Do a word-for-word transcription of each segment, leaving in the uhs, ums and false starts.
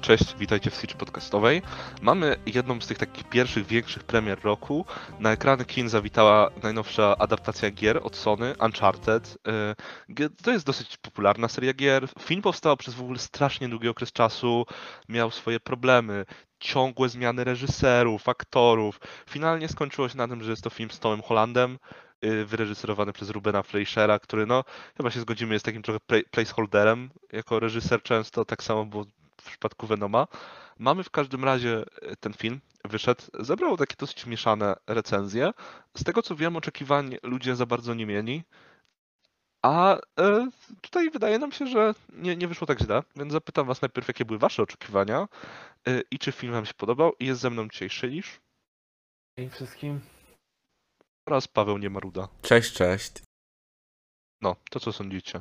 cześć, witajcie w Switch Podcastowej. Mamy jedną z tych takich pierwszych, większych premier roku. Na ekrany kin zawitała najnowsza adaptacja gier od Sony, Uncharted. Yy, To jest dosyć popularna seria gier. Film powstał przez w ogóle strasznie długi okres czasu, miał swoje problemy, ciągłe zmiany reżyserów, aktorów. Finalnie skończyło się na tym, że jest to film z Tomem Hollandem, yy, wyreżyserowany przez Rubena Fleischera, który no, chyba się zgodzimy, jest takim trochę play- placeholderem jako reżyser często, tak samo było w przypadku Venoma. Mamy w każdym razie e, ten film, wyszedł, zebrał takie dosyć mieszane recenzje. Z tego co wiem, oczekiwań ludzie za bardzo nie mieli, a e, tutaj wydaje nam się, że nie, nie wyszło tak źle, więc zapytam was najpierw, jakie były wasze oczekiwania e, i czy film wam się podobał. I jest ze mną dzisiaj Szylisz Hej wszystkim. oraz Paweł Niemaruda. Cześć, cześć. No, to co sądzicie?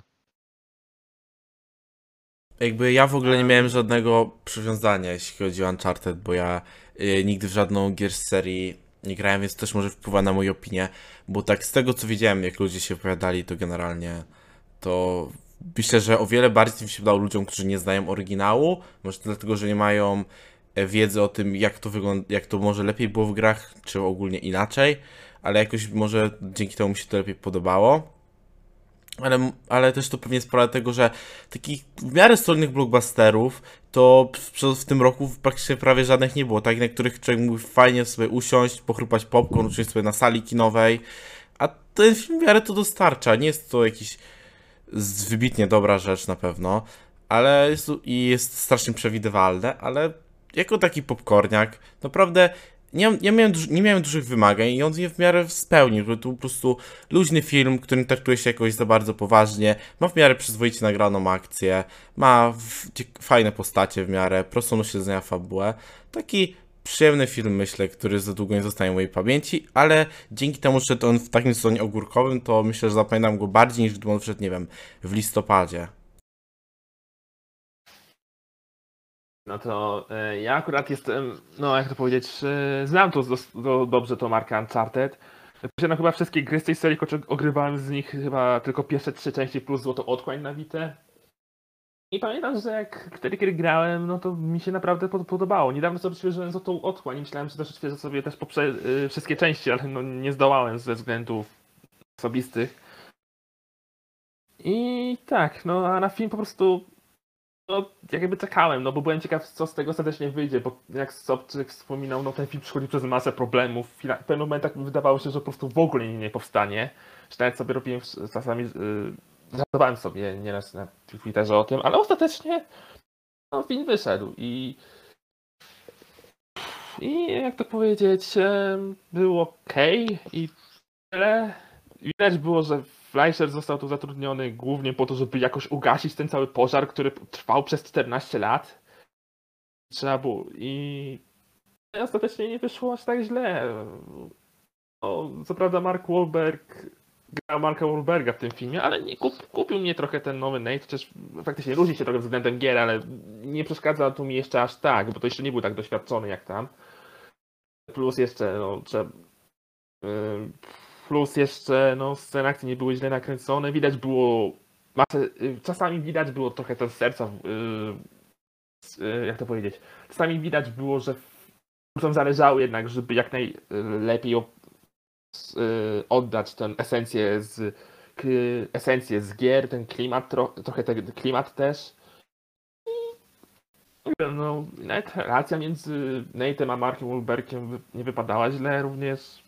Jakby ja w ogóle nie miałem żadnego przywiązania, jeśli chodzi o Uncharted, bo ja y, nigdy w żadną gier z serii nie grałem, więc też może wpływa na moją opinię, bo tak z tego co widziałem, jak ludzie się opowiadali, to generalnie to myślę, że o wiele bardziej mi się udało ludziom, którzy nie znają oryginału, może dlatego, że nie mają e, wiedzy o tym, jak to wygląda, jak to może lepiej było w grach, czy ogólnie inaczej, ale jakoś może dzięki temu mi się to lepiej podobało. Ale, ale też to pewnie jest sprawa tego, że takich w miarę solidnych blockbusterów to w, w tym roku praktycznie prawie żadnych nie było. Tak, na których człowiek mógł fajnie sobie usiąść, pochrupać popcorn, usiąść sobie na sali kinowej. A ten film w miarę to dostarcza. Nie jest to jakiś z- wybitnie dobra rzecz na pewno, ale jest, to- i jest strasznie przewidywalne, ale jako taki popcorniak naprawdę nie, nie, miałem, duż- nie miałem dużych wymagań i on je w miarę spełnił, że to po prostu luźny film, który nie traktuje się jakoś za bardzo poważnie, ma w miarę przyzwoicie nagraną akcję, ma w, cie- fajne postacie w miarę, prostą do śledzenia fabułę, taki przyjemny film, myślę, który za długo nie zostanie w mojej pamięci, ale dzięki temu, że to on w takim sezonie ogórkowym, to myślę, że zapamiętam go bardziej niż gdyby on wszedł, nie wiem, w listopadzie. No to e, ja akurat jestem, no jak to powiedzieć, e, znam to, dos- do, dobrze tą markę Uncharted. No chyba wszystkie gry z tej serii, choć ogrywałem z nich chyba tylko pierwsze trzy części plus Złotą Otchłań na Vita. I pamiętam, że jak wtedy kiedy grałem, no to mi się naprawdę pod- podobało. Niedawno sobie odświeżyłem Złotą Otchłań i myślałem, że też odświeżę sobie też poprze- e, wszystkie części, ale no nie zdołałem ze względów osobistych. I tak, no a na film po prostu no, jakby czekałem, no bo byłem ciekaw, co z tego ostatecznie wyjdzie, bo jak Sobczyk wspominał, no ten film przychodzi przez masę problemów. W fina- w pewnych momentach wydawało się, że po prostu w ogóle nie, nie powstanie. Że nawet sobie robiłem czasami, yy, żartowałem sobie nieraz na Twitterze o tym, ale ostatecznie no, film wyszedł i i jak to powiedzieć, em, był okej i tyle. Widać było, że Fleischer został tu zatrudniony głównie po to, żeby jakoś ugasić ten cały pożar, który trwał przez czternaście lat. Trzeba było i ostatecznie nie wyszło aż tak źle. No, co prawda Mark Wahlberg grał Marka Wahlberga w tym filmie, ale nie kup, kupił mnie trochę ten nowy Nate, chociaż faktycznie różni się trochę względem gier, ale nie przeszkadza tu mi jeszcze aż tak, bo to jeszcze nie był tak doświadczony jak tam. Plus jeszcze, no, trzeba, yy, plus jeszcze, no, sceny akcji nie były źle nakręcone, widać było masę, yy, czasami widać było trochę ten serca, yy, yy, jak to powiedzieć, czasami widać było, że twórcom zależało jednak, żeby jak najlepiej o- s- y, oddać tę esencję z k- esencję z gier, ten klimat, tro, trochę ten klimat też. Nie wiem, no, nawet relacja między Nate'em a Markiem Wahlbergiem wy- nie wypadała źle również.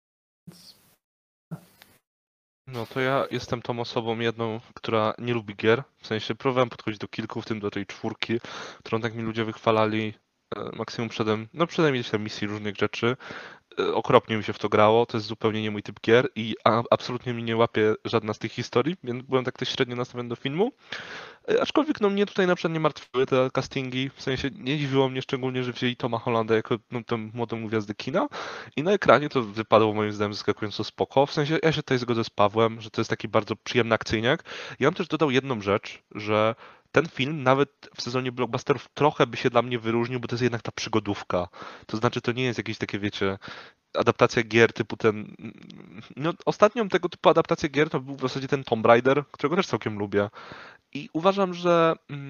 No to ja jestem tą osobą jedną, która nie lubi gier. W sensie próbowałem podchodzić do kilku, w tym do tej czwórki, którą tak mi ludzie wychwalali e, maksimum przedem, no przede mną tam misji różnych rzeczy. E, Okropnie mi się w to grało, to jest zupełnie nie mój typ gier i a, absolutnie mi nie łapie żadna z tych historii, więc byłem tak też średnio nastawiony do filmu. E, Aczkolwiek no mnie tutaj na przykład nie martwiły te castingi, w sensie nie dziwiło mnie szczególnie, że wzięli Toma Hollanda jako no, tę młodą gwiazdę kina i na ekranie to wypadło moim zdaniem zaskakująco spoko, w sensie ja się tutaj zgodzę z Pawłem, że to jest taki bardzo przyjemny akcyjniak. Ja bym też dodał jedną rzecz, że ten film nawet w sezonie blockbusterów trochę by się dla mnie wyróżnił, bo to jest jednak ta przygodówka. To znaczy to nie jest jakieś takie, wiecie, adaptacja gier typu ten... No ostatnią tego typu adaptację gier to był w zasadzie ten Tomb Raider, którego też całkiem lubię. I uważam, że mm,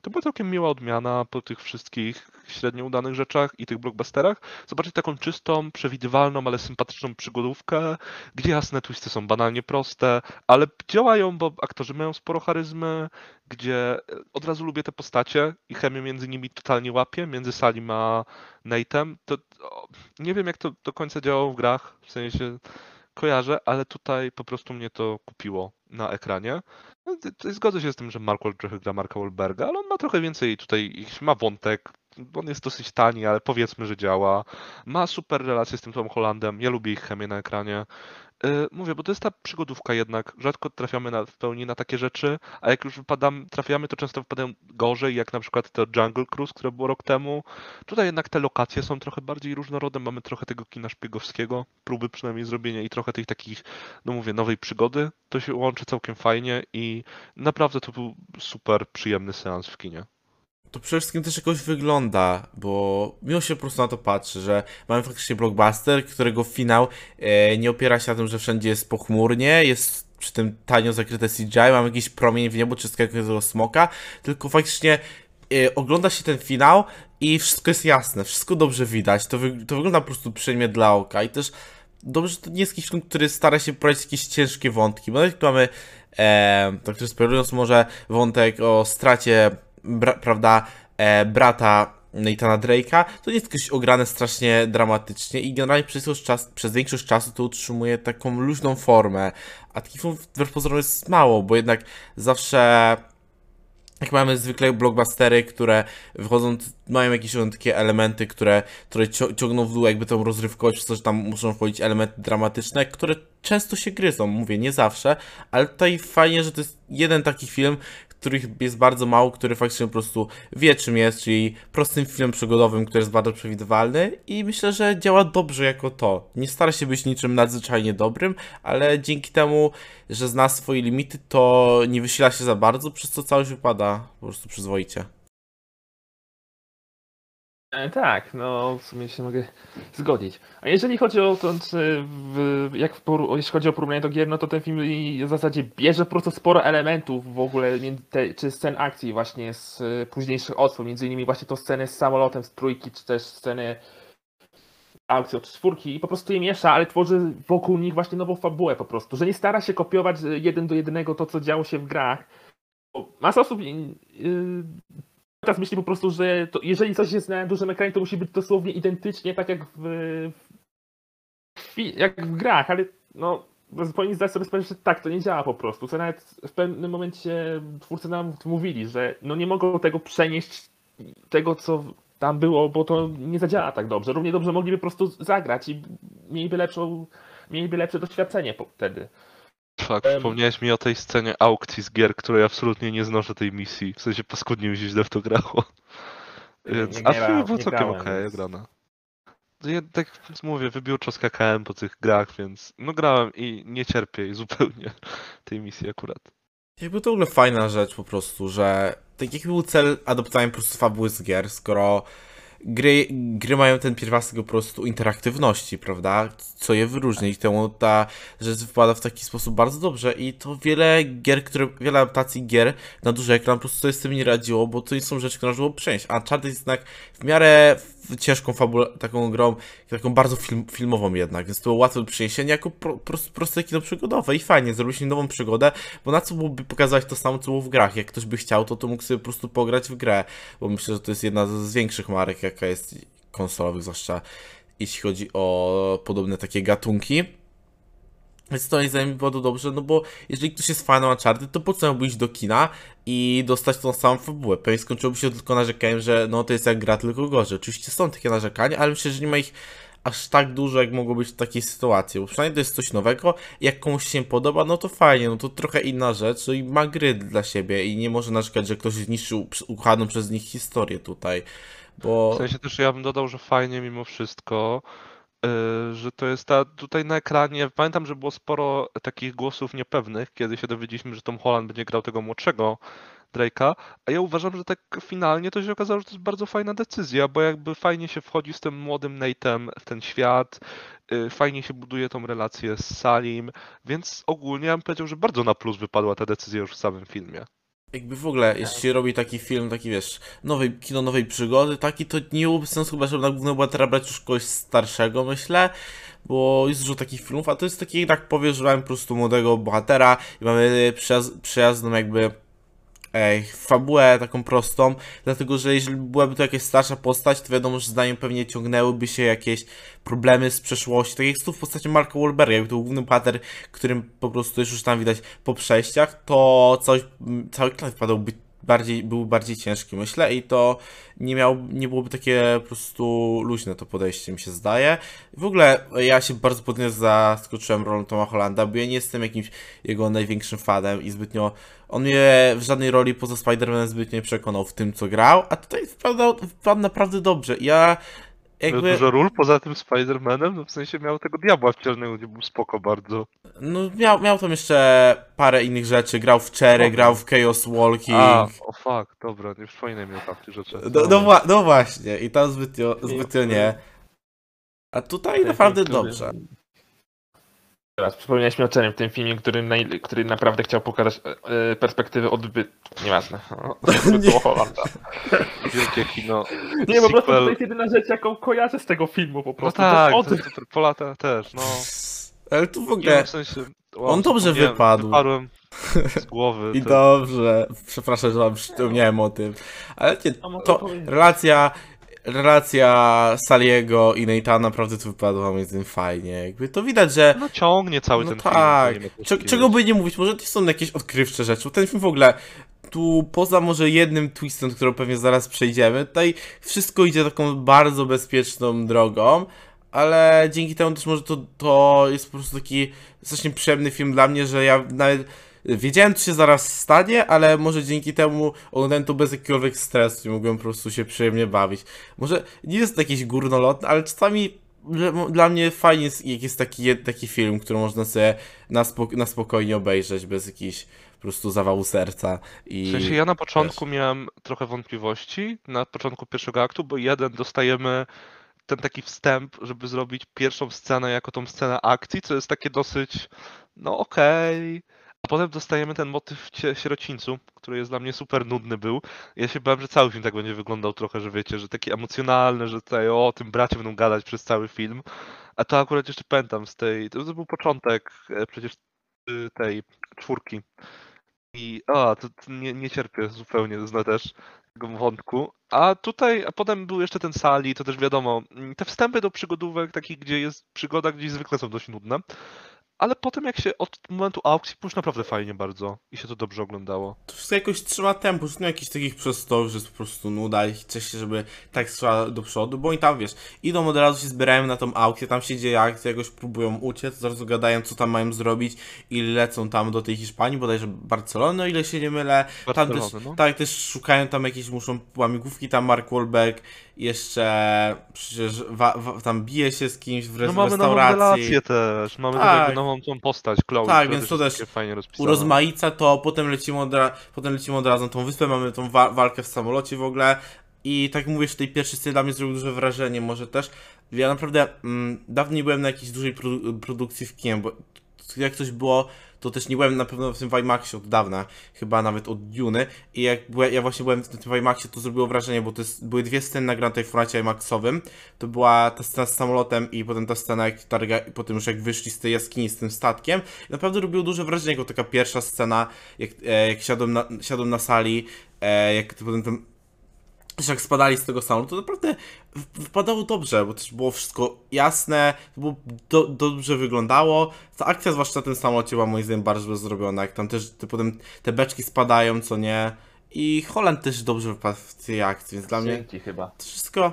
To była całkiem miła odmiana po tych wszystkich średnio udanych rzeczach i tych blockbusterach. Zobaczyć taką czystą, przewidywalną, ale sympatyczną przygodówkę, gdzie jasne twisty są banalnie proste, ale działają, bo aktorzy mają sporo charyzmy, gdzie od razu lubię te postacie i chemię między nimi totalnie łapię, między Salim a Nate'em. To o, nie wiem, jak to do końca działało w grach, w sensie kojarzę, ale tutaj po prostu mnie to kupiło na ekranie. No, ty- ty- zgodzę się z tym, że Mark Wahlberg trochę gra Marka Wahlberga, ale on ma trochę więcej tutaj, jakiś ma wątek, on jest dosyć tani, ale powiedzmy, że działa. Ma super relację z tym Tom Hollandem, ja lubię ich chemię na ekranie. Yy, mówię, bo to jest ta przygodówka jednak, rzadko trafiamy na, w pełni na takie rzeczy, a jak już wypadam, trafiamy, to często wypadają gorzej, jak na przykład to Jungle Cruise, które było rok temu. Tutaj jednak te lokacje są trochę bardziej różnorodne, mamy trochę tego kina szpiegowskiego, próby przynajmniej zrobienia i trochę tych takich, no mówię, nowej przygody. To się łączy całkiem fajnie i naprawdę to był super przyjemny seans w kinie. To przede wszystkim też jakoś wygląda, bo miło się po prostu na to patrzy, że mamy faktycznie blockbuster, którego finał e, nie opiera się na tym, że wszędzie jest pochmurnie, jest przy tym tanio zakryte C G I, mamy jakiś promień w niebo czy skakającego smoka, tylko faktycznie e, ogląda się ten finał i wszystko jest jasne, wszystko dobrze widać, to, wy, to wygląda po prostu przyjemnie dla oka i też dobrze, że to nie jest jakiś film, który stara się prowadzić jakieś ciężkie wątki, bo nawet mamy, e, tak też spoilerując może, wątek o stracie Bra prawda, e, brata Nathana Drake'a, to nie jest jakoś ograne strasznie dramatycznie i generalnie przez, czas, przez większość czasu to utrzymuje taką luźną formę, a takich filmów wbrew pozorom jest mało, bo jednak zawsze jak mamy zwykle blockbustery, które wychodzą, mają jakieś takie elementy, które, które ciągną w dół jakby tą rozrywkowość, przez to, że tam muszą wchodzić elementy dramatyczne, które często się gryzą, mówię, nie zawsze, ale tutaj fajnie, że to jest jeden taki film, których jest bardzo mało, który faktycznie po prostu wie czym jest, czyli prostym filmem przygodowym, który jest bardzo przewidywalny i myślę, że działa dobrze jako to. Nie stara się być niczym nadzwyczajnie dobrym, ale dzięki temu, że zna swoje limity, to nie wysila się za bardzo, przez co całość wypada po prostu przyzwoicie. E, Tak, no w sumie się mogę zgodzić. A jeżeli chodzi o to, czy w, jak w, poru- jeśli chodzi o porównanie do gier, no to ten film i w zasadzie bierze po prostu sporo elementów w ogóle, między te, czy scen akcji właśnie z y, późniejszych odsłon, między innymi właśnie to sceny z samolotem z trójki, czy też sceny aukcji od czwórki i po prostu je miesza, ale tworzy wokół nich właśnie nową fabułę po prostu, że nie stara się kopiować y, jeden do jednego to, co działo się w grach. Bo masa osób y, y, teraz myśli po prostu, że to, jeżeli coś jest na dużym ekranie, to musi być dosłownie identycznie tak jak w, w, jak w grach, ale no powinni zdać sobie sprawę, że tak, to nie działa po prostu. Co nawet w pewnym momencie twórcy nam mówili, że no nie mogą tego przenieść, tego co tam było, bo to nie zadziała tak dobrze. Równie dobrze mogliby po prostu zagrać i mieliby lepszą, mieliby lepsze doświadczenie po- wtedy. Tak, Em. wspomniałeś mi o tej scenie aukcji z gier, której absolutnie nie znoszę tej misji. W sensie paskudnie mi się źle w to grało. Więc, Nie a w filmie grałem, było nie całkiem grałem, okej, więc- grana. Ja tak mówię, wybiórczo skakałem po tych grach, więc no grałem i nie cierpię jej zupełnie tej misji akurat. Jakby to w ogóle fajna rzecz po prostu, że tak jaki był cel adaptowania po prostu fabuły z gier, skoro gry, gry mają ten pierwiastek po prostu interaktywności, prawda? Co je wyróżnia i temu ta rzecz wypada w taki sposób bardzo dobrze i to wiele gier, które, wiele adaptacji gier na duży ekran po prostu sobie z tym nie radziło, bo to nie są rzeczy, które można było przenieść. A Uncharted jest jednak w miarę ciężką fabulę, taką grą, taką bardzo film, filmową jednak, więc to było łatwe do przeniesienia jako pro, pro, proste kino przygodowe i fajnie, zrobiliśmy nową przygodę, bo na co byłoby pokazywać to samo, co było w grach? Jak ktoś by chciał, to to mógł sobie po prostu pograć w grę, bo myślę, że to jest jedna z większych marek, jaka jest konsolowych, zwłaszcza jeśli chodzi o podobne takie gatunki. Więc to moim zdaniem było to dobrze, no bo jeżeli ktoś jest fanem Uncharted, to po co miałby iść do kina i dostać tą samą fabułę? Pewnie skończyłoby się tylko narzekaniem, że no to jest jak gra, tylko gorzej. Oczywiście są takie narzekania, ale myślę, że nie ma ich aż tak dużo, jak mogło być w takiej sytuacji, bo przynajmniej to jest coś nowego, jak komuś się podoba, no to fajnie, no to trochę inna rzecz, no i ma gry dla siebie i nie może narzekać, że ktoś zniszczył ukradną przez nich historię tutaj, bo... W sensie też ja bym dodał, że fajnie mimo wszystko, yy, że to jest ta tutaj na ekranie. Pamiętam, że było sporo takich głosów niepewnych, kiedy się dowiedzieliśmy, że Tom Holland będzie grał tego młodszego Drake'a, a ja uważam, że tak finalnie to się okazało, że to jest bardzo fajna decyzja, bo jakby fajnie się wchodzi z tym młodym Nate'em w ten świat, yy, fajnie się buduje tą relację z Salim, więc ogólnie ja bym powiedział, że bardzo na plus wypadła ta decyzja już w samym filmie. jakby w ogóle, jeśli się robi taki film, taki wiesz, nowej, kino nowej przygody, taki, to nie byłoby sensu chyba, żeby na głównego bohatera brać już kogoś starszego, myślę, bo jest dużo takich filmów, a to jest taki, tak powiesz, że mamy po prostu młodego bohatera i mamy przyjaz przyjazną jakby Ej, fabułę taką prostą, dlatego że jeżeli byłaby to jakaś starsza postać, to wiadomo, że zdaniem pewnie ciągnęłyby się jakieś problemy z przeszłości, tak jak jest tu w postaci Marka Wahlberga, jakby to był główny bohater, którym po prostu już tam widać po przejściach, to coś, cały klan wpadałby bardziej, był bardziej ciężki, myślę, i to nie miał, nie byłoby takie po prostu luźne to podejście, mi się zdaje. W ogóle ja się bardzo pozytywnie zaskoczyłem rolą Toma Hollanda, bo ja nie jestem jakimś jego największym fanem i zbytnio on mnie w żadnej roli poza Spider-Manem zbytnio nie przekonał w tym, co grał, a tutaj wpadł, wpadł naprawdę dobrze. Ja jakby... Miał dużo ról poza tym Spider-Manem, no w sensie miał tego diabła wcielnego, gdzie był spoko bardzo. No miał, miał tam jeszcze parę innych rzeczy, grał w Cherry, Dobra. grał w Chaos Walking. A, o fuck, dobra, nie przypominaj mi o tamtych rzeczach. No, no, wła- no właśnie, i tam zbytnio, zbytnio nie. A tutaj Ten naprawdę film, który- dobrze. Teraz przypomniałeś mi o Cherry w tym filmie, który, naj... który naprawdę chciał pokazać e, e, perspektywy odbyt... Nieważne. O, odbytu Hollanda. Wielkie kino. Nie, po prostu Sequel- to jest jedyna rzecz, jaką kojarzę z tego filmu po No prostu. tak, To o to, tym. to, po latach też, no. Ale tu w Nie, ogóle... w sensie, On dobrze zapomniałem, wypadł. Wypadłem z głowy. I to- dobrze, przepraszam, że wam przypomniałem o tym. Ale nie, A mogę to powiedzieć. relacja, relacja Saliego i Nate'a naprawdę tu wypadła moim zdaniem fajnie. Jakby to widać, że No ciągnie cały no ten tak, film. nie ma Cze- takiego- czego by nie mówić, może to są jakieś odkrywcze rzeczy, bo ten film w ogóle, tu poza może jednym twistem, którą pewnie zaraz przejdziemy, tutaj wszystko idzie taką bardzo bezpieczną drogą, ale dzięki temu też może to, to jest po prostu taki strasznie przyjemny film dla mnie, że ja nawet wiedziałem, co się zaraz stanie, ale może dzięki temu oglądałem to bez jakiegokolwiek stresu i mogłem po prostu się przyjemnie bawić. Może nie jest to jakiś górnolotny, ale czasami że dla mnie fajnie jest, jak jest taki, jed- taki film, który można sobie na, spok- na spokojnie obejrzeć, bez jakichś po prostu zawału serca. I W sensie ja na początku miałem trochę wątpliwości, na początku pierwszego aktu, bo jeden dostajemy ten taki wstęp, żeby zrobić pierwszą scenę jako tą scenę akcji, co jest takie dosyć, no okej. A potem dostajemy ten motyw w cie- sierocińcu, który jest dla mnie super nudny był. Ja się bałem, że cały film tak będzie wyglądał trochę, że wiecie, że taki emocjonalny, że tutaj o tym bracie będą gadać przez cały film. A to akurat jeszcze pamiętam z tej, to, to był początek e, przecież y, tej czwórki. I a, to, to nie, nie cierpię zupełnie, zna też tego wątku. A tutaj, a potem był jeszcze ten Sali, to też wiadomo, mm, te wstępy do przygodówek, takich, gdzie jest przygoda, gdzieś zwykle są dość nudne. Ale potem jak się od momentu aukcji pójść naprawdę fajnie bardzo i się to dobrze oglądało. to wszystko jakoś trzyma tempo, że nie ma jakichś takich przestojów, że jest po prostu nuda i chce się, żeby tak szła do przodu, bo oni tam, wiesz, idą od razu, się zbierają na tą aukcję, tam się dzieje akcja, jakoś próbują uciec, zaraz gadają, co tam mają zrobić i lecą tam do tej Hiszpanii, bodajże Barcelony, o ile się nie mylę. Tam też, Barcelony, no. tak, też szukają tam jakieś, muszą łamigłówki, tam Mark Wahlberg jeszcze przecież wa, wa, tam bije się z kimś w, re, No w mamy nową restauracji. relację też, mamy Tak. tak jakby nową tą postać, Chloe, Tak, która więc to jest też takie fajnie rozpisana. urozmaica to, potem lecimy, od ra- potem lecimy od razu na tą wyspę, mamy tą wa- walkę w samolocie w ogóle i tak jak mówisz, w tej pierwszej scenie dla mnie zrobił duże wrażenie, może też. Ja naprawdę mm, dawno nie byłem na jakiejś dużej produ- produkcji w kinie, bo jak coś było, to też nie byłem na pewno w tym IMAXie od dawna, chyba nawet od Duny i jak byłem, ja właśnie byłem w tym IMAXie, to zrobiło wrażenie, bo to jest, były dwie sceny nagrane tutaj w formacie IMAXowym, to była ta scena z samolotem i potem ta scena, jak targa, i potem już jak wyszli z tej jaskini z tym statkiem, i naprawdę robiło duże wrażenie, jako taka pierwsza scena, jak, e, jak siadłem na, siadłem na sali, e, jak potem ten też jak spadali z tego samolotu, to naprawdę w- wypadało dobrze, bo też było wszystko jasne, to było do, dobrze wyglądało. Ta akcja, zwłaszcza na tym samolocie, była moim zdaniem bardzo dobrze zrobiona, jak tam też te, potem te beczki spadają, co nie. I Holland też dobrze wypadł w tej akcji, więc dla mnie Dzięki chyba. to wszystko,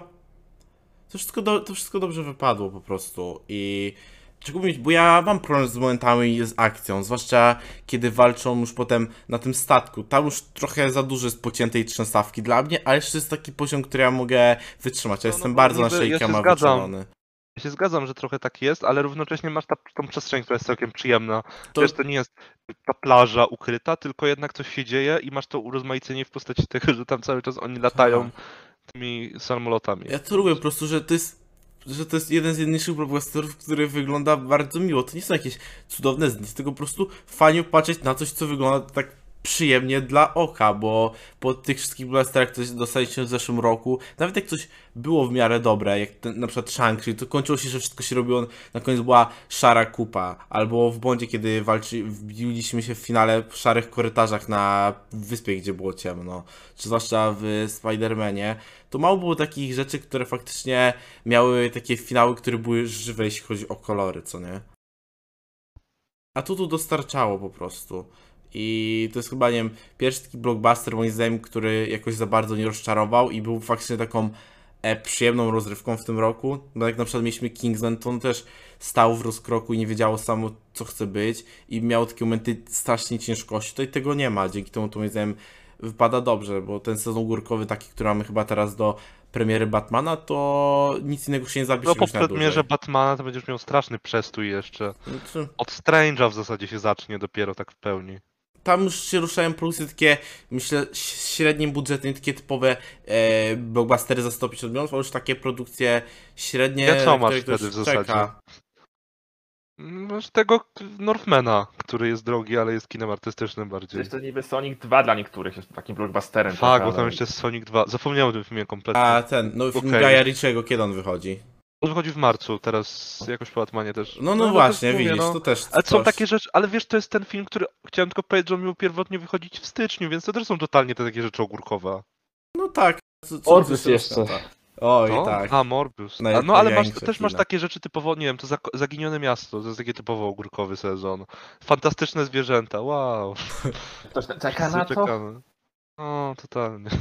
to wszystko, do, to wszystko dobrze wypadło po prostu. I czego mówić, bo ja mam problem z momentami z akcją, zwłaszcza kiedy walczą już potem na tym statku. Tam już trochę za dużo jest pociętej trzęsawki dla mnie, ale jeszcze jest taki poziom, który ja mogę wytrzymać. Ja No, no jestem bo bardzo na niby ja się Shake'a zgadzam. wyczulony. Ja się zgadzam, że trochę tak jest, ale równocześnie masz ta, tą przestrzeń, która jest całkiem przyjemna. To- Wiesz, to nie jest ta plaża ukryta, tylko jednak coś się dzieje i masz to urozmaicenie w postaci tego, że tam cały czas oni latają tymi samolotami. Ja to lubię po prostu, że to jest, że to jest jeden z jedyniejszych blockbusterów, który wygląda bardzo miło. To nie są jakieś cudowne zdjęcia, tylko po prostu fajnie patrzeć na coś, co wygląda tak przyjemnie dla oka, bo po tych wszystkich blasterach, które dostaliśmy w zeszłym roku, nawet jak coś było w miarę dobre, jak ten, na przykład Shang-Chi, to kończyło się, że wszystko się robiło, na koniec była szara kupa, albo w Bondzie, kiedy walczy, wbiliśmy się w finale w szarych korytarzach na wyspie, gdzie było ciemno, czy zwłaszcza w Spider-Manie, to mało było takich rzeczy, które faktycznie miały takie finały, które były żywe, jeśli chodzi o kolory, co nie? A tu tu dostarczało po prostu. I to jest chyba, nie wiem, pierwszy taki blockbuster moim zdaniem, który jakoś za bardzo nie rozczarował i był faktycznie taką e, przyjemną rozrywką w tym roku. Bo jak na przykład mieliśmy Kingsman, to on też stał w rozkroku i nie wiedziało samo, co chce być i miał takie momenty strasznie ciężkości. Tutaj tego nie ma, dzięki temu to moim zdaniem wypada dobrze, bo ten sezon górkowy taki, który mamy chyba teraz do premiery Batmana, to nic innego się nie zapisze No po już na dłużej. premierze Batmana to będziesz miał straszny przestój jeszcze. Znaczy, Od Strange'a w zasadzie się zacznie dopiero tak w pełni. tam już się ruszają produkcje takie, myślę, ś- średnim budżetem, takie typowe e, blockbustery za sto pięćdziesiąt milionów, a już takie produkcje średnie, Ja co na masz które ktoś wtedy w zasadzie? czeka. Masz tego Northmana, który jest drogi, ale jest kinem artystycznym bardziej. Jeszcze niby Sonic dwa dla niektórych jest takim blockbusterem. Fak, trochę, bo tam ale- jeszcze jest Sonic dwa. Zapomniałem o tym filmie kompletnie. A ten, no film Okej. Gaja Ritchiego, kiedy on wychodzi? On wychodzi w marcu, teraz jakoś po Batmanie też. No, no, to właśnie, też mówię, widzisz, no. to też Ale są coś. takie rzeczy, ale wiesz, to jest ten film, który chciałem tylko powiedzieć, że on miał pierwotnie wychodzić w styczniu, więc to też są totalnie te takie rzeczy ogórkowe. No tak. Co, co Morbius co- jeszcze. Oj, To? tak. A, Morbius. Naj- A, no ale masz, największe też masz kina. takie rzeczy typowo, nie wiem, to zak- Zaginione Miasto, to jest taki typowo ogórkowy sezon. Fantastyczne zwierzęta, wow. Ktoś czeka na to? Czekamy. No, totalnie.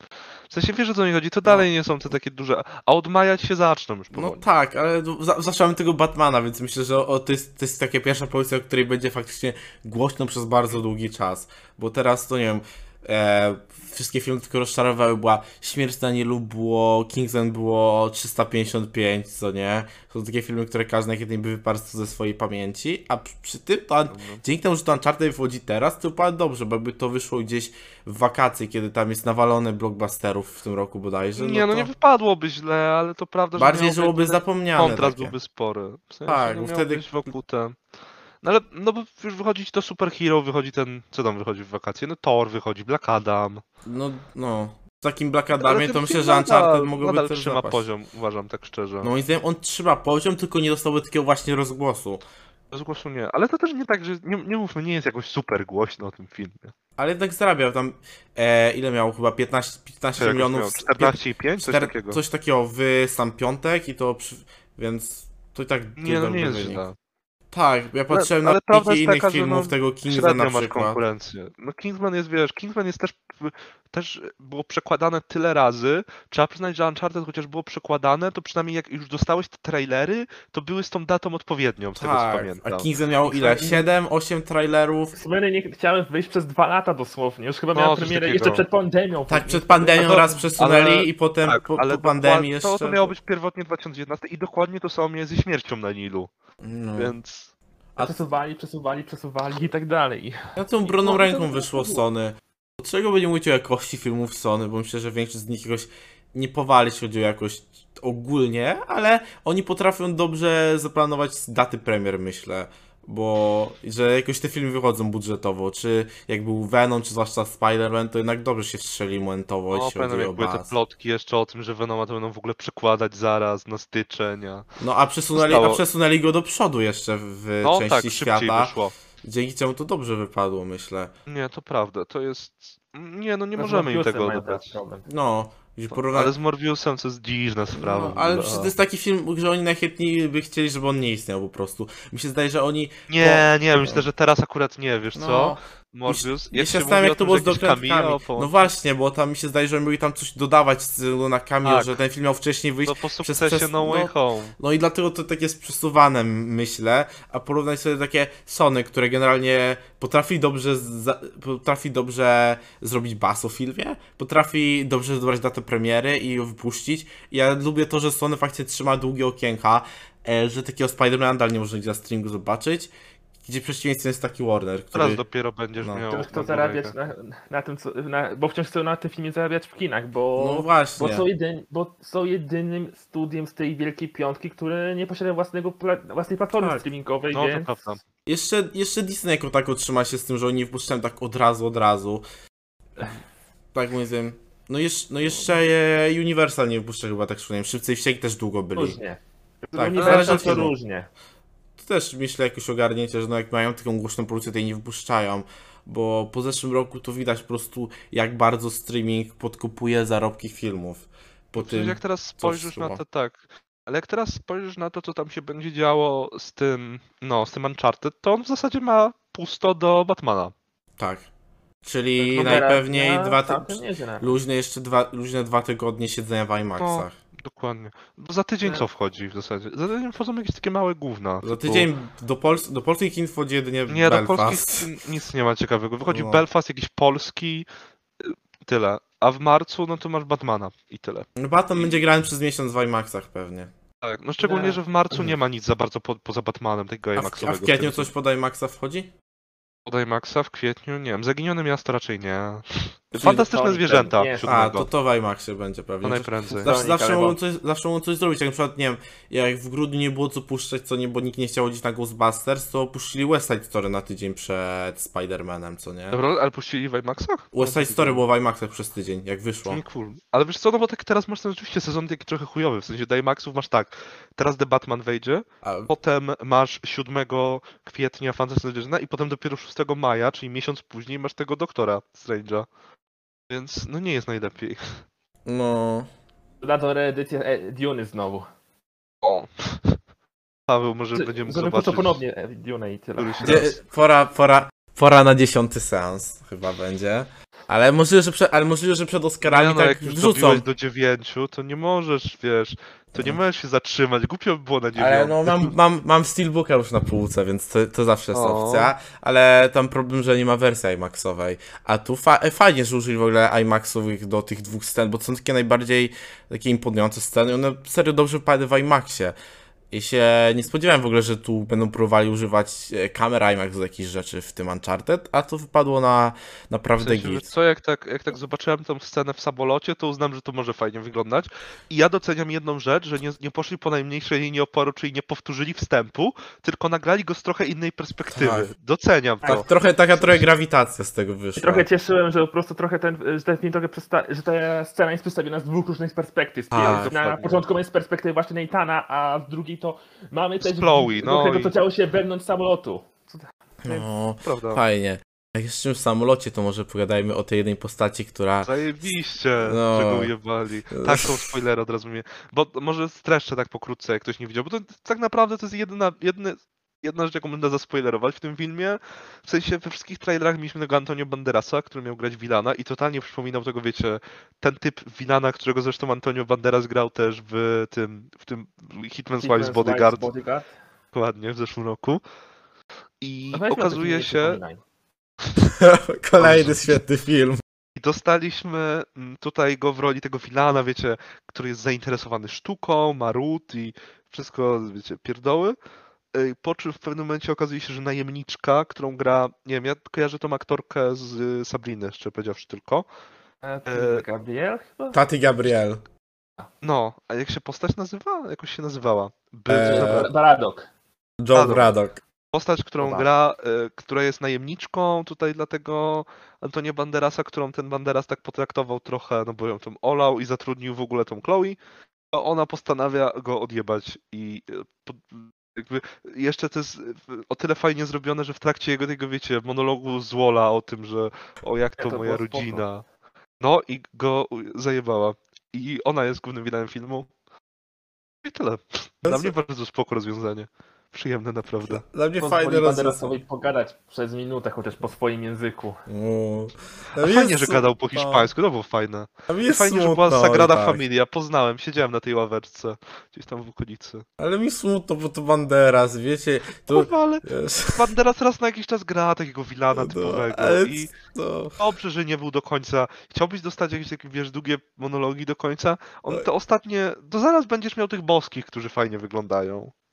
W sensie wiesz, o co mi chodzi, to dalej nie są te takie duże, a odmajać się zaczną już No powoli. tak, ale do- za- zaczynamy tego Batmana, więc myślę, że o, to, jest, to jest taka pierwsza pozycja, o której będzie faktycznie głośno przez bardzo długi czas. Bo teraz to nie wiem, e, wszystkie filmy tylko rozczarowały, była Śmierć na Nilu, było Kingsman, było trzysta pięćdziesiąt pięć, co nie? To są takie filmy, które każdy najchętniej by wyparł ze swojej pamięci, a przy, przy tym to, dzięki temu, że to Uncharted wychodzi teraz, to wypada dobrze, bo jakby to wyszło gdzieś w wakacje, kiedy tam jest nawalone blockbusterów w tym roku bodajże. Nie, no to nie wypadłoby źle, ale to prawda, że bardziej, miałoby że byłoby ten zapomniane kontrast takie. byłby spory. W sensie, Tak, no bo miał wtedy- być wokół ten... No ale, no bo już wychodzi to superhero, wychodzi ten, co tam wychodzi w wakacje? No Thor wychodzi, Black Adam. No, no. W takim Black Ale Adamie ten to myślę, film że Uncharted nadal, mogłoby nadal też trzyma zapaść. poziom, uważam tak szczerze. No moim zdaniem on trzyma poziom, tylko nie dostałby takiego właśnie rozgłosu. Z głosu nie, ale to też nie tak, że, nie, nie mówmy, nie jest jakoś super głośno o tym filmie. Ale jednak zarabiał tam, e, ile miał? Chyba piętnaście, piętnaście Jakoś milionów. miał z- czternaście i pięć, coś czter- takiego. Coś takiego w sam piątek i to przy, więc to i tak Nie, no dobry nie jest wynik. źle. Tak, ja patrzyłem ale na prawda wyniki jest innych taka, że filmów no, tego Kingsa Średnio na masz przykład. konkurencję. No Kingsman jest, wiesz, Kingsman jest też, też było przekładane tyle razy. Trzeba przyznać, że Uncharted chociaż było przekładane, to przynajmniej jak już dostałeś te trailery, to były z tą datą odpowiednią, z tego co Tak, a pamiętam. Kingsman miał ile? siedem, osiem trailerów. X-Meny nie chciały wyjść przez dwa lata dosłownie. Już chyba No, miała coś premierę takiego. jeszcze przed pandemią. Tak, przed pandemią A to- raz przesunęli ale- i potem Tak, po, ale po pandemii dokład- jeszcze. to, to miało być pierwotnie dwa tysiące dziewiętnasty i dokładnie to samo jest ze Śmiercią na Nilu, No. więc... A przesuwali, przesuwali, przesuwali i tak dalej. Na tą broną No, ręką to- wyszło Sony. Dlaczego będziemy mówić o jakości filmów Sony? Bo myślę, że większość z nich jakoś nie powali, jeśli chodzi o jakość ogólnie, ale oni potrafią dobrze zaplanować daty premier, myślę. Bo, że jakoś te filmy wychodzą budżetowo, czy jak był Venom, czy zwłaszcza Spider-Man, to jednak dobrze się strzeli momentowo, No, jeśli pamiętam chodzi jak o były te baz. plotki jeszcze o tym, że Venoma to będą w ogóle przekładać zaraz na styczeń, a... No a przesunęli, a Zostało- przesunęli go do przodu jeszcze w No części tak, szybciej świata, wyszło. dzięki czemu to dobrze wypadło, myślę. Nie, to prawda, to jest... Nie, no nie Z możemy im Morbiusem tego mają odebrać. teraz problem. No, i porównać. Ale z Morbiusem to jest dziwna sprawa. No, w ale ogóle. przecież to jest taki film, że oni najchętniej by chcieli, żeby on nie istniał po prostu. Mi się zdaje, że oni... Nie, nie, myślę, że teraz akurat nie, wiesz No, co? Morbius, Ja jak się się zastanawiam, mówi jak o to tym, było że z jakieś dokrętkami. cameo, No po... właśnie, bo tam mi się zdaje, że oni mogli tam coś dodawać z względu na cameo, Tak. że ten film miał wcześniej wyjść. No po przez- sukcesie przez- No Way no, Home. No i dlatego to tak jest przesuwane, myślę, a porównać sobie takie Sony, które generalnie potrafi dobrze, za, potrafi dobrze zrobić bas o filmie, potrafi dobrze dobrać datę premiery i ją wypuścić. Ja lubię to, że Sony faktycznie trzyma długie okienka, e, że takiego Spider-Man nadal nie można gdzieś na streamingu zobaczyć. gdzie przeciwieństwem jest taki Warner, który... Teraz dopiero będziesz no. miał... Wciąż chcą na zarabiać górę. na, na tym, co, na, bo wciąż chcą na tym filmie zarabiać w kinach, bo, No bo, właśnie. są jedyn, bo są jedynym studiem z tej wielkiej piątki, które nie posiada własnego pla, własnej platformy Tak. streamingowej, No, to więc... prawda. Jeszcze, jeszcze Disney jako tako trzyma się z tym, że oni nie wpuszczają tak od razu, od razu. Tak moim zdaniem. No, jesz, no jeszcze e, Universal nie wpuszcza chyba, tak szczególnie. Szybcy i Wściekli też długo byli. Różnie. Tak, Uniwersal zależy od to filmu. różnie. To też myślę jakoś ogarnięcie, że no jak mają taką głośną produkcję, to jej nie wypuszczają. Bo po zeszłym roku to widać po prostu, jak bardzo streaming podkupuje zarobki filmów. Po Przecież tym, jak teraz spojrzysz na było. to, tak, ale jak teraz spojrzysz na to, co tam się będzie działo z tym, no, z tym Uncharted, to on w zasadzie ma pusto do Batmana. Tak. Czyli No, najpewniej teraz dwa na ty... tamtym nieźle nawet. luźne jeszcze dwa, luźne dwa tygodnie siedzenia w IMAXach. Dokładnie. Bo za tydzień Tak. co wchodzi w zasadzie? Za tydzień wchodzą jakieś takie małe gówna. Za typu- tydzień do, Pols do polskich kin wchodzi jedynie Nie, do Belfast. polskich nic nie ma ciekawego. Wychodzi No. Belfast, jakiś polski, y, tyle. A w marcu, no to masz Batmana i tyle. No Batman będzie grany przez miesiąc w IMAXach pewnie. Tak, no szczególnie, Tak. że w marcu nie ma nic za bardzo po, poza Batmanem, tego A w, a IMAXowego. w kwietniu coś pod IMAXa wchodzi? Od IMAXa w kwietniu, nie wiem, Zaginione Miasto raczej nie. Czyli Fantastyczne to- zwierzęta, nie. A, siódmego. to to w IMAXie będzie pewnie. To najprędzej. Zawsze, Sonic, zawsze, ale mogą bo- coś, zawsze mogą coś zrobić, jak na przykład, nie wiem, jak w grudniu nie było co puszczać, co nie, bo nikt nie chciał chodzić na Ghostbusters, to puścili West Side Story na tydzień przed Spider-Manem, co nie? Dobra, ale puścili w IMAXach? West Side Story było w IMAXach przez tydzień, jak wyszło. Nie cool. Ale wiesz co, no bo tak teraz masz ten rzeczywiście sezon taki trochę chujowy, w sensie do IMAXów masz tak, teraz The Batman wejdzie, A, potem masz siódmego kwietnia Fantastyczne Zwierzęta i potem dopiero szóstego maja, czyli miesiąc później masz tego Doktora Strange'a. Więc no nie jest najlepiej. no... Na to reedycję e, Duny znowu. O. Paweł, może Czy- będziemy Żeby zobaczyć puszczą ponownie e, Dune i tyle. któryś Gdzie, raz. pora, pora, pora na dziesiąty seans chyba będzie. Ale możliwe, że, prze, ale możliwe, że przed Oscarami Nie, no, tak jak już wrzucą. dobiłeś do dziewięciu, to nie możesz, wiesz, to nie możesz się zatrzymać, głupio by było na dziewięciu. Ale no mam, mam, mam Steelbooka już na półce, więc to, to zawsze jest O. opcja, ale tam problem, że nie ma wersji IMAXowej. A tu fa fajnie, że użyli w ogóle IMAXowych do tych dwóch scen, bo to są takie najbardziej takie imponujące sceny i one serio dobrze wypadały w IMAXie. I się nie spodziewałem w ogóle, że tu będą próbowali używać e, kamer IMAX do jakichś rzeczy w tym Uncharted, a to wypadło na W naprawdę sensie, że git. co, jak tak, jak tak zobaczyłem tą scenę w samolocie, to uznam, że to może fajnie wyglądać. I ja doceniam jedną rzecz, że nie, nie poszli po najmniejszej linii oporu, czyli nie powtórzyli wstępu, tylko nagrali go z trochę innej perspektywy. Tak. Doceniam to. Tak, trochę, taka trochę grawitacja z tego wyszła. Trochę cieszyłem, że po prostu trochę ten, że ten film trochę przedsta- że ta scena jest przedstawiona z dwóch różnych perspektyw. Tak, na dokładnie. początku mamy z perspektywy właśnie Nathana, a z drugiej to mamy też Chloe, no trochę i- to, co działo się wewnątrz samolotu. Co to- No, Prawda. fajnie. Jak jeszcze w samolocie, to może pogadajmy o tej jednej postaci, która... Zajebiście, No. że go ujebali. Tak, są spoilery od razu mnie. Bo może streszczę tak pokrótce, jak ktoś nie widział, bo to tak naprawdę to jest jedyna, jedyny, jedna rzecz, jaką będę zaspoilerować w tym filmie. W sensie we wszystkich trailerach mieliśmy tego Antonio Banderasa, który miał grać Wilana i totalnie przypominał tego, wiecie, ten typ Wilana, którego zresztą Antonio Banderas grał też w tym, w tym Hitman's Wife's Bodyguard, Bodyguard. dokładnie, w zeszłym roku. I No weźmy o takim okazuje nie się, przypominaj. Kolejny świetny film. I dostaliśmy mm, tutaj go w roli tego Wilana, wiecie, który jest zainteresowany sztuką, ma ród i wszystko, wiecie, pierdoły. Ej, Po czym w pewnym momencie okazuje się, że najemniczka, którą gra, nie wiem, ja kojarzę tą aktorkę z y, Sabriny, jeszcze powiedziawszy tylko. E, E, Gabriel chyba? Tati Gabriel. No, a jak się postać nazywa? Jakoś się nazywała. By, Eee, dobra, Baradok. John Adam. Braddock. postać, którą Chyba. gra, y, która jest najemniczką tutaj dla tego Antonia Banderasa, którą ten Banderas tak potraktował trochę, no bo ją tam olał i zatrudnił w ogóle tą Chloe, to ona postanawia go odjebać i y, po, jakby jeszcze to jest y, o tyle fajnie zrobione, że w trakcie jego tego, wiecie, monologu z Wola o tym, że o jak to to moja było spoko. rodzina. No i go u- zajebała. I ona jest głównym wilanem filmu. I tyle. Dla mnie bardzo spoko rozwiązanie. Przyjemne naprawdę. Dla mnie fajne Pozwoli rozwiązanie. Banderasowi pogadać przez minutę, chociaż po swoim języku. No. A Tam fajnie, jest że gadał po smutno. hiszpańsku, to było fajne. Tam I jest fajnie, że była smutno, Sagrada tak. Familia. Poznałem, siedziałem na tej ławeczce. Gdzieś tam w okolicy. Ale mi smutno, bo to Banderas, wiecie, to... Kurwa, ale Wiesz, Banderas raz na jakiś czas gra takiego wilana no, typowego. ale I no, dobrze, że nie był do końca. Chciałbyś dostać jakieś takie, wiesz, długie monologi do końca? On No. te ostatnie... To zaraz będziesz miał tych boskich, którzy fajnie wyglądają.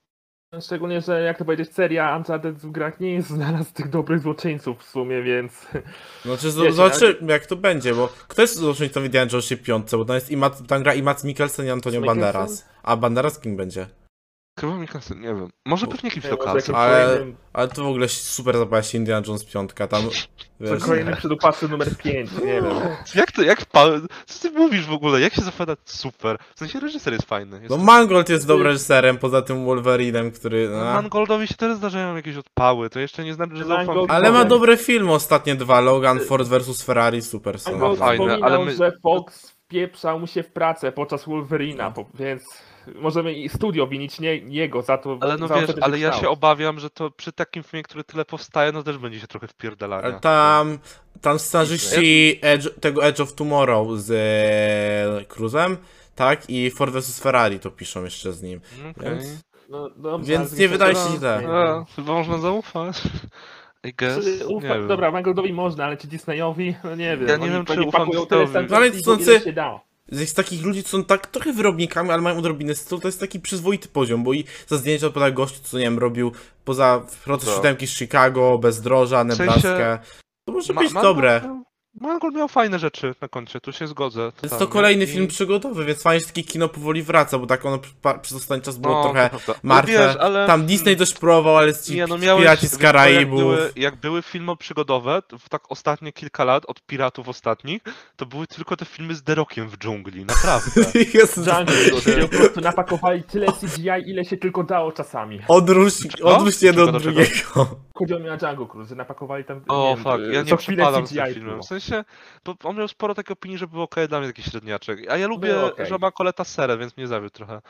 Szczególnie, że jak to powiedzieć, seria Uncharted w grach nie jest znana z tych dobrych złoczyńców w sumie, więc... Znaczy, Wiecie, zobaczy jak to będzie, bo kto jest złoczyńcą w Indiana Jonesie piątce, bo tam jest i Matt, tam gra i Mads Mikkelsen i Antonio Mikkelsen? Banderas. A Banderas kim będzie? Chyba Mikkelsen, nie wiem. Może pewnie jakimś Nie, może lokalcem. jakimś Ale, kolejnym- ale to w ogóle super zabawa się Indiana Jones piątka, tam... To Wiesz, kolejny przedupasy numer pięć, nie wiem. Jak to, jak pa... Co ty mówisz w ogóle? Jak się zapowiada super? W sensie reżyser jest fajny. Jest... no Mangold jest dobrym reżyserem, poza tym Wolverinem, który... No. Mangoldowi się też zdarzają jakieś odpały, to jeszcze nie znaczy, że zaufam. Mangold- Ale ma Powiem. dobre filmy ostatnie dwa, Logan, Ford versus Ferrari, super są. Mangold fajne, wspominał, ale my- że Fox wpieprzał mu się w pracę podczas Wolverina, po, więc możemy i studio winić nie jego za to. Ale no za wiesz, to, że ale ja kształt. się obawiam, że to przy takim filmie, który tyle powstaje, no też będzie się trochę wpierdalania. Ale tam, tam scenarzyści Edge, tego Edge of Tomorrow z e, Cruzem, tak? I Ford versus Ferrari to piszą jeszcze z nim. Okej. Więc, No, dobrze, więc ale nie z- wydaje się no, źle. nie A, wiem. chyba można zaufać. I guess. Czy Nie ufa, wiem. dobra, Mangoldowi można, ale czy Disneyowi? No nie wiem. Ja nie Oni wiem, czy pewnie ufam pakują tyle Disneyowi. Star No ale Treku, są ile cy- się da. Z takich ludzi, co są tak trochę wyrobnikami, ale mają odrobinę stylu, to jest taki przyzwoity poziom, bo i za zdjęcia odpowiada gościu, co nie wiem, robił poza proces Co? siódemki z Chicago, Bezdroża, sensie- Nebraskę. To może Ma- być Mangold dobre. Miał, Mangold miał fajne rzeczy na koncie, tu się zgodzę. Jest to totalnie. kolejny I- film przygodowy, więc fajnie, że takie kino powoli wraca, bo tak ono pa- przez ostatni czas było No, trochę to prawda. martwe. Wiesz, ale- Tam Disney też próbował, ale ci Nie, no miałeś, piraci z wiesz, bo jak Karaibów. były, jak były filmy przygodowe, to w tak ostatnie kilka lat, od Piratów ostatnich, to były tylko te filmy z Derokiem w dżungli, naprawdę. Jest Jungle, gdzie po prostu napakowali tyle C G I, ile się tylko dało czasami. Odróż, Dlaczego? odróż jedno od Dlaczego? drugiego. Chodziło mi o Django Cruise, że napakowali tam. O, nie wiem, fuck, ja co nie chwilę przepadam z C G I tym filmem. było. W sensie, bo on miał sporo takiej opinii, że był okej, dla mnie taki średniaczek. A ja lubię Był okej. Żaba Coletta Serę, więc mnie zawiódł trochę.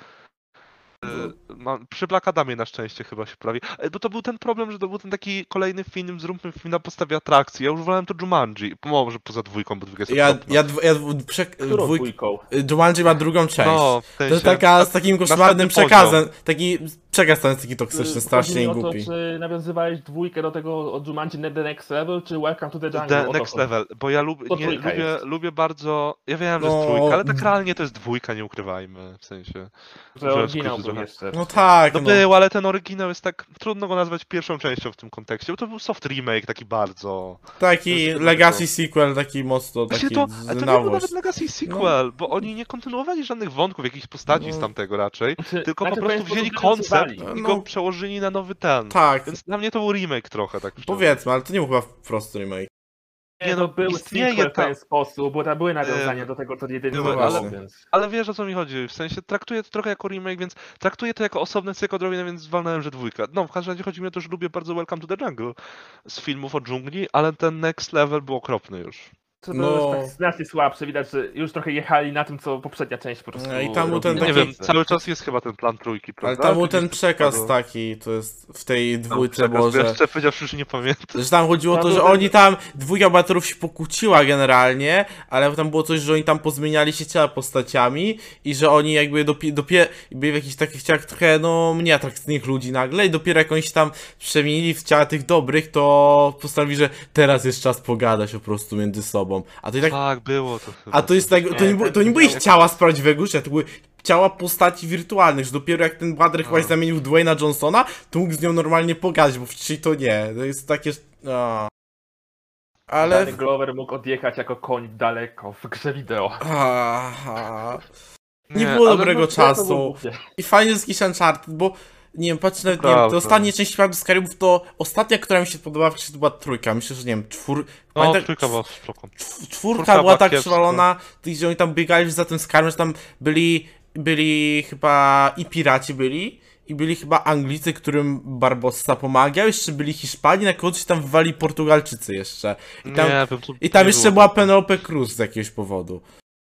E, Mam, przy Black Adamie na szczęście chyba się prawi. E, Bo to był ten problem, że to był ten taki kolejny film, zróbmy film na podstawie atrakcji. Ja już wolałem to Jumanji. Może poza dwójką, bo dwójka jest Ja, okropna. ja, dw- ja dw- prze, Którą dwójk, dwójką? Jumanji ma drugą część. No, w To jest sensie- taka z takim koszmarnym następny przekazem. Taki przekaz tam jest taki toksyczny, Chodzi strasznie mi i o to, głupi. czy nawiązywałeś dwójkę do tego od Jumanji The Next Level, czy Welcome to the Jungle? The O to next chodzi. level, bo ja lub, To nie, trójka lubię, jest. lubię bardzo. Ja wiem, że No, jest trójka, ale tak mm. realnie to jest dwójka, nie ukrywajmy. W sensie. Że że oryginał skróty był trochę. jeszcze. No tak, No no. był, ale ten oryginał jest tak. Trudno go nazwać pierwszą częścią w tym kontekście, bo to był soft remake taki bardzo. Taki To jest Legacy tylko- sequel, taki mocno, Właśnie taki to, z ale to nie był nowość. nawet Legacy sequel, bo oni nie kontynuowali żadnych wątków, jakichś postaci z No. tamtego raczej, Znaczy, tylko po najpierw prostu państwo wzięli to koncept wywiązywali. i No. go przełożyli na nowy ten. Tak, Więc dla mnie to był remake trochę, tak szczerze. powiedzmy, ale to nie był chyba wprost remake. Nie, Nie, no, no, był istnieje sequel w tam- ten sposób, bo tam były nawiązania Eee, do tego, co jedynie no, było, ale- więc... Ale wiesz o co mi chodzi, w sensie traktuję to trochę jako remake, więc traktuję to jako osobny cykl odrobinę, więc walnąłem, że dwójka. No w każdym razie chodzi mi o to, że lubię bardzo Welcome to the Jungle z filmów o dżungli, ale ten Next Level był okropny już. To No. było tak znacznie słabsze, widać, że już trochę jechali na tym, co poprzednia część po prostu No i tam był ten robiła. Nie taki- wiem, cały czas jest chyba ten plan trójki, Ale prawda? tam był Gdzieś ten to przekaz spadło. taki, to jest w tej Tam dwójce przekaz, było, bo ja że... szczerze powiedziawszy, że nie pamiętam. Że tam chodziło o Tam to, był że ten- oni tam, dwójka bohaterów się pokłóciła generalnie, ale tam było coś, że oni tam pozmieniali się ciała postaciami i że oni jakby dopiero dopie, byli w jakichś takich ciałach trochę, no, mniej atrakcyjnych ludzi nagle i dopiero jak oni się tam przemienili w ciała tych dobrych, to postanowili, że teraz jest czas pogadać po prostu między sobą. A to i tak, Tak, było to chyba. a to jest tak, to nie, Nie, było- ten to nie były ich widziałem. ciała z prawdziwego życia, to były ciała postaci wirtualnych, że dopiero jak ten bohater chyba się zamienił w Dwayna Johnsona, to mógł z nią normalnie pogadać, bo wcześniej to nie. To jest takie... A. Ale... Danny Glover mógł odjechać jako koń daleko w grze wideo. Aha. Nie było ale dobrego no, To było czasu. głupie. I fajnie jest jakiś Uncharted, bo nie wiem, patrz nawet, nie wiem, Prawda. te ostatnie części Pirates z Karaibów, to ostatnia, która mi się podobała, to była trójka. Myślę, że nie wiem, czwór... No, pamiętam- trójka była spoko. czw- czwórka czwórka była była tak kiepska. przywalona, gdzie oni tam biegali za tym skarbem, że tam byli, byli chyba i piraci byli, i byli chyba Anglicy, którym Barbossa pomagał, jeszcze byli Hiszpanii, na końcu się tam wywali Portugalczycy jeszcze. I tam, nie, wiem, to i tam nie jeszcze było była tak. Penelope Cruz z jakiegoś powodu.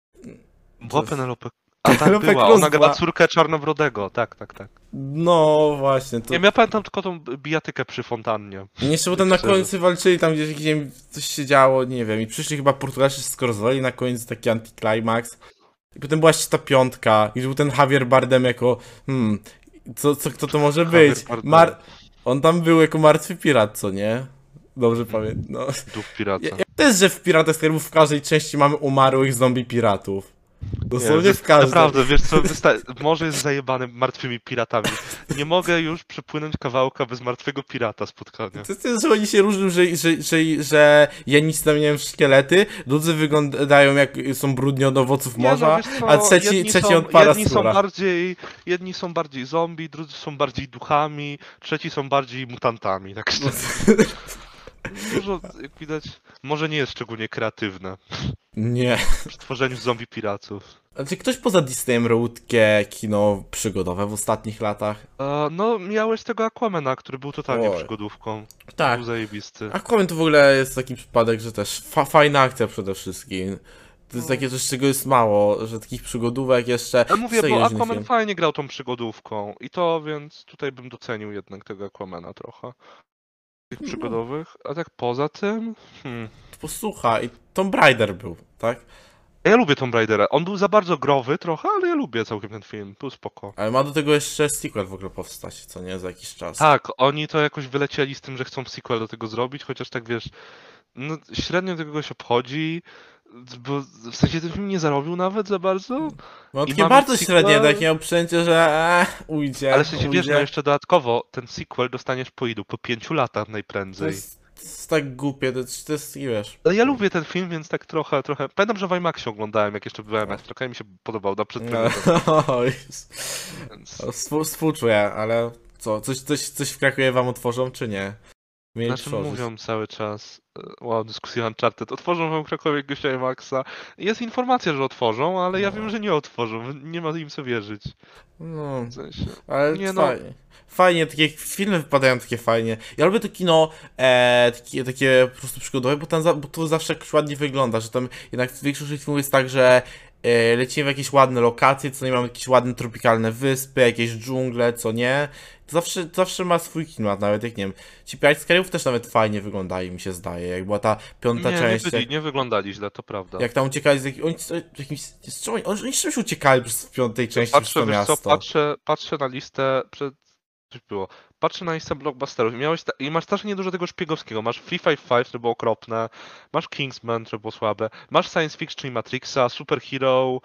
Była Penelope. A tak Penelope była, Cruz ona gra była. córkę Czarnobrodego, tak, tak, tak. No właśnie, to... Nie wiem, ja pamiętam tylko tą bijatykę przy fontannie. I jeszcze potem na Szczerze. końcu walczyli tam gdzieś, gdzie coś się działo, nie wiem, i przyszli chyba Portugalczycy z Corzoli na koniec, taki antiklimax. I potem była jeszcze ta piątka, i był ten Javier Bardem jako, hmm, co, co kto to może Javier być? Bardem. Mar On tam był jako martwy pirat, co nie? Dobrze pamiętam, no. Duch pirata. Ja, ja też, że w Piratach z Karaibów w każdej części mamy umarłych zombie piratów. Dosłownie Nie, w każdym. Naprawdę, wiesz co, wysta- morze jest zajebane martwymi piratami. Nie mogę już przepłynąć kawałka bez martwego pirata spotkania. To jest, że oni się różnią, że, że, że, że jedni zamieniają w szkielety, drudzy wyglądają jak są brudni od owoców Nie, no, morza, wiesz co, a trzeci, jedni trzeci są, od para jedni są skóra. bardziej, jedni są bardziej zombie, drudzy są bardziej duchami, trzeci są bardziej mutantami, tak No, szczerze. Dużo, jak widać, może nie jest szczególnie kreatywne nie. przy tworzeniu zombie piratów. A czy ktoś poza Disneyem robił takie kino przygodowe w ostatnich latach? E, no, miałeś tego Aquamana, który był totalnie Oj. przygodówką. Tak. Był zajebisty. Aquaman to w ogóle jest taki przypadek, że też fa fajna akcja przede wszystkim. To jest No. takie coś, czego jest mało, że takich przygodówek jeszcze... Ja mówię, serio bo różnych Aquaman film. fajnie grał tą przygodówką i to, więc tutaj bym docenił jednak tego Aquamana trochę. Tych No. przygodowych, a tak poza tym... Hmm. Posłuchaj, Tomb Raider był, tak? Ja lubię Tomb Raidera. On był za bardzo growy trochę, ale ja lubię całkiem ten film. Był spoko. Ale ma do tego jeszcze sequel w ogóle powstać, co nie, za jakiś czas. Tak, oni to jakoś wylecieli z tym, że chcą sequel do tego zrobić, chociaż tak wiesz, no średnio tego kogoś obchodzi, bo w sensie ten film nie zarobił nawet za bardzo. No i takie mamy bardzo sequel- średnie, takie miał przejęcie, że eh, ujdzie, Ale w sensie wiesz, ujdzie. no jeszcze dodatkowo ten sequel dostaniesz po ilu? Po pięciu latach To najprędzej. jest, to jest tak głupie, to jest, to jest wiesz... Ale ja lubię ten film, więc tak trochę, trochę... Pamiętam, że w IMAXie oglądałem, jak jeszcze byłem, trochę mi się podobał na przedpremierze, No, oj, więc... współ- współczuję, ale co, coś, coś, coś w Krakowie wam otworzą, czy nie? Mieli Znaczy tworzyć. mówią cały czas, e, wow, dyskusja Uncharted, otworzą wam Krakowie gościa IMAXa. Jest informacja, że otworzą, ale ja No. wiem, że nie otworzą, nie ma im co wierzyć. No, W sensie. ale Nie, no. fajnie. Fajnie, takie filmy wypadają takie fajnie. Ja lubię to kino e, takie, takie po prostu przygodowe, bo, tam za, bo to zawsze jakoś ładnie wygląda, że tam jednak większość filmów jest tak, że e, lecimy w jakieś ładne lokacje, co nie, mamy jakieś ładne tropikalne wyspy, jakieś dżungle, co nie. To zawsze, to zawsze ma swój klimat, nawet jak nie wiem. Ci Piraci z Karaibów też nawet fajnie wyglądają, mi się zdaje, jak była ta piąta Nie, nie, część. byli, jak, nie wyglądali źle, to prawda. jak tam uciekali z jakimś... Oni, z jakimś z czym oni, oni z czymś uciekali przez w piątej części przez Patrzę, to wiesz miasto. co, patrzę, patrzę na listę przed... Coś było. Patrzę na listę blockbusterów i miałeś ta... i masz też niedużo tego szpiegowskiego. Masz Free Five Five, to było okropne. Masz Kingsman, to było słabe. Masz Science Fiction, czyli Matrixa, Superhero.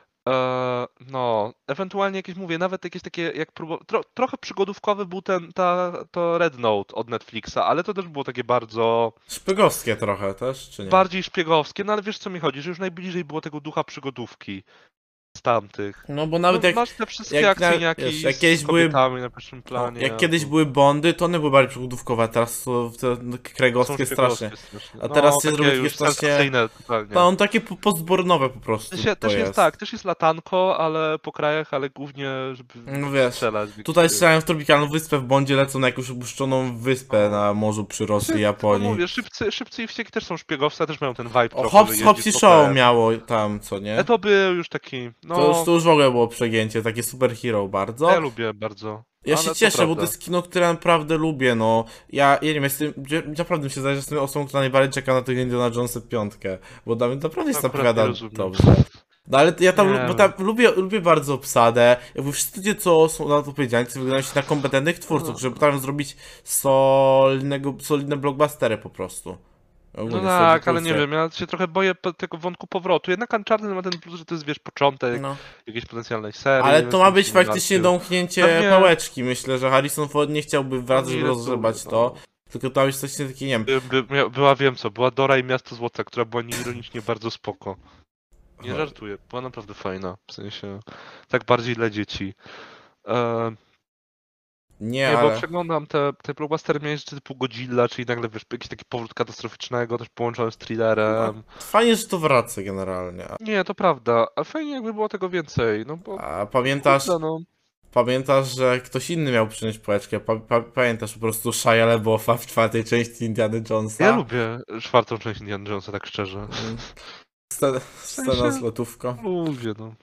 Eee, no, ewentualnie jakieś, mówię, nawet jakieś takie, jak próbo... Tro, trochę przygodówkowy był ten, ta, to Red Note od Netflixa, ale to też było takie bardzo, Szpiegowskie trochę też, czy nie? bardziej szpiegowskie, no ale wiesz co mi chodzi, że już najbliżej było tego ducha przygodówki z tamtych. No bo nawet no, jak, masz te wszystkie jak na- akcyjniaki wiesz, jak z kiedyś były- kobietami na pierwszym no, planie. jak albo- kiedyś były Bondy, to one były bardziej przygodówkowe, a teraz są te no, są krajgowskie strasznie. szpiegowskie strasznie. A teraz się takie zrobiły takie już strasznie- sensacyjne totalnie. No on takie po- postbornowe po prostu W sensie, to też jest, jest. tak, też jest latanko, ale po krajach, ale głównie, żeby No wiesz, strzelać. Tutaj więc- strzelają w tropikalną wyspę, w Bondzie lecą na jakąś opuszczoną wyspę na morzu przy Rosji i Tylko Japonii. Mówię, szybcy, szybcy i wścieki też są szpiegowcy, a też mają ten vibe O, trochę, że Hobbs, jeździsz Hobbs i po Show krajach. miało tam, co nie? E, to był już taki, no, To już, to już w ogóle było przegięcie, takie superhero bardzo. ja lubię bardzo. Ja ale się to cieszę, bo to prawda. jest kino, które naprawdę lubię, no. Ja, ja nie wiem, jestem, ja- naprawdę mi się zdaje, że jestem osobą, która najbardziej czeka na tę Indiana Jonesa piątkę, bo dla mnie naprawdę się Akurat zapowiada nie rozumiem. dobrze. No ale ja tam, Nie bo wiem. tam lubię, lubię bardzo obsadę, jakby wszyscy ludzie, co są na to odpowiedzialni, to wyglądają się na kompetentnych twórców, żeby potrafią zrobić solidnego, solidne blockbustery po prostu. Ogólnie No solidne tak, ale nie produkcje. wiem, ja się trochę boję po- tego wątku powrotu. Jednak Uncharted ma ten plus, że to jest, wiesz, początek No. jakiejś potencjalnej serii. Ale więc to ma tam być się faktycznie martwię. domknięcie Pewnie- pałeczki, myślę, że Harrison Ford nie chciałby wracać, Pewnie żeby jest rozgrzebać to, to, no. tylko to ma być coś takiego, nie wiem, By, by, mia- była, wiem co, była Dora i Miasto Złota, która była nieironicznie bardzo spoko. Nie Aha. żartuję, była naprawdę fajna, w sensie, tak bardziej dla dzieci. E, nie, nie, bo ale... przeglądam te, te blockbustery, miałeś rzeczy typu Godzilla, czyli nagle, wiesz, jakiś taki powrót katastroficznego, też połączony z thrillerem. Fajnie, że to wraca generalnie. Nie, to prawda, a fajnie jakby było tego więcej, no bo... A pamiętasz, kurde, no. pamiętasz, że ktoś inny miał przynieść pałeczkę? Pa, pa, pamiętasz po prostu Shia LaBeoufa w czwartej części Indiana Jonesa? Ja lubię czwartą część Indiana Jonesa, tak szczerze. Mm. Scena, scena sensie- z lotówką. Lubię, no.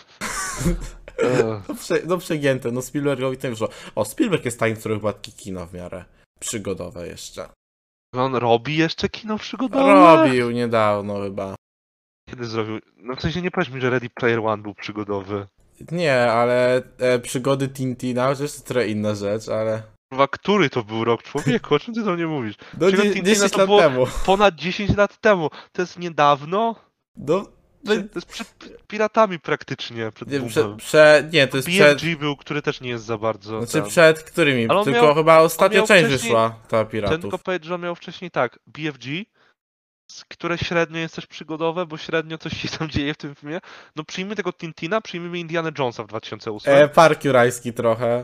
E, No, prze, no przegięte, no Spielbergowi to wyszło. O, Spielberg jest takim, który chyba takie kino w miarę przygodowe jeszcze. On robi jeszcze kino przygodowe? Robił niedawno chyba. Kiedy zrobił? No w sensie nie powiedz mi, że Ready Player One był przygodowy. Nie, ale e, przygody Tintina, chociaż to trochę inna rzecz, ale... Kurwa, który to był rok, człowieku? O czym ty do mnie mówisz? No Przygody dzie- Tintina dziesięć to lat było temu. ponad dziesięć lat temu. To jest niedawno? No, No, To jest przed piratami praktycznie, przed nie, prze, boomem. prze, nie, to jest B przed... F G był, który też nie jest za bardzo Znaczy ten. przed którymi? Ale on Tylko miał- chyba ostatnia miał część wcześniej- wyszła, ta Chciałem piratów. tylko powiedzieć, że on miał wcześniej tak, B F G, s- które średnio jest też przygodowe, bo średnio coś się tam dzieje w tym filmie. No przyjmijmy tego Tintina, przyjmijmy Indiana Jonesa w dwa tysiące ósmym. E, Park Jurajski trochę.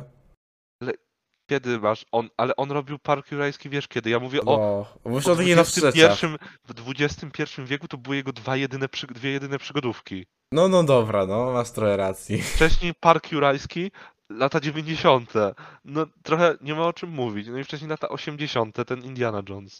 Kiedy masz? On, ale on robił Park Jurajski, wiesz kiedy? Ja mówię o... No, muszę o o takich na dwudziestym wstrzeciach. pierwszym w dwudziestym pierwszym wieku to były jego dwa jedyne, przy, dwie jedyne przygodówki. No, no dobra, no, masz trochę racji. Wcześniej Park Jurajski, lata dziewięćdziesiąte. No trochę nie ma o czym mówić. No i wcześniej lata osiemdziesiąte, ten Indiana Jones.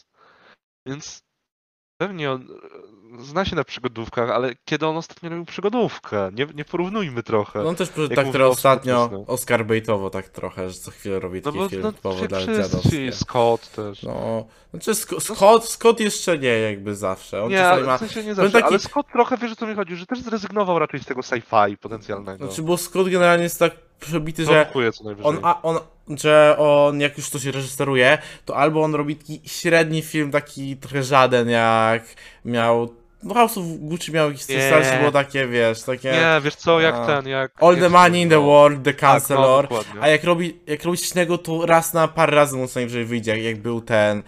Więc pewnie on e, zna się na przygodówkach, ale kiedy on ostatnio robił przygodówkę? Nie, nie porównujmy trochę. No on też Jak tak mówię trochę o ostatnio współczesnym. Oscar baitowo tak trochę, że co chwilę robi No taki bo film no, typowo się dla wszyscy, dziadowskie. Scott też. No, znaczy Sc- Scott, Scott jeszcze nie jakby zawsze. On Nie, czasami ale ma... w sensie nie powiem zawsze, taki- ale Scott trochę wiesz o co mi chodzi, że też zrezygnował raczej z tego sci-fi potencjalnego. Znaczy, bo Scott generalnie jest tak przebity, że Prowokuje co najwyżej. on, a, on, że on jak już coś reżyseruje, to albo on robi taki średni film, taki trochę żaden, jak miał... No House of Gucci miał jakiś Nie. coś, było takie, wiesz, takie... Nie, wiesz co, jak A. ten, jak... All jak the się money in the nazywało? world, The Tak, no, Counselor. dokładnie. A jak robi, jak robi coś innego, to raz na parę razy mu co najwyżej wyjdzie, jak, jak był ten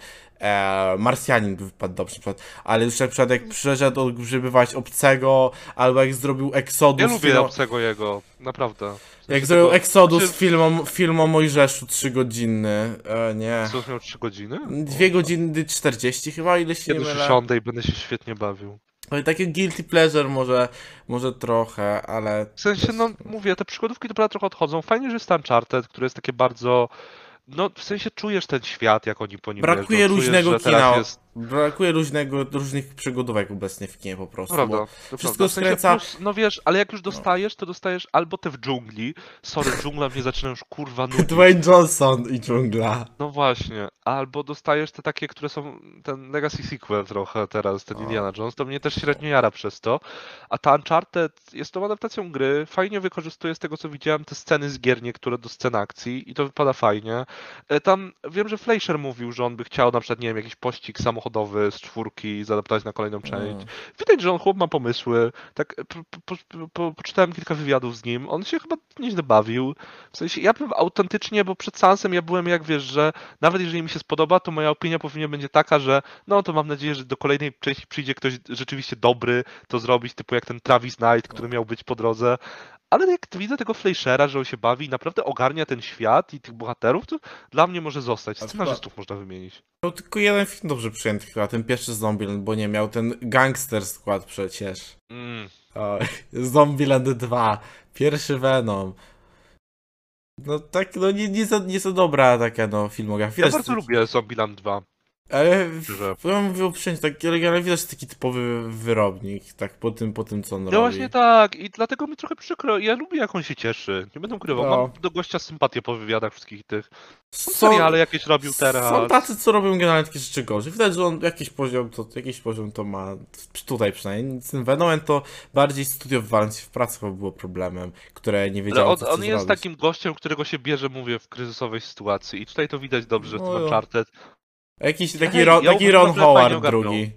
e, Marsjanin by wypadł dobrze, na przykład. Ale już na przykład jak przyszedł odgrzebywać Obcego, albo jak zrobił Exodus. Ja lubię film o- obcego jego, naprawdę. W sensie jak zrobił tego- Exodus, znaczy, film, o, film o Mojżeszu trzygodzinny. E, nie. Co, miał trzy godziny? Dwie godziny czterdzieści chyba, ile się nie Kiedyś mylę. usiądę i będę się świetnie bawił. Ale takie guilty pleasure może, może trochę, ale... W sensie, no mówię, te przygodówki to prawda trochę odchodzą. Fajnie, że jest Uncharted, które jest takie bardzo... No, w sensie czujesz ten świat, jak oni po nim Brakuje jeżdżą. luźnego czujesz, że teraz kina. Jest... Brakuje luźnego, różnych przygodówek obecnie w kinie po prostu. Prawda, Bo to wszystko prawda. W sensie skręca- plus, no wiesz, ale jak już dostajesz, to dostajesz albo te w dżungli. Sorry, dżungla mnie zaczyna już kurwa nudzić. Dwayne Johnson i dżungla. No właśnie, albo dostajesz te takie, które są ten Legacy Sequel trochę teraz, ten O. Indiana Jones, to mnie też średnio jara przez to. A ta Uncharted jest tą adaptacją gry, fajnie wykorzystuje z tego co widziałem te sceny z gier niektóre do scen akcji i to wypada fajnie. E, Tam wiem, że Fleischer mówił, że on by chciał na przykład, nie wiem, jakiś pościg samochodowy z czwórki zaadaptować na kolejną część. Mm. Widać, że on chłop ma pomysły. Tak, po, po, po, po, poczytałem kilka wywiadów z nim. On się chyba nieźle bawił. W sensie, ja bym autentycznie, bo przed seansem ja byłem jak wiesz, że nawet jeżeli mi się spodoba, to moja opinia powinna będzie taka, że no to mam nadzieję, że do kolejnej części przyjdzie ktoś rzeczywiście dobry to zrobić, typu jak ten Travis Knight, który miał być po drodze. Ale jak widzę tego Fleischera, że on się bawi i naprawdę ogarnia ten świat i tych bohaterów, to dla mnie może zostać. A Scenarzystów można wymienić. Miał tylko jeden film dobrze przyjęty chyba, ten pierwszy Zombieland, bo nie miał ten Gangster Squad przecież. Mm. O, Zombieland dwa, pierwszy Venom. No tak, no nie, nie, za, nie za dobra taka no filmografia. Ja Widać, bardzo lubię Zombieland dwa. ale Szczerze. ja mówię o przyjęciu, tak, ale, ale widać taki typowy wyrobnik, tak po tym, po tym co on No robi. właśnie tak i dlatego mi trochę przykro. Ja lubię jak on się cieszy. Nie będę ukrywał. No. Mam do gościa sympatię po wywiadach wszystkich tych. Są- Seriale jakieś robił teraz. Są tacy, co robią generalnie takie rzeczy gorzej. Widać, że on jakiś poziom to, jakiś poziom to ma, tutaj przynajmniej. Z tym Venomem to bardziej studio w Walencji w pracy chyba było problemem, które nie Ale wiedziało, on, co chce on jest zrobić. takim gościem, którego się bierze, mówię, w kryzysowej sytuacji. I tutaj to widać dobrze w No tym jo. Uncharted. Jakiś taki, Hej, Ron, ja taki uważam, Ron że fajnie Howard ogarnął. drugi.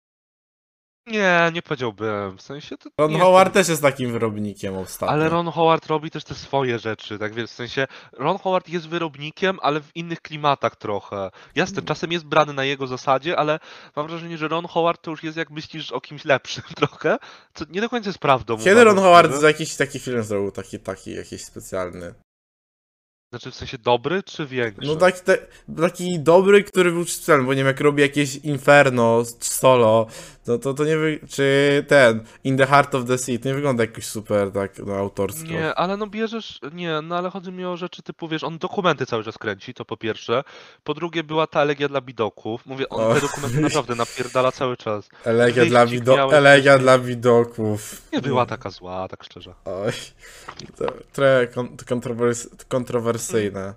Nie, nie powiedziałbym. W sensie to Ron nie Howard jestem... też jest takim wyrobnikiem ostatnio. Ale Ron Howard robi też te swoje rzeczy, tak więc w sensie Ron Howard jest wyrobnikiem, ale w innych klimatach trochę. Jasne, czasem jest brany na jego zasadzie, ale mam wrażenie, że Ron Howard to już jest jak myślisz o kimś lepszym trochę, co nie do końca jest prawdą. Kiedy uważam, Ron Howard szczerze. za jakiś taki film zrobił, taki, taki jakiś specjalny? Znaczy w sensie dobry czy większy? No taki, te, taki dobry, który był specjalny, bo nie wiem, jak robi jakieś Inferno, solo, no to, to nie wy... czy ten, In the Heart of the Sea, to nie wygląda jakoś super tak, no autorsko. Nie, ale no bierzesz, nie, no ale chodzi mi o rzeczy typu, wiesz, on dokumenty cały czas kręci, to po pierwsze. Po drugie była ta elegia dla bidoków. Mówię, on O. te dokumenty naprawdę napierdala cały czas. Elegia dla, Wyścig wido... miałeś Elegia wcześniej. dla widoków. Nie była taka zła, tak szczerze. Oj, to trochę kon kontrowers kontrowersyjne.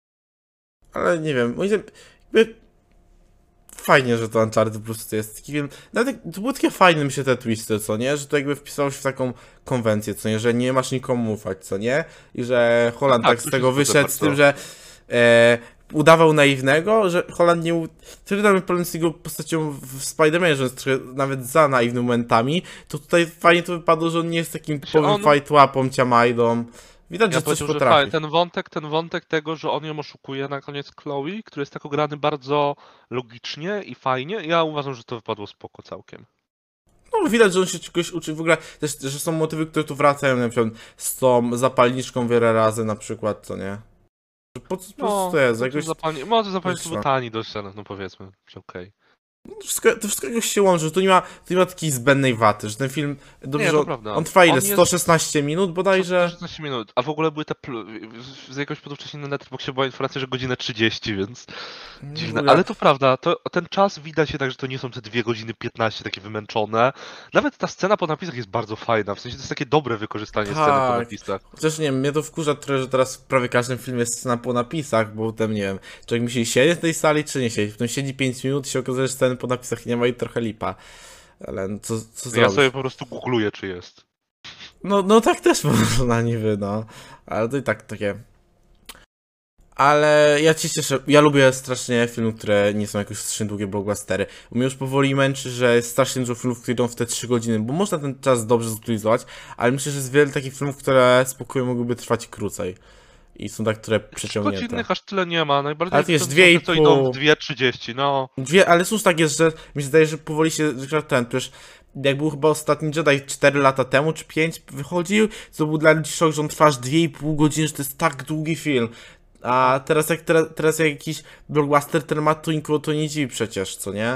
Ale nie wiem, moim zdaniem, jakby fajnie, że to Uncharted po prostu jest taki film. Nawet jak- to były takie fajne mi się te twisty, co nie? Że to jakby wpisało się w taką konwencję, co nie? Że nie masz nikomu ufać, co nie? I że Holland No tak, tak, to z się tego zgadza wyszedł z bardzo. tym, że e, udawał naiwnego, że Holland nie... Wtedy tam problem z jego postacią w Spider-Manie, że jest trochę nawet za naiwny momentami, to tutaj fajnie to wypadło, że on nie jest takim typowym on- fight łapą, ciamajdą. Widać, Ja że coś powiedział, że potrafi. fajnie, ten wątek, ten wątek tego, że on ją oszukuje na koniec Chloe, który jest tak ograny bardzo logicznie i fajnie, ja uważam, że to wypadło spoko całkiem. No, widać, że on się czegoś uczy. W ogóle też, że są motywy, które tu wracają, na przykład z tą zapalniczką wiele razy na przykład, co nie? Że Po co po co to jest? to Jakoś... zapalnie, może zapalnie to wyszło. był tani dość, ale no powiedzmy, że okej. To wszystko, to wszystko jakoś się łączy, że tu nie ma, tu nie ma takiej zbędnej waty, że ten film, dobrze, Nie, to że on, prawda. on trwa ile? On jest- sto szesnaście minut bodajże? szesnaście minut, a w ogóle były te, pl- z jakiegoś powodu wcześniej na Letterboxdzie była informacja, że godzinę trzydzieści, więc W dziwne, ogóle- ale to prawda, to, ten czas widać się tak, że to nie są te dwie godziny piętnaście takie wymęczone. Nawet ta scena po napisach jest bardzo fajna, w sensie to jest takie dobre wykorzystanie sceny po Tak. napisach. Chociaż nie wiem, mnie to wkurza trochę, że teraz w prawie każdym filmie jest scena po napisach, bo potem nie wiem, człowiek musi siedzieć w tej sali, czy nie siedzieć. Potem siedzi pięć minut i się okazuje, że sceny po napisach nie ma i trochę lipa. Ale no, co, co Ja zrobić? sobie po prostu googluję, czy jest. No, no tak też można niby, no. Ale to i tak takie... Ale ja się cieszę, ja lubię strasznie filmy, które nie są jakoś strasznie długie blockbustery. Bo mnie już powoli męczy, że jest strasznie dużo filmów, które idą w te trzy godziny, bo można ten czas dobrze zutylizować, ale myślę, że jest wiele takich filmów, które spokojnie mogłyby trwać krócej. I są tak, które przeciągnięte. Godzinnych aż tyle nie ma, najbardziej Ale to jest są dwie i te, co idą pół. w dwie trzydzieści, no. Dwie, ale cóż tak jest, że mi się zdaje, że powoli się że ten, przecież jak był chyba ostatni Jedi cztery lata temu, czy pięć wychodził, to był dla ludzi szok, że on trwa aż dwie i pół godziny, że to jest tak długi film. A teraz jak teraz, teraz jak jakiś blockbuster ten ma, to nikogo to nie dziwi przecież, co nie?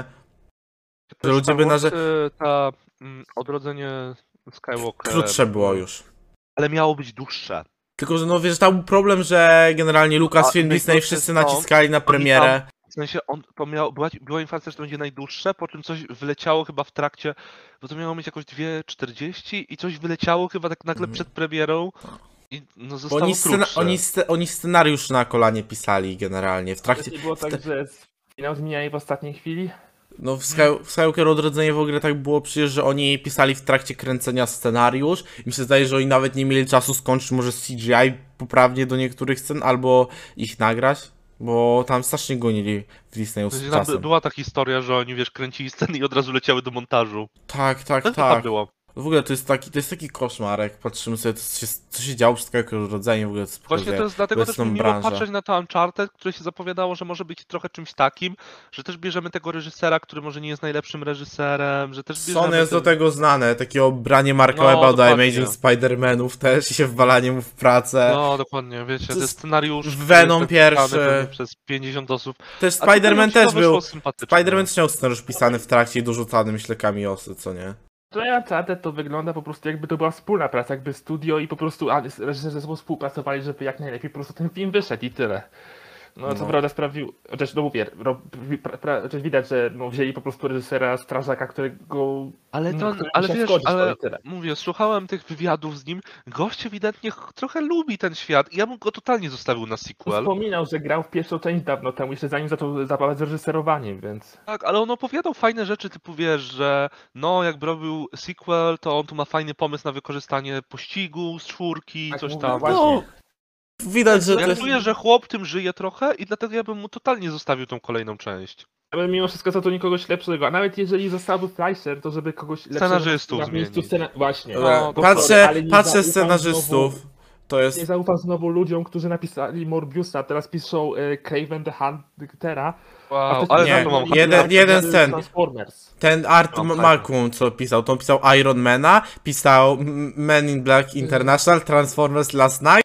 Że ludzie by na że Ta mm, odrodzenie Skywalkera... krótsze było już. Ale miało być dłuższe. Tylko, że no wiesz, tam był problem, że generalnie Lucasfilm, A Disney najgorsze wszyscy są- naciskali na oni premierę. W sensie, on, to miał, była, była informacja, że to będzie najdłuższe, po czym coś wyleciało chyba w trakcie, bo to miało mieć jakoś dwie czterdzieści i coś wyleciało chyba tak nagle Mhm. przed premierą i no Bo zostało oni, scena, krótsze. oni, sce, oni scenariusz na kolanie pisali generalnie w To trakcie. nie było tak, że finał zmieniali w ostatniej chwili? No w, Sky, w Skywalker Odrodzenie w ogóle tak było przecież, że oni pisali w trakcie kręcenia scenariusz i mi się zdaje, że oni nawet nie mieli czasu skończyć może C G I poprawnie do niektórych scen albo ich nagrać, bo tam strasznie gonili w Disneyu W z sensie, tam by- czasem. była ta historia, że oni wiesz, kręcili sceny i od razu leciały do montażu. Tak, tak, To chyba tak. było. W ogóle to jest taki, to jest taki koszmar, jak patrzymy sobie, co się, co się działo przy Skywalker Odrodzeniu, w ogóle co Właśnie pokazuje to jest dlatego też obecną mi miło branżę. patrzeć na to Uncharted, które się zapowiadało, że może być trochę czymś takim, że też bierzemy tego reżysera, który może nie jest najlepszym reżyserem, że też bierzemy... Sony jest do ten- tego znane, takiego branie Marka No, Webba do dokładnie. Amazing Spider-Manów też i się wwalanie mu w pracę. No, dokładnie, wiecie, To to jest jest scenariusz, który Venom jest napisany pierwszy. pewnie przez pięćdziesiąt osób. Też A tutaj Spider-Man nam się to też wyszło był, sympatycznie. Spider-Man też miał scenariusz pisany w trakcie i dorzucany myślekami osy, co nie? To Uncharted to wygląda po prostu jakby to była wspólna praca, jakby studio i po prostu a, reżyserzy ze sobą współpracowali, żeby jak najlepiej po prostu ten film wyszedł i tyle. No co No. prawda sprawił, chociaż no mówię, ro, pra, pra, chociaż widać, że no, wzięli po prostu reżysera Strażaka, którego... Ale, no, to, który ale musiał wiesz, zgodzić, to ale i tyle. mówię, słuchałem tych wywiadów z nim, gość ewidentnie ch- trochę lubi ten świat i ja bym go totalnie zostawił na sequel. Wspominał, że grał w pierwszą część dawno temu, jeszcze zanim zaczął zabawać z reżyserowaniem, więc... Tak, ale on opowiadał fajne rzeczy, typu wiesz, że no jakby robił sequel, to on tu ma fajny pomysł na wykorzystanie pościgu z czwórki, Tak coś mówił, tam. właśnie. No, widać, że to Ja jest... czuję, że chłop tym żyje trochę i dlatego ja bym mu totalnie zostawił tą kolejną część. Ale mimo wszystko za to nikogoś lepszego, a nawet jeżeli zostałby Fleischer, to żeby kogoś lepszego... Scenarzystów na miejscu zmienić. scena... Właśnie. Dobra, No, patrzę, ale nie patrzę zaufam scenarzystów, znowu- to jest... Nie zaufam znowu ludziom, którzy napisali Morbiusa, teraz piszą e, Craven the Huntera. Wow, wcześniej ale nie, za to mam pisali jeden- Art jeden z scen. Transformers. Ten Art No, M- fajnie. Malcolm, co pisał, to on pisał Ironmana, pisał M- Men in Black International, Transformers Last Night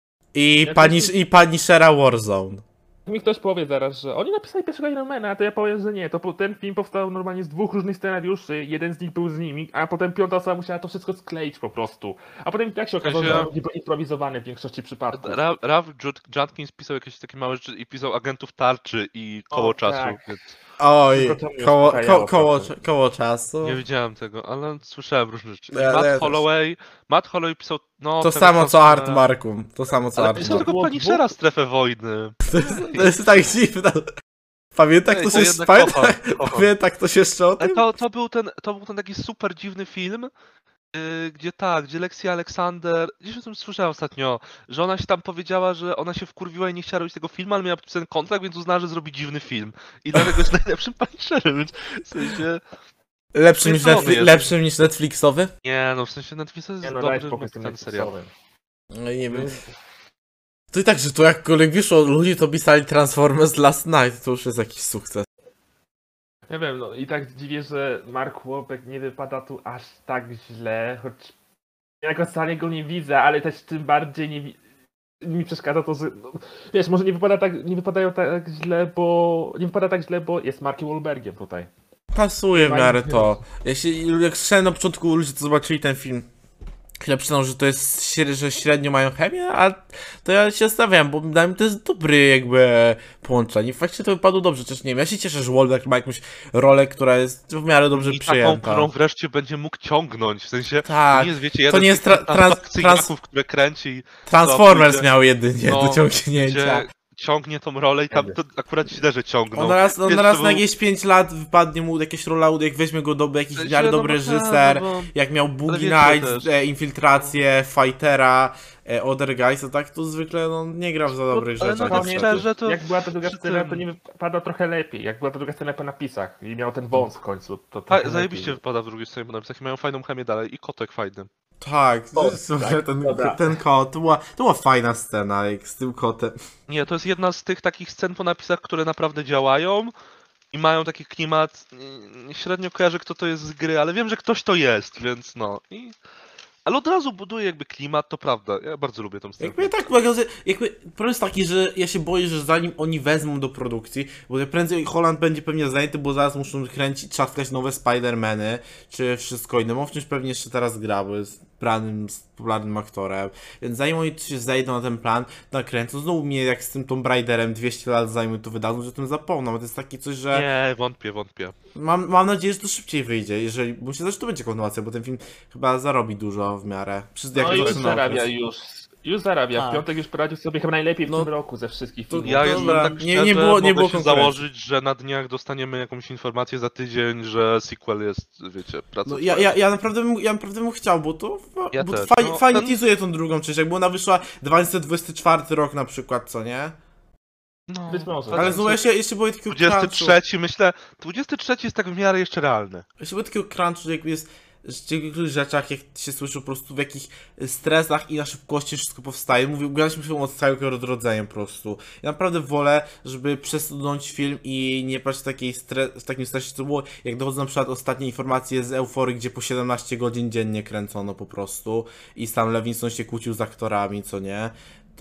i, Ja Punish, też- i Punishera Warzone. Mi ktoś powie zaraz, że oni napisali pierwszego Ironmana, a to ja powiem, że nie. To po- ten film powstał normalnie z dwóch różnych scenariuszy, jeden z nich był z nimi, a potem piąta osoba musiała to wszystko skleić po prostu. A potem i tak się okazało, sensie- że on był improwizowany w większości przypadków. Ra- Ralph Jud- Judkins pisał jakieś takie małe rzeczy i pisał Agentów Tarczy i Koło O, Czasu, tak. więc Oj, Tylko to mnie koło, uspokajało ko, koło, trochę. koło czasu. nie widziałem tego, ale słyszałem różne rzeczy. I Ja- ja Matt też. Holloway, Matt Holloway pisał, no... To tego samo co Cosmę, Art Markum, to samo co Ale Art pisał Markum. tylko Było Punishera dwóch? Strefę Wojny. To jest, to jest tak dziwne. Pamięta Ej, ktoś to jeszcze, jednak pamięta, kocham, kocham. pamięta ktoś jeszcze o Ale tym? to, to, był ten, to był ten taki super dziwny film, Yy, gdzie tak, gdzie Lexi Alexander, gdzieś o tym słyszałem ostatnio, że ona się tam powiedziała, że ona się wkurwiła i nie chciała robić tego filmu, ale miała podpisany kontrakt, więc uznała, że zrobi dziwny film. I dlatego jest najlepszym Punisherem, więc w sensie... Lepszy niż, Chwycony Netfli- jest. lepszy niż Netflixowy? Nie no, w sensie Netflix jest Nie no, daj dobry, spokój z tym ten serial. Netflixowym. No i nie wiem. To i tak, że to jakkolwiek wyszło, ludzie to pisali Transformers Last Night, to już jest jakiś sukces. Nie wiem, no i tak dziwię, że Mark Wahlberg nie wypada tu aż tak źle, choć ja jako wcale go nie widzę, ale też tym bardziej nie wi- mi przeszkadza to, że no, wiesz, może nie wypada tak, nie wypadają tak źle, bo nie wypada tak źle, bo jest Markiem Wahlbergiem tutaj. Pasuje w Fajnie miarę jest. to. Jeśli, jak słyszałem na początku, ludzie to zobaczyli ten film, chwilę przyznał, że to jest, śre- że średnio mają chemię, a to ja się zastanawiam, bo dla mnie to jest dobry jakby połączenie. Faktycznie to wypadło dobrze, też nie wiem, ja się cieszę, że Wahlberg ma jakąś rolę, która jest w miarę dobrze I taką, przyjęta. którą wreszcie będzie mógł ciągnąć, w sensie... Tak, to nie jest, wiecie, to jeden nie z jest tych tra- trans- akcyjniaków, które kręci, Transformers pójdzie- miał jedynie no, do ciągnięcia. gdzie ciągnie tą rolę i tam to akurat źle, że ciągnął. On raz, on Wiesz, raz to na był- jakieś pięć lat wypadnie mu jakieś rola, jak weźmie go do jakiś w Źle, miarę no dobry bo tak, reżyser, no bo- jak miał Boogie wiecie Nights, też. e, Infiltrację, Fightera, e, Other Guys, to tak to zwykle no, nie gra w za dobrych ale rzeczach. no tak niestety. szczerze, to Jak była ta druga przy scena, tym- to nie wypada trochę lepiej. Jak była ta druga scena po napisach i miał ten wąs w końcu, to Ta, trochę zajebiście lepiej. wypada w drugiej stronie po napisach i mają fajną chemię dalej i kotek fajny. Tak, O, to jest, tak, ten, dobra. ten kot, to była, to była fajna scena jak z tym kotem. Nie, to jest jedna z tych takich scen po napisach, które naprawdę działają i mają taki klimat. Nie- Średnio kojarzę, kto to jest z gry, ale wiem, że ktoś to jest, więc no. I... Ale od razu buduje jakby klimat, to prawda. Ja bardzo lubię tą scenę. Jakby tak, jakby, jakby problem jest taki, że ja się boję, że zanim oni wezmą do produkcji, bo prędzej Holland będzie pewnie zajęty, bo zaraz muszą kręcić, trzaskać nowe Spider-Many, czy wszystko inne. Mowczymś pewnie jeszcze teraz gra, bo jest branym, popularnym aktorem, więc zanim oni się zejdą na ten plan, nakręcą, znowu mnie jak z tym Tomb Raiderem dwieście lat zanim to wydadzą, że o tym zapomną, bo to jest takie coś, że Nie, wątpię, wątpię. mam, mam nadzieję, że to szybciej wyjdzie, jeżeli, bo myślę, że to będzie kontynuacja, bo ten film chyba zarobi dużo w miarę. Przez No jak już zaczyna zarabia, okres. już. Już zarabia. Tak. W piątek już poradził sobie chyba najlepiej w No, tym roku ze wszystkich to- filmów. Ja No jestem dobra, tak nie- szczerze, nie było- nie mogę było się konkurencji. założyć, że na dniach dostaniemy jakąś informację za tydzień, że sequel jest, wiecie, praca No, ja, ja, ja, naprawdę bym, ja naprawdę bym chciał, bo to fa- Ja bo to też. fajnie, No, fajnie ten- teasuje tą drugą część, jakby ona wyszła dwa tysiące dwudziesty czwarty rok na przykład, co nie? No, Być może. Ale znowu ja się, jeszcze było takiego crunchu, dwudziesty trzeci, myślę, dwudziesty trzeci jest tak w miarę jeszcze realny. jeszcze było takiego crunchu, że jakby jest w niektórych rzeczach, jak się słyszy po prostu w jakich stresach i na szybkości wszystko powstaje. Mówię, ugraliśmy film od całego odrodzenia po prostu. Ja naprawdę wolę, żeby przesunąć film i nie paść w, takiej stre- w takim stresie, co było, jak dochodzą na przykład ostatnie informacje z Euforii, gdzie po siedemnaście godzin dziennie kręcono po prostu i sam Levinson się kłócił z aktorami, co nie?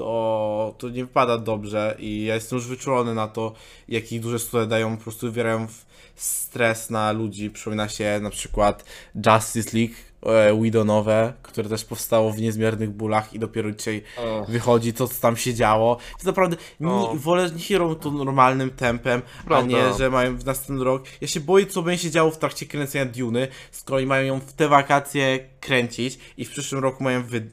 To, to nie wypada dobrze i ja jestem już wyczulony na to, jaki duże studia dają, po prostu wywierają w stres na ludzi. Przypomina się na przykład Justice League, e, Widonowe, które też powstało w niezmiernych bólach i dopiero dzisiaj O. wychodzi to, co tam się działo. Więc naprawdę ni- O. wolę, niech je robią to normalnym tempem, Prawda. a nie, że mają w następny rok. Ja się boję, co będzie się działo w trakcie kręcenia Duny, skoro oni mają ją w te wakacje kręcić i w przyszłym roku mają wy-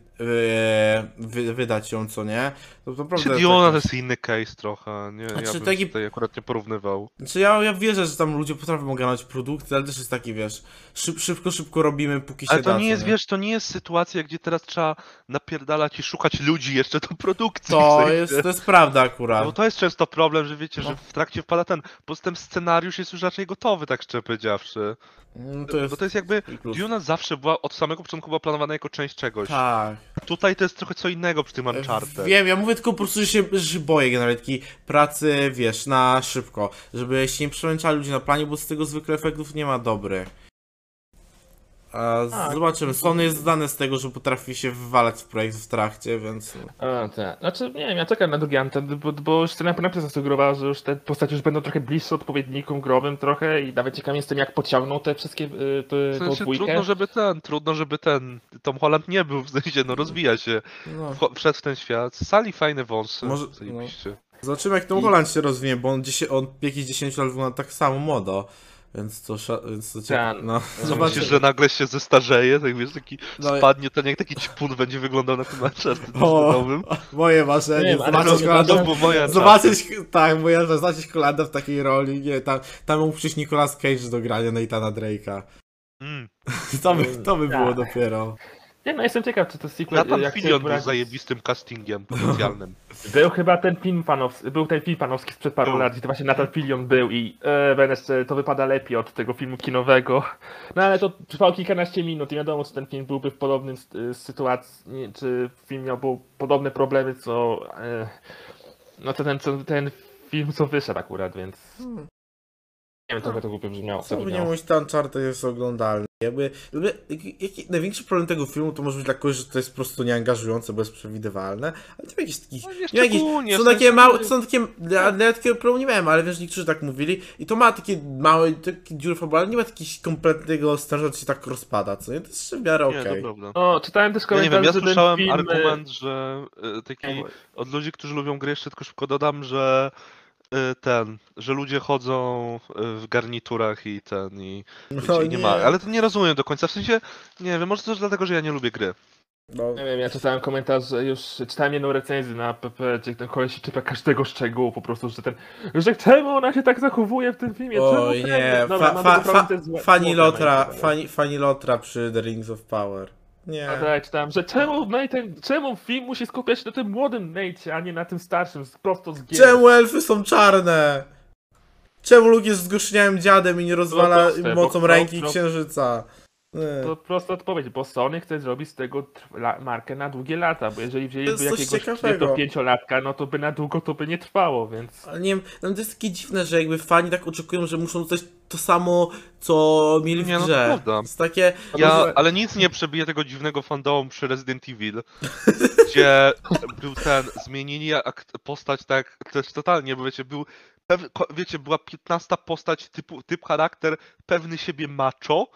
wy- wy- wydać ją, co nie? To naprawdę... Czy Diona to tak- jest inny case trochę, nie? Znaczy, Ja bym taki- tutaj akurat nie porównywał. Znaczy ja, ja wierzę, że tam ludzie potrafią ogarnąć produkty, ale też jest taki, wiesz, szyb, szybko, szybko robimy, póki Ale się to da. nie co jest, wiesz, to nie jest sytuacja, gdzie teraz trzeba napierdalać i szukać ludzi jeszcze do produkcji. w To sensie. jest, to jest prawda akurat. Bo to jest często problem, że wiecie, No. że w trakcie wpada ten, poza tym scenariusz jest już raczej gotowy, tak szczerze powiedziawszy. Mm, To jest, Bo to jest jakby, i plus. Duna zawsze była, od samego początku była planowana jako część czegoś. Tak. Tutaj to jest trochę co innego przy tym Uncharted. Wiem, ja mówię tylko po prostu, że się, że się boję generalnie takiej pracy, wiesz, na szybko. Żeby się nie przemęczali ludzie na planie, bo z tego zwykle efektów nie ma dobrych. A Tak. zobaczymy. Sony jest znane z tego, że potrafi się wywalać w projekt w trakcie, więc... A, tak. Znaczy, nie wiem, ja czekam na drugi Uncharted, bo, bo już scena po napisach sugerowała, że już te postacie już będą trochę bliższe odpowiednikom growym trochę i nawet ciekaw jestem, jak pociągną te wszystkie, y, te, W tą sensie dwójkę. trudno, żeby ten, trudno, żeby ten Tom Holland nie był, w sensie, no rozwija się, No. Wcho- wszedł w ten świat, sali fajne wąsy, Może- zajebiście. Zobaczymy, jak Tom I- Holland się rozwinie, bo on, dziesię- on jakieś dziesięć lat wygląda tak samo młodo. Więc to, sza- więc to ciekawe. Tak. No, Co zobaczymy. myślisz, że nagle się zestarzeje, tak wiesz, taki No i- spadnie ten, jak taki ćpun będzie wyglądał na tym Uncharted O, nowym. moje marzenie, Nie wiem, ale zobaczyć to- Holanda, To było moje zobaczyć, tak, moje, zobaczyć Holanda w takiej roli, nie, tam, tam mógł przecież Nicolas Cage do grania Nathana Drake'a. Mm, To by, to by było Tak. dopiero. Nie no, jestem ciekaw, czy to sequel... Nathan jak Fillion sobie był poradzi- zajebistym castingiem potencjalnym. Był chyba ten film fanowski, był ten film fanowski sprzed paru Był. lat, gdzie to właśnie Nathan Fillion był i e, Benes, to wypada lepiej od tego filmu kinowego. No ale to trwało kilkanaście minut i wiadomo, czy ten film byłby w podobnym y, sytuacji, nie, czy film miałby podobne problemy, co... E, no to ten, co, ten film, co wyszedł akurat, więc... Nie wiem, trochę to głupio brzmiało. Co by nie brzmiało. mówić, ten Uncharted jest oglądalny. Jakby, jakby, jaki, jaki, największy problem tego filmu to może być dla kogoś, że to jest po prostu nieangażujące, bo jest przewidywalne, ale nie ma jakichś takich... No nie nie ma jakichś, szczególnie, są w takie sensie- małe, są takie... Ja, ja takiego problemu nie miałem, ale wiesz, niektórzy tak mówili i to ma takie małe, takie dziury fabularne, nie ma jakiegoś kompletnego stęża, że się tak rozpada, co nie? To jest jeszcze w miarę Nie, okej. to prawda. No, czytałem też Ja komentarz, nie wiem, ja że ten słyszałem film... argument, że y, taki Nie, od ludzi, którzy lubią gry, jeszcze tylko szybko dodam, że y, ten, że ludzie chodzą y, w garniturach i ten i, No wiecie, i nie ma. Ale to nie rozumiem do końca. W sensie, nie wiem, może to też dlatego, że ja nie lubię gry. No, Nie wiem, ja czytałem komentarz, że już czytałem jedną recenzję na P P, gdzie ten koleś się czepia każdego szczegółu po prostu, że ten, że czemu ona się tak zachowuje w tym filmie, oj czemu nie, ten... Dobra, fa, mam fa, tego problem, fa, to jest złe- fani słowo, Lotra, no i- fani, fani Lotra przy The Rings of Power. Nie. A tak, czytałem, że czemu, Nate, czemu film musi skupiać się na tym młodym Nate'cie, a nie na tym starszym, z- prosto z gier. Czemu elfy są czarne? Czemu Luke jest zgorszeniałym dziadem i nie rozwala proste, bo mocą kto- ręki kto- księżyca? Nie. To prosta odpowiedź, bo Sony chce zrobić z tego trwa- markę na długie lata, bo jeżeli wzięliby jest coś jakiegoś ciekawego. to pięciolatka, no to by na długo to by nie trwało, więc... Ale nie wiem, no to jest takie dziwne, że jakby fani tak oczekują, że muszą dostać to samo, co mieli w Nie, no to grze. prawda. To jest takie... Ja, może- ale nic nie przebije tego dziwnego fandomu przy Resident Evil, gdzie był ten, zmienili akt, postać tak też totalnie, bo wiecie, był, pew, ko- wiecie, była piętnasta postać, typu, typ charakter, pewny siebie macho,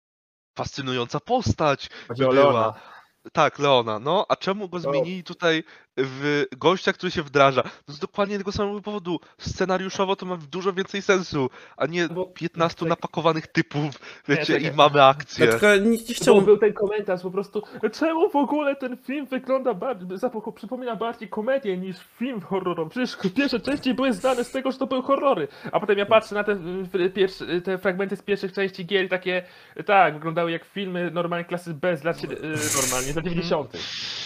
fascynująca postać Chodzi o była. Leona. Tak, Leona, no, a czemu go zmienili tutaj w gościa, który się wdraża? To z dokładnie tego samego powodu. Scenariuszowo to ma dużo więcej sensu, a nie Bo- piętnastu tak- napakowanych typów, wiecie, tak- i mamy akcję. Ja tylko nie, nie Bo chciałbym... był ten komentarz po prostu, czemu w ogóle ten film wygląda bardziej, zapoko- przypomina bardziej komedię niż film horrorowy. Przecież pierwsze części były znane z tego, że to były horrory. A potem ja patrzę na te, y, pierwsze, te fragmenty z pierwszych części gier i takie, tak, wyglądały jak filmy normalnej klasy B z lat, sied- y, normalnie, z lat dziewięćdziesiątych.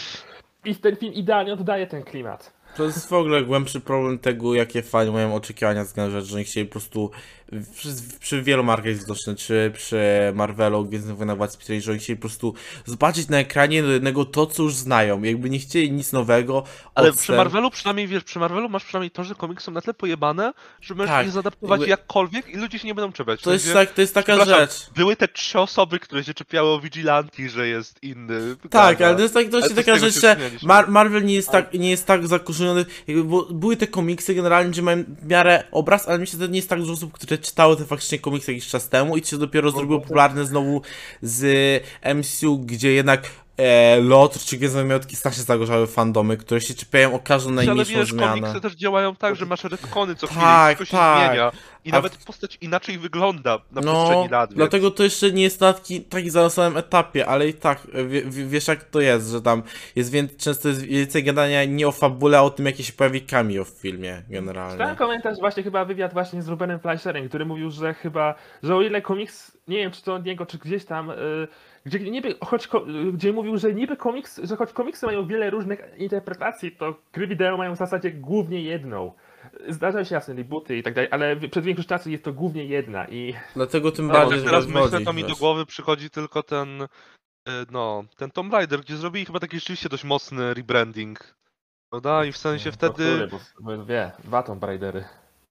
I ten film idealnie oddaje ten klimat. To jest w ogóle głębszy problem tego, jakie fani mają oczekiwania względem rzeczy, że oni chcieli po prostu przy, przy wielu markach jest widoczne, czy przy Marvelu, Gwiezdnych Wojnach, Władcy Pierścieni, że oni chcieli po prostu zobaczyć na ekranie do jednego to, co już znają. Jakby nie chcieli nic nowego. Ale odstęp. przy Marvelu przynajmniej, wiesz, przy Marvelu masz przynajmniej to, że komiksy są na tyle pojebane, że możesz Tak, je zaadaptować jakby- jakkolwiek i ludzie się nie będą czepiać. W To jest, sensie, tak, to jest taka przepraszam, rzecz. Były te trzy osoby, które się czepiały o Vigilanti, że jest inny. Tak, prawda? ale to jest tak, to Ale jest to z taka tego rzecz, się że śmialiśmy. Mar Marvel nie jest tak, nie jest tak zakorzeniony, jakby, bo były te komiksy generalnie, że mają w miarę obraz, ale myślę, że to nie jest tak dużo osób, które czytały te faktycznie komiksy jakiś czas temu i to się dopiero zrobiło to- popularne znowu z M C U, gdzie jednak e, Lotr czy Gwiezdne Miotki strasznie zagorzały fandomy, które się czepiają o każdą Ale najmniejszą wiesz, zmianę. komiksy też działają tak, że masz retcony co chwilę Tak, i wszystko się tak. zmienia. I A nawet postać inaczej wygląda na No, przestrzeni lat, więc... dlatego to jeszcze nie jest na taki, taki zaawansowanym etapie, ale i tak, wie, wie- wiesz jak to jest, że tam jest więcej, często jest więcej gadania nie o fabule, a o tym, jakie się pojawi cameo w filmie generalnie. Czytałem komentarz, właśnie chyba wywiad właśnie z Rubenem Fleischerem, który mówił, że chyba, że o ile komiks, nie wiem czy to od niego, czy gdzieś tam, y, gdzie niby, choć, ko- y, gdzie mówił, że niby komiks, że choć komiksy mają wiele różnych interpretacji, to gry wideo mają w zasadzie głównie jedną. Zdarzają się jasne rebooty i tak dalej, ale w- przez większość czasu jest to głównie jedna i Dlatego tym No, bardziej, jak że teraz myślę, rozwodzi, to mi do wiesz. głowy przychodzi tylko ten, y, no, ten Tomb Raider, gdzie zrobili chyba taki rzeczywiście dość mocny rebranding. Prawda? I w sensie wtedy... Który, bo, bo wie, dwa Tomb Raidery.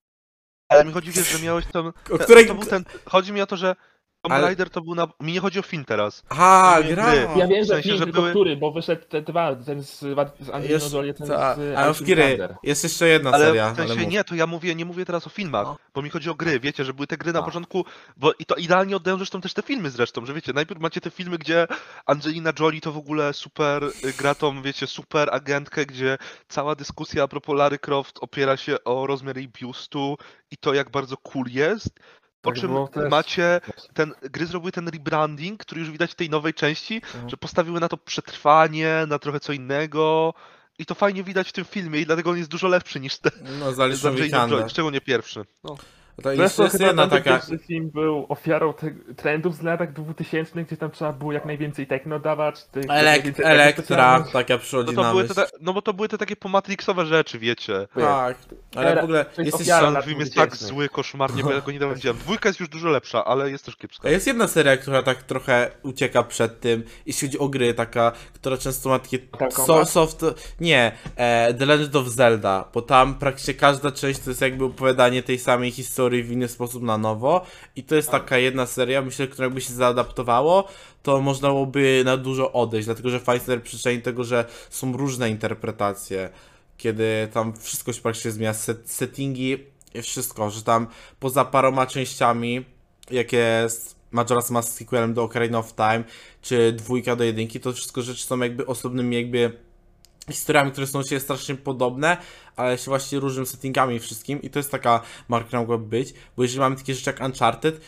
Ale mi chodzi, wiesz, że miałeś tam... O te- której... To był ten... Chodzi mi o to, że Tomb Ale- Raider to był na... Mi nie chodzi o film teraz. Aha, to nie gra! gry. Ja wiem, w że sensie, film, że tylko były- który, bo wyszedł te dwa, ten z, z Angeliną Jest, Jolie, ten ta, z a Alice w Kiry, Wonder. jest jeszcze jedna Ale seria, w sensie ale mów. nie, to ja mówię, nie mówię teraz o filmach, No. bo mi chodzi o gry, wiecie, że były te gry na A. początku, bo i to idealnie oddają zresztą też te filmy zresztą, że wiecie, najpierw macie te filmy, gdzie Angelina Jolie to w ogóle super y, gra tą, wiecie, super agentkę, gdzie cała dyskusja a propos Lara Croft opiera się o rozmiar jej biustu i to jak bardzo cool jest, po Tak czym było też. macie, ten, gry zrobiły ten rebranding, który już widać w tej nowej części, Mhm. że postawiły na to przetrwanie, na trochę co innego i to fajnie widać w tym filmie i dlatego on jest dużo lepszy niż te No, z zaliczmy Angeliną Weekenda. Jolie, szczególnie pierwszy. No. To jest, Zresztą jest chyba jedna ten taka... pierwszy film był ofiarą te, trendów z lat dwutysięcznych, gdzie tam trzeba było jak najwięcej techno dawać. Tych, jak Elek, najwięcej efektów Elektra, specjalnych. taka No, przychodzi to na były myśl. te, ta- no bo to były te takie pomatrixowe rzeczy, wiecie. Tak, ale w Era- ogóle to jest jesteś... ofiara Ten lat film jest tak dwutysięcznych. zły, koszmarnie, bo ja go niedawno widziałem. Dwójka jest już dużo lepsza, ale jest też kiepska. Jest jedna seria, która tak trochę ucieka przed tym, jeśli chodzi o gry, taka, która często ma takie Mortal so, Kombat? soft... Nie, e, The Legend of Zelda, bo tam praktycznie każda część to jest jakby opowiadanie tej samej historii w inny sposób na nowo i to jest taka jedna seria, myślę, która jakby się zaadaptowało, to można byłoby na dużo odejść, dlatego że Feinstein przyczyni tego, że są różne interpretacje, kiedy tam wszystko się praktycznie zmienia, set, settingi, wszystko, że tam poza paroma częściami, jak jest Majora's Mask sequelem do Ocarina of Time, czy dwójka do jedynki, to wszystko rzeczy są jakby osobnymi jakby historiami, które są się strasznie podobne, ale się właśnie różnymi settingami i wszystkim i to jest taka marka, która mogłaby być, bo jeżeli mamy takie rzeczy jak Uncharted,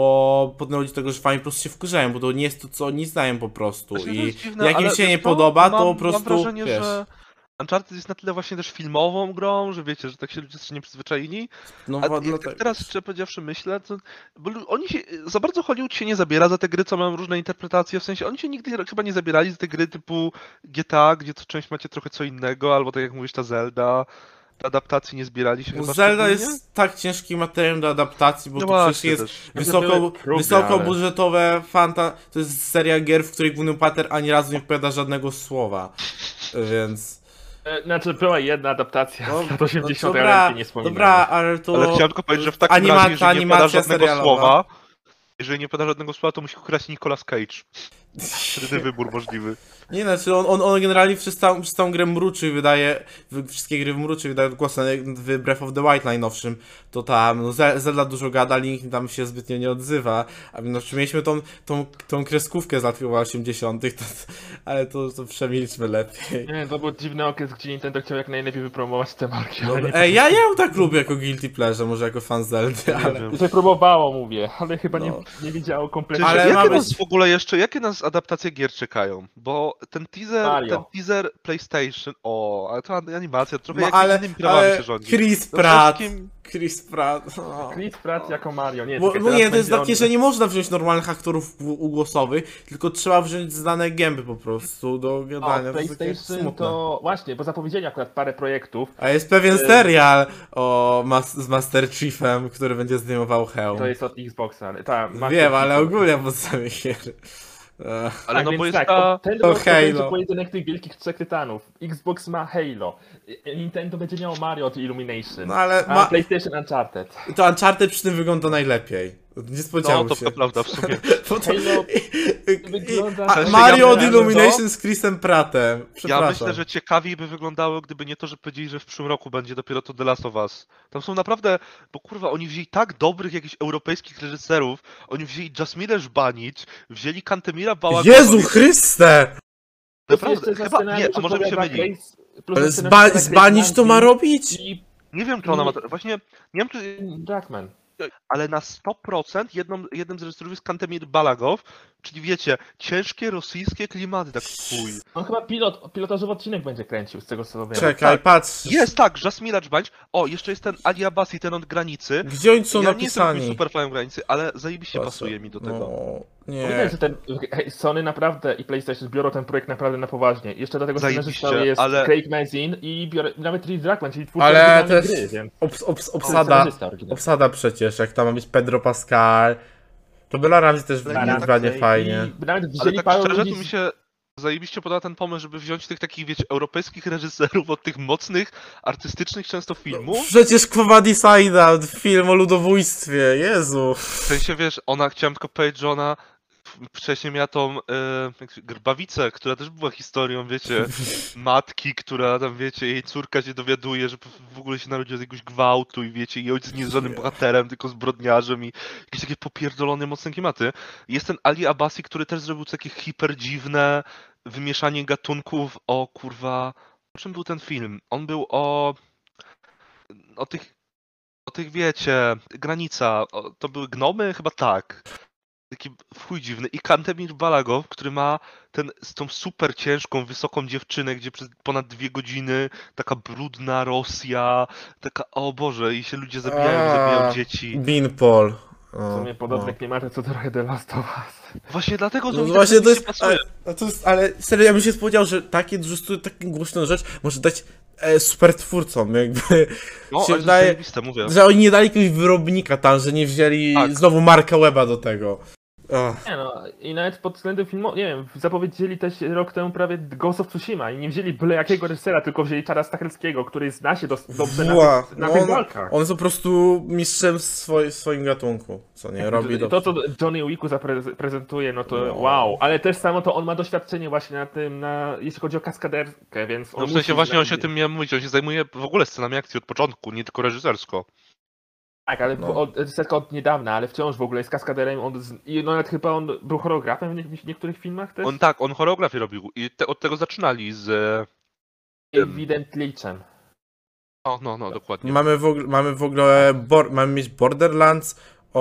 to podnosi do tego, że fani po prostu się wkurzają, bo to nie jest to, co oni znają po prostu Właśnie to i jest dziwne, jak im ale się nie wiesz co? podoba, to mam, po prostu, Mam wrażenie, wiesz, że Uncharted jest na tyle właśnie też filmową grą, że wiecie, że tak się ludzie jeszcze nie przyzwyczaili. no A wa- jak dlatego. tak teraz szczerze powiedziawszy myślę, to bo lu- oni się, za bardzo Hollywood się nie zabiera za te gry, co mają różne interpretacje, w sensie oni się nigdy chyba nie zabierali za te gry typu G T A, gdzie co część macie trochę co innego, albo tak jak mówisz ta Zelda, te adaptacji nie zbierali się Bo chyba Zelda szczególnie. jest tak ciężkim materiałem do adaptacji, bo No to przecież właśnie jest też. wysoko, były próby, wysokobudżetowe fanta... To jest seria gier, w której główny bohater ani razu nie odpowiada żadnego słowa, więc... E, Znaczy była jedna adaptacja No, z lat osiemdziesiątych, dobra, ale ty nie wspominamy. dobra, ale to... Ale chciałem tylko powiedzieć, że w takim anima- razie, jeżeli nie pada animacja żadnego serialowa. słowa, jeżeli nie pada żadnego słowa, to musi ukraść Nicolas Cage. Wtedy wybór możliwy. Nie, znaczy on, on, on generalnie przez całą, przez całą grę mruczy i wydaje, w- wszystkie gry mruczy wydaje głosem, jak w Breath of the Wild najnowszym, to tam, no Ze- Zelda dużo gada, Link tam się zbytnio nie odzywa, a no, czy mieliśmy tą, tą, tą kreskówkę z lat chyba osiemdziesiątych, to, ale to, to przemilczmy lepiej. Nie, to był dziwny okres, gdzie Nintendo chciał jak najlepiej wypromować te marki. No, ale nie ej, ja, ja ją tak lubię jako guilty pleasure, może jako fan Zeldy, ale... wiem. Że próbowało, mówię, ale chyba No. nie, nie widziało kompletnie. Ale Ale ma jakie być- nas w ogóle jeszcze, jakie nas adaptacje gier czekają? Bo ten teaser, Mario. ten teaser PlayStation, o, ale to animacja, trochę No, jak ale, innymi prawami ale się rządzi. Chris No Pratt, wszystkim- Chris Pratt, o. Chris Pratt jako Mario, nie, Bo, czekaj, bo teraz nie, to jest będzie takie, on- że nie można wziąć normalnych aktorów u- ugłosowych, tylko trzeba wziąć znane gęby po prostu do O, gadania. To jest takie PlayStation smutne. to właśnie, bo zapowiedzieli akurat parę projektów. A jest pewien Y- serial o mas z Master Chiefem, który będzie zdejmował hełm. To jest od Xboxa, ale ta, Master Wiem, ale Chief. ogólnie po całej gier. Ech. Ale Tak, no więc bo jest tak, ta... ten To rok to Halo. będzie pojedynek tych wielkich trzech tytanów. Xbox ma Halo, y, Nintendo będzie miało Mario od Illumination, No ale a ma... PlayStation Uncharted. to Uncharted przy tym wygląda najlepiej. Nie No spodziewałem to, się. to prawda w sumie. Bo to... Halo I- i- wygląda- a, Znaczy, Mario ja od myślę, Illumination z Chrisem Prattem. Ja Przepraszam. myślę, że ciekawiej by wyglądało, gdyby nie to, że powiedzieli, że w przyszłym roku będzie dopiero to The Last of Us. Tam są naprawdę, bo kurwa, oni wzięli tak dobrych jakichś europejskich reżyserów, oni wzięli Jasminę Żbanić, wzięli Kantemira Bałagowicza. Jezu Chryste! Naprawdę, Jeszcze za chyba, scenariusz nie, a może mi się odpowiada myli. Grace- plus Ale za zba scenariusz zbanić Grace to ma Mankin robić? I Nie wiem, czy ona ma, właśnie, nie wiem, czy, Jackman. ale na sto procent jedną, jednym z reżyserów jest Kantemir Balagow, czyli wiecie, ciężkie rosyjskie klimaty, tak chuj. On chyba pilot, pilotażowy odcinek będzie kręcił, z tego co wiem. Czekaj, tak. patrz. Jest tak, Jasmina Żbanić, o, jeszcze jest ten Ali Abasi, ten od granicy. Gdzie oni są Ja nie jestem jakimś napisani? super fanem granicy, ale zajebiście Proszę. pasuje mi do tego. No, nie. Widać, że ten hej, Sony naprawdę i PlayStation biorą ten projekt naprawdę na poważnie. Jeszcze do tego Zajebiście, scenarzystą jest ale- Craig Mazin i biorę, nawet Reed Druckmann, czyli twórca Ale oryginalnej też gry, więc... obs obs To jest obsada, scenarzysta oryginalny. obsada przecież, jak tam ma być Pedro Pascal. To Bella Ramsey też Ale brzmi nie, naprawdę tak, fajnie. I nawet Ale wzięli tak paru szczerze, ludzi to mi z- się zajebiście podoba ten pomysł, żeby wziąć tych takich, wiecie, europejskich reżyserów od tych mocnych, artystycznych często filmów. Przecież Quo Vadisida, film o ludobójstwie, Jezu. W sensie, wiesz, ona, chciałem tylko powiedzieć, że ona wcześniej miała tą e, jak się- Grbawicę, która też była historią, wiecie, matki, która tam, wiecie, jej córka się dowiaduje, że w ogóle się narodziła z jakiegoś gwałtu i wiecie, jej ojciec nie jest żadnym bohaterem, tylko zbrodniarzem i jakieś takie popierdolone mocne klimaty. Jest ten Ali Abasi, który też zrobił takie hiperdziwne wymieszanie gatunków o, kurwa, o czym był ten film? On był o o tych o tych, wiecie, granica, o, to były gnomy? Chyba tak. taki w chuj dziwny. I Kantemir Balagow, który ma ten, z tą super ciężką, wysoką dziewczynę, gdzie przez ponad dwie godziny taka brudna Rosja, taka, o Boże, i się ludzie zabijają, i zabijają dzieci. Beanpole. W sumie podobne klimaty co trochę The Last of Us. Właśnie dlatego, że No mi właśnie tak to jest, pasuje. ale, to jest, ale serio, ja bym się spodziewał, że takie dużo, taką głośną rzecz może dać e, super twórcom, jakby No, się ale wydaje, zajebiste, mówię. że oni nie dali jakiegoś wyrobnika tam, że nie wzięli Tak. znowu Marka Weba do tego. Ach. Nie no, i nawet pod względem filmu, nie wiem, zapowiedzieli też rok temu prawie Ghost of Tsushima i nie wzięli byle jakiego reżysera, tylko wzięli Czara Stachelskiego, który zna się dos- dobrze na, Wła, tych, na no tych on, walkach. on jest po prostu mistrzem w swoi, swoim gatunku, co nie, robi To, dobrze. co Johnny Wicku zaprezentuje, no to No. wow, ale też samo to on ma doświadczenie właśnie na tym, na, jeśli chodzi o kaskaderkę, więc on No w musi sensie właśnie on znać- się tym miał mówić, on się zajmuje w ogóle scenami akcji od początku, nie tylko reżysersko. Tak, ale No. od, tylko od niedawna, ale wciąż w ogóle jest kaskaderem, on z, i no nawet chyba on był choreografem w, nie, w niektórych filmach też? On tak, on choreografię robił i te, od tego zaczynali z... David Leachem. No, no, no, dokładnie. Mamy w ogóle, mamy w ogóle bor, mamy mieć Borderlands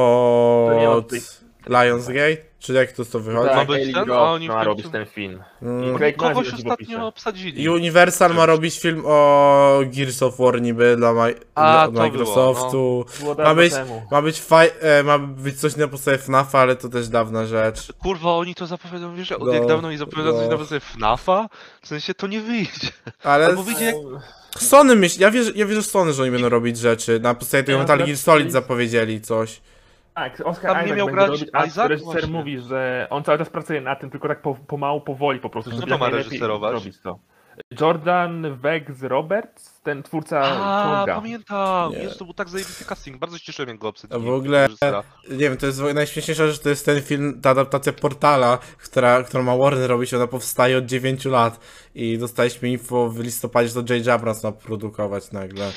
To nie od od tej- Lionsgate, czy jak to to wychodzi? Ma Tak, być Eli ten, a Roth oni w ma końcu- robić ten film. Mm. Craig Kogoś Mazin będzie w opisie. ostatnio obsadzili. Universal ma robić film o Gears of War niby dla, Mi- A, dla to Microsoftu. Było Ma dawno być, temu. ma być faj, e, ma być coś na podstawie FNAFa, ale to też dawna rzecz. Kurwa, oni to zapowiadają, wiesz, od No, jak dawno i zapowiadają coś no. na podstawie FNAFa? W sensie to nie wyjdzie. Ale Albo wyjdzie jak... Sony myśl, ja wierzę, ja wierzę w Sony, że oni będą robić rzeczy. Na podstawie tego Ja Metal akurat- Gear Solid zapowiedzieli coś. Tak, Oscar Tam nie Isaac miał będzie grać robić, a Isaac? reżyser Właśnie. mówi, że on cały czas pracuje nad tym, tylko tak po, pomału, powoli po prostu, Kto żeby to ma jak najlepiej reżyserować? zrobić to. Jordan Wegs Roberts, ten twórca A, Konga. pamiętam! Nie. Jezu, to był tak zajebisty casting, bardzo się cieszyłem jak go A obsadzili. w ogóle, reżysera. nie wiem, to jest najśmieszniejsza rzecz, to jest ten film, ta adaptacja Portala, która, którą ma Warner robić, ona powstaje od dziewięciu lat i dostaliśmy info w listopadzie, że to J J Abrams ma produkować nagle.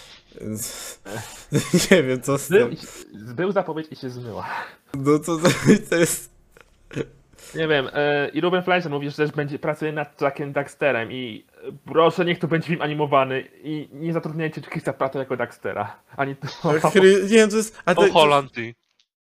Więc nie wiem, co z Był, tym. był zapowiedź i się zmyła. No to, to jest... Nie wiem, e, i Ruben Fleischer mówi, że też będzie pracuje nad Jackiem Daxterem i e, proszę, niech to będzie film animowany i nie zatrudniajcie Chrisa Pratta jako Daxtera. Ani to. Nie wiem, to jest... A to, O Holland i...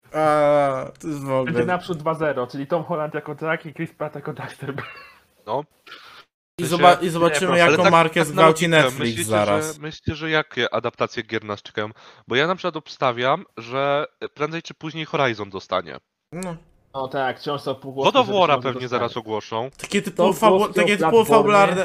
A, to jest w Będzie ogóle... naprzód dwa zero, czyli Tom Holland jako Jack i Chris Pratt jako Daxter. No. I, W zoba sensie- i zobaczymy, nie, Ale jaką tak- markę tak na zgwałci logikę, Netflix myślicie, zaraz. Że, myślicie, że jakie adaptacje gier nas czekają? Bo ja na przykład obstawiam, że prędzej czy później Horizon dostanie. No. No tak, wciąż są pół God of War'a pewnie zaraz ogłoszą. Takie typowo, To fabu włoskie takie o typowo platformie. fabularne...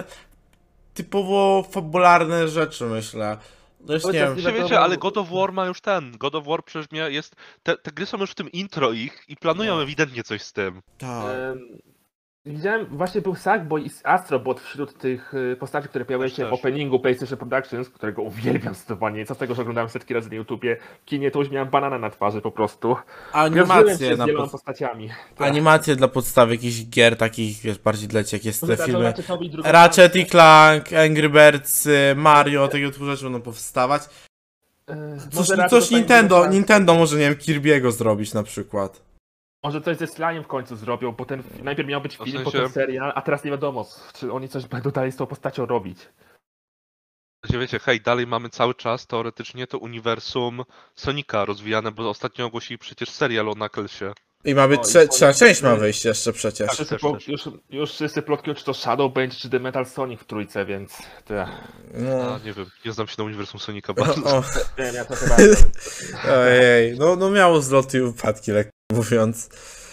Typowo fabularne rzeczy, myślę. No już To nie jest wiem. Wiecie, wiadomo- wiecie, ale God of War ma już ten. God of War przecież mia- jest... Te, te gry są już w tym intro ich i planują No. ewidentnie coś z tym. Tak. Em, Widziałem, właśnie był Sackboy i Astrobot wśród tych y, postaci, które pojawiały Też, się w też. openingu PlayStation Productions, którego uwielbiam zdecydowanie. Co z tego, że oglądałem setki razy na YouTubie. W kinie to już miałem banana na twarzy po prostu. Kojarzyłem Animacje, się z na wieloma pod... postaciami. Animacje dla podstawy jakichś gier takich, wiesz, bardziej dla jak jest te Może filmy. Ratchetowi i drugą Ratchet i szansę. Clank, Angry Birds, y, Mario, tego typu rzeczy będą powstawać. Y, Coś, może Ratchet coś dostanie Nintendo, drugą szansę. Nintendo może, nie wiem, Kirby'ego zrobić na przykład. Może coś ze Sly'em w końcu zrobią, bo ten najpierw miał być W film, sensie- potem serial, a teraz nie wiadomo, czy oni coś będą dalej z tą postacią robić. Wiecie, wiecie, hej, dalej mamy cały czas teoretycznie to uniwersum Sonika rozwijane, bo ostatnio ogłosili przecież serial o Knucklesie. I ma być O, i trze trzecia powiem- część ma wyjść jeszcze przecież. Tak. Wszyscy też, po, też. już, już wszyscy plotkują, czy to Shadow będzie, czy The Metal Sonic w trójce, więc to ja. No. A, nie wiem, nie znam się na uniwersum Sonika O, bardzo. o, Nie wiem, ja to chyba. nie wiem. ojej, no, no miało zloty i upadki, lekko mówiąc.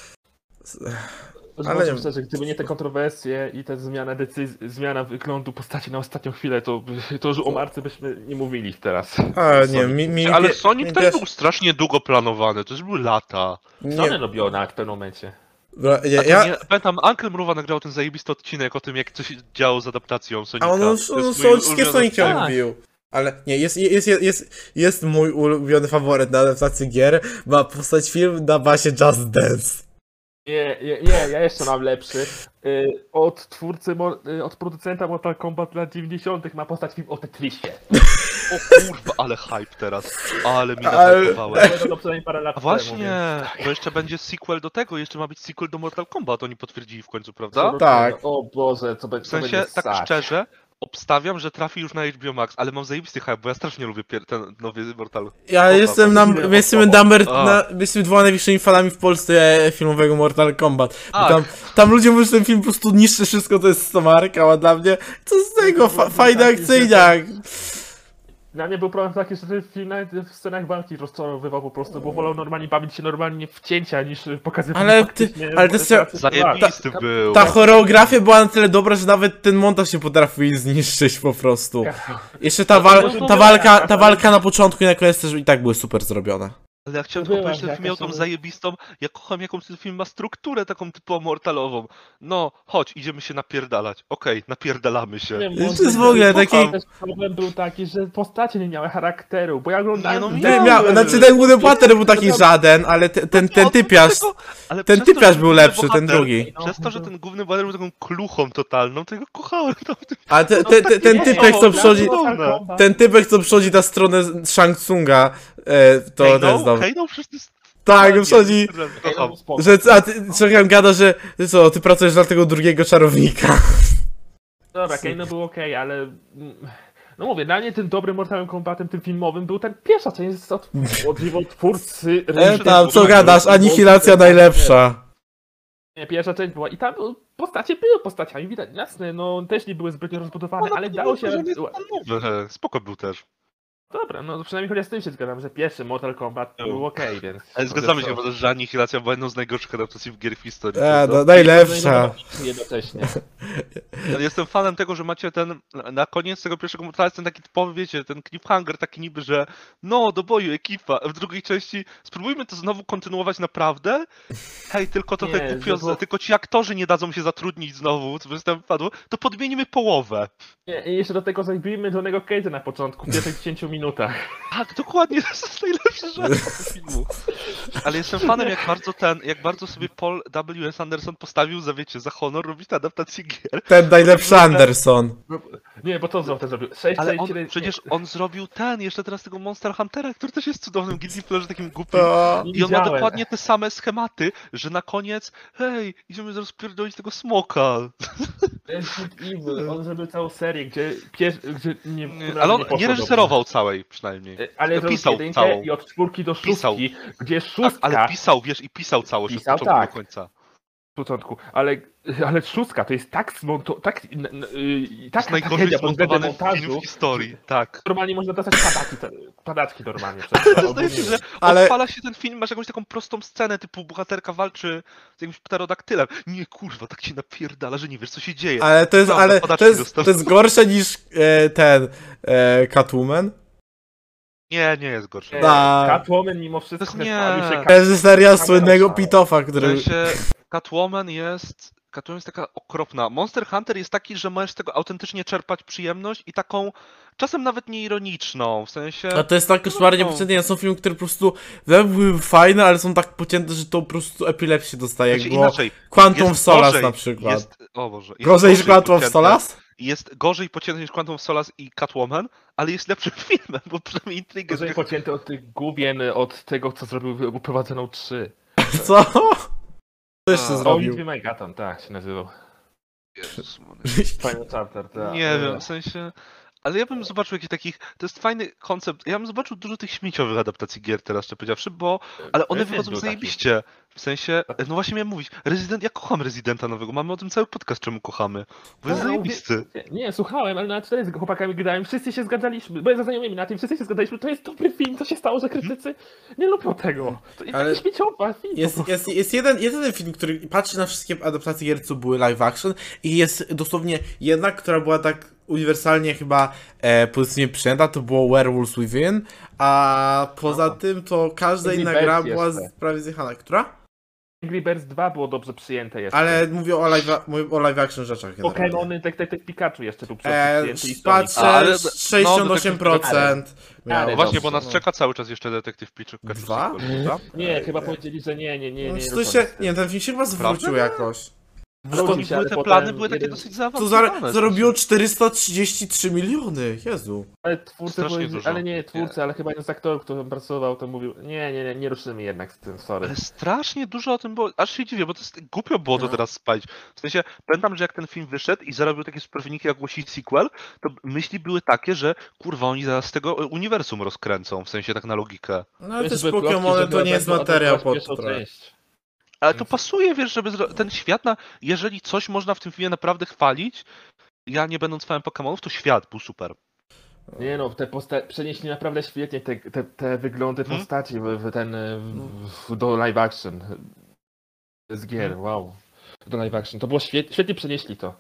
Ale Ale nie- szczerze, gdyby nie te kontrowersje i ta zmiana decyzji, zmiana wyglądu postaci na ostatnią chwilę, to, by- to już o Marce byśmy nie mówili teraz. A, nie, mi, mi, Ale mi- Sonic mi też był strasznie długo planowany, to już były lata. Co one Nie, robiło na w pewnym momencie? bra- A ja, to ja, nie, pamiętam, Uncle Mruwa nagrał ten zajebisty odcinek o tym, jak coś działo z adaptacją Sonika. a on, on, To on jest mój wszystkie ulubiony Soniki odcinek. lubił. Ale nie, jest, jest, jest, jest, jest mój ulubiony faworyt na adaptację gier. Ma powstać film na bazie Just Dance. Nie, nie, nie, ja jeszcze mam lepszy. Y, Od twórcy, mo- y, od producenta Mortal Kombat lat dziewięćdziesiątych ma postać film o Tetrisie. O kurwa, ale hype teraz. Ale mi Ale- nahypowałeś. To było przynajmniej parę lat A temu, właśnie, więc- bo jeszcze będzie sequel do tego, jeszcze ma być sequel do Mortal Kombat, oni potwierdzili w końcu, prawda? Tak. O Boże, co, be, W co sensie, będzie tak ssać. szczerze, Obstawiam, że trafi już na H B O Max, ale mam zajebisty hype, bo ja strasznie lubię pier- ten nowy Mortal. Ja Kombat. jestem na, nie, my jesteśmy o, number, a. na, my jesteśmy dwoma największymi fanami w Polsce filmowego Mortal Kombat. Bo Tak. tam, tam ludzie mówią, że ten film po prostu niszczy wszystko, to jest stomarka, a dla mnie, co z tego, fa fajny akcyjniak. Dla mnie był problem taki, że ten film nawet w scenach walki rozczarowywał po prostu, bo wolał normalnie bawić się normalnie w cięcia niż pokazywać Ale ty- faktycznie ale to jest- pracę. Zajebisty był. Ta choreografia była na tyle dobra, że nawet ten montaż się potrafił jej zniszczyć po prostu. Jeszcze ta, wal ta, walka, ta walka na początku i na koniec też i tak były super zrobione. Ale ja chciałem Była tylko powiedzieć, że ten jakaś film miał tą tam- zajebistą, ja kocham jakąś ten film ma strukturę taką typowo mortalową. No, chodź, idziemy się napierdalać. Okej, napierdalamy się. Nie, To może jest w ogóle taki- też problem był taki, że postacie nie miały charakteru, bo ja oglądałem... Nie, no Nie, miały. miał, znaczy ten główny bohater był taki żaden, ale te, ten, ten typiarz, Ale ten przez to, typiarz że był główny lepszy, ten bohater- drugi. Przez to, że ten główny bohater był taką kluchą totalną, to ja go kochałem. Tam w tym- A te, te, te, ten Nie, typek co no, przychodzi, no. ten typek co przychodzi na stronę Shang Tsunga, e, to Hej, to jest no, dobre. hej, no, przecież to jest... Tak, Nie, przychodzi, kocham. że a ty, czekam gada, że ty co, ty pracujesz dla tego drugiego czarownika. Dobra, Kano był okej, ale... mm, No mówię, dla mnie tym dobrym Mortal Kombatem, tym filmowym, był ten pierwsza część od, od twórcy... E, tam, co gadasz, anihilacja najlepsza. Nie, pierwsza część była i tam no, postacie były postaciami, widać, jasne, no też nie były zbytnio rozbudowane, ale dało się... Nowy, spoko był też. Dobra, no przynajmniej choć ja z tym się zgadzam, że pierwszy Mortal Kombat był okej, więc... Ale zgadzamy się, bo że Anihilacja była jedną z najgorszych adaptacji w gier w historii. E, prawda? no, najlepsza. Jednocześnie. Ja Jestem fanem tego, że macie ten, na koniec tego pierwszego Mortala jest ten taki typowy, wiecie, ten cliffhanger taki niby, że no, do boju ekipa, a w drugiej części spróbujmy to znowu kontynuować naprawdę. Hej, tylko trochę Nie, głupio, że było- tylko ci aktorzy nie dadzą się zatrudnić znowu, co by tam padło, to podmienimy połowę. Nie, i jeszcze do tego zajmijmy Johnego Cage'a na początku, w pierwszych dziesięciu minutach. Tak, dokładnie, to jest najlepsza rzecz tego filmu. Ale jestem fanem, jak bardzo ten, jak bardzo sobie Paul W S. Anderson postawił za, wiecie, za honor robić tę adaptację gier. Ten najlepszy Anderson. Nie, bo to znowu ten zrobił. sześć Ale on, cztery- przecież on zrobił ten, jeszcze teraz tego Monster Huntera, który też jest cudownym guilty pleasure, takim głupim. To... nie I on ma widziałem. dokładnie te same schematy, że na koniec, hej, idziemy rozpierdolić tego smoka. Resident Evil, on zrobił całą serię, gdzie, pier... gdzie nie, Nie, ale on poszło nie dobrze. reżyserował całej przynajmniej. E, Ale zrobił pisał jedynkę całą. i od czwórki do Pisał. szóstki, gdzie Tak, szóstka ale pisał, wiesz, i pisał całość Pisał, od początku tak. do końca. w początku, ale, ale szóstka to jest tak zmonto... tak... n- n- y, To jest taka najgorzej tragedia pod względem zmontowany film montażu, w historii, tak. normalnie można dostać padaki, te- padaczki normalnie. Ale zdaje się, że Ale- odpala się ten film, masz jakąś taką prostą scenę, typu bohaterka walczy z jakimś pterodaktylem. Nie, kurwa, tak się napierdala, że nie wiesz, co się dzieje. Ale to jest, Prawda, ale to podaczki jest, dostał. to jest gorsze niż e, ten e, Catwoman. Nie, nie jest gorsze. E, Tak. Catwoman mimo wszystko To jest nie. chwalił się Reżyseria słynnego Catwoman. Pitofa, W który... sensie Catwoman jest... Catwoman jest taka okropna. Monster Hunter jest taki, że możesz z tego autentycznie czerpać przyjemność i taką czasem nawet nieironiczną, w sensie... A to jest tak koszmarnie no. pocięte, są filmy, które po prostu były fajne, ale są tak pocięte, że to po prostu epilepsję dostaje, jak Znaczy, było inaczej, Quantum of jest Solace gorzej, na przykład. Jest, o Boże, jest Gorzej niż Quantum of pocięte, Solace? Jest gorzej pocięte niż Quantum of Solace i Catwoman, ale jest lepszym filmem, bo przynajmniej intrygę... Gorzej pocięty od tych główien, od tego, co zrobił Uprowadzoną trzy. Co? Co jeszcze A. zrobił? Oliver Megaton, tak się nazywał. Jezus, Maria. Final chapter, tak. Nie wiem, w sensie... Ale ja bym zobaczył jakiś takich... To jest fajny koncept. Ja bym zobaczył dużo tych śmieciowych adaptacji gier teraz, szczerze powiedziawszy, bo... Ale one Resident wychodzą był taki. zajebiście. W sensie... No właśnie miałem mówić. Resident... Ja kocham Residenta nowego. Mamy o tym cały podcast, czemu kochamy. Bo jest No, zajebisty. Nie, nie, słuchałem, ale na cztery z chłopakami gadałem, wszyscy się zgadzaliśmy, bo za znajomymi na tym, wszyscy się zgadzaliśmy, to jest dobry film, co się stało, że krytycy nie lubią tego. To jest Ale taki śmieciowa film. Jest, po jest, jest jeden, jeden film, który patrzy na wszystkie adaptacje gier, co były live action i jest dosłownie jedna, która była tak uniwersalnie chyba e, pozytywnie przyjęta, to było Werewolves Within, a poza Aha. tym to każda Angry inna Birds gra była jeszcze. prawie zjechana. Która? Angry Birds dwa było dobrze przyjęte jeszcze. Ale mówię o live, mówię o live action rzeczach generalnie. Pokémony, tak, tak, tak, Pikachu jeszcze był E, przyjęty i Sonic. patrzę, Ale- no, sześćdziesiąt osiem procent. Ale- miało. ale Właśnie, dobrze, bo nas no. czeka cały czas jeszcze Detektyw Pichu. Dwa? Nie, chyba powiedzieli, że nie, nie, nie, No, nie. to do się, końca. nie, ten film się chyba zwrócił Prawda? jakoś. Zwróci To się, ale te potem plany były takie jeden- dosyć To zaawansowane. zar w sensie. zarobiło czterysta trzydzieści trzy miliony, Jezu. Ale twórcy Strasznie powiedzieli, dużo. ale nie twórcy, ale chyba jeden z aktorów, który tam pracował, to mówił, nie, nie, nie, nie ruszymy jednak z tym, sorry. Ale strasznie dużo o tym było, aż się dziwię, bo to jest głupio było to No. teraz spalić. W sensie, pamiętam, że jak ten film wyszedł i zarobił takie super wyniki, jak głosić sequel, to myśli były takie, że kurwa, oni zaraz z tego uniwersum rozkręcą, w sensie tak na logikę. No ale Więc też żeby plotki, Pokémony żeby to nie jest będą materiał adaptować pod pierwszą trochę. część. Ale to Więc- pasuje, wiesz, żeby zro... ten świat, na... jeżeli coś można w tym filmie naprawdę chwalić, ja nie będąc fanem Pokémonów, to świat był super. Nie no, te posta- przenieśli naprawdę świetnie te, te, te wyglądy Mhm. postaci w, w ten, w, w, do live action. Z gier, Mhm. wow. Do live action. To było świetnie, świetnie przenieśli to.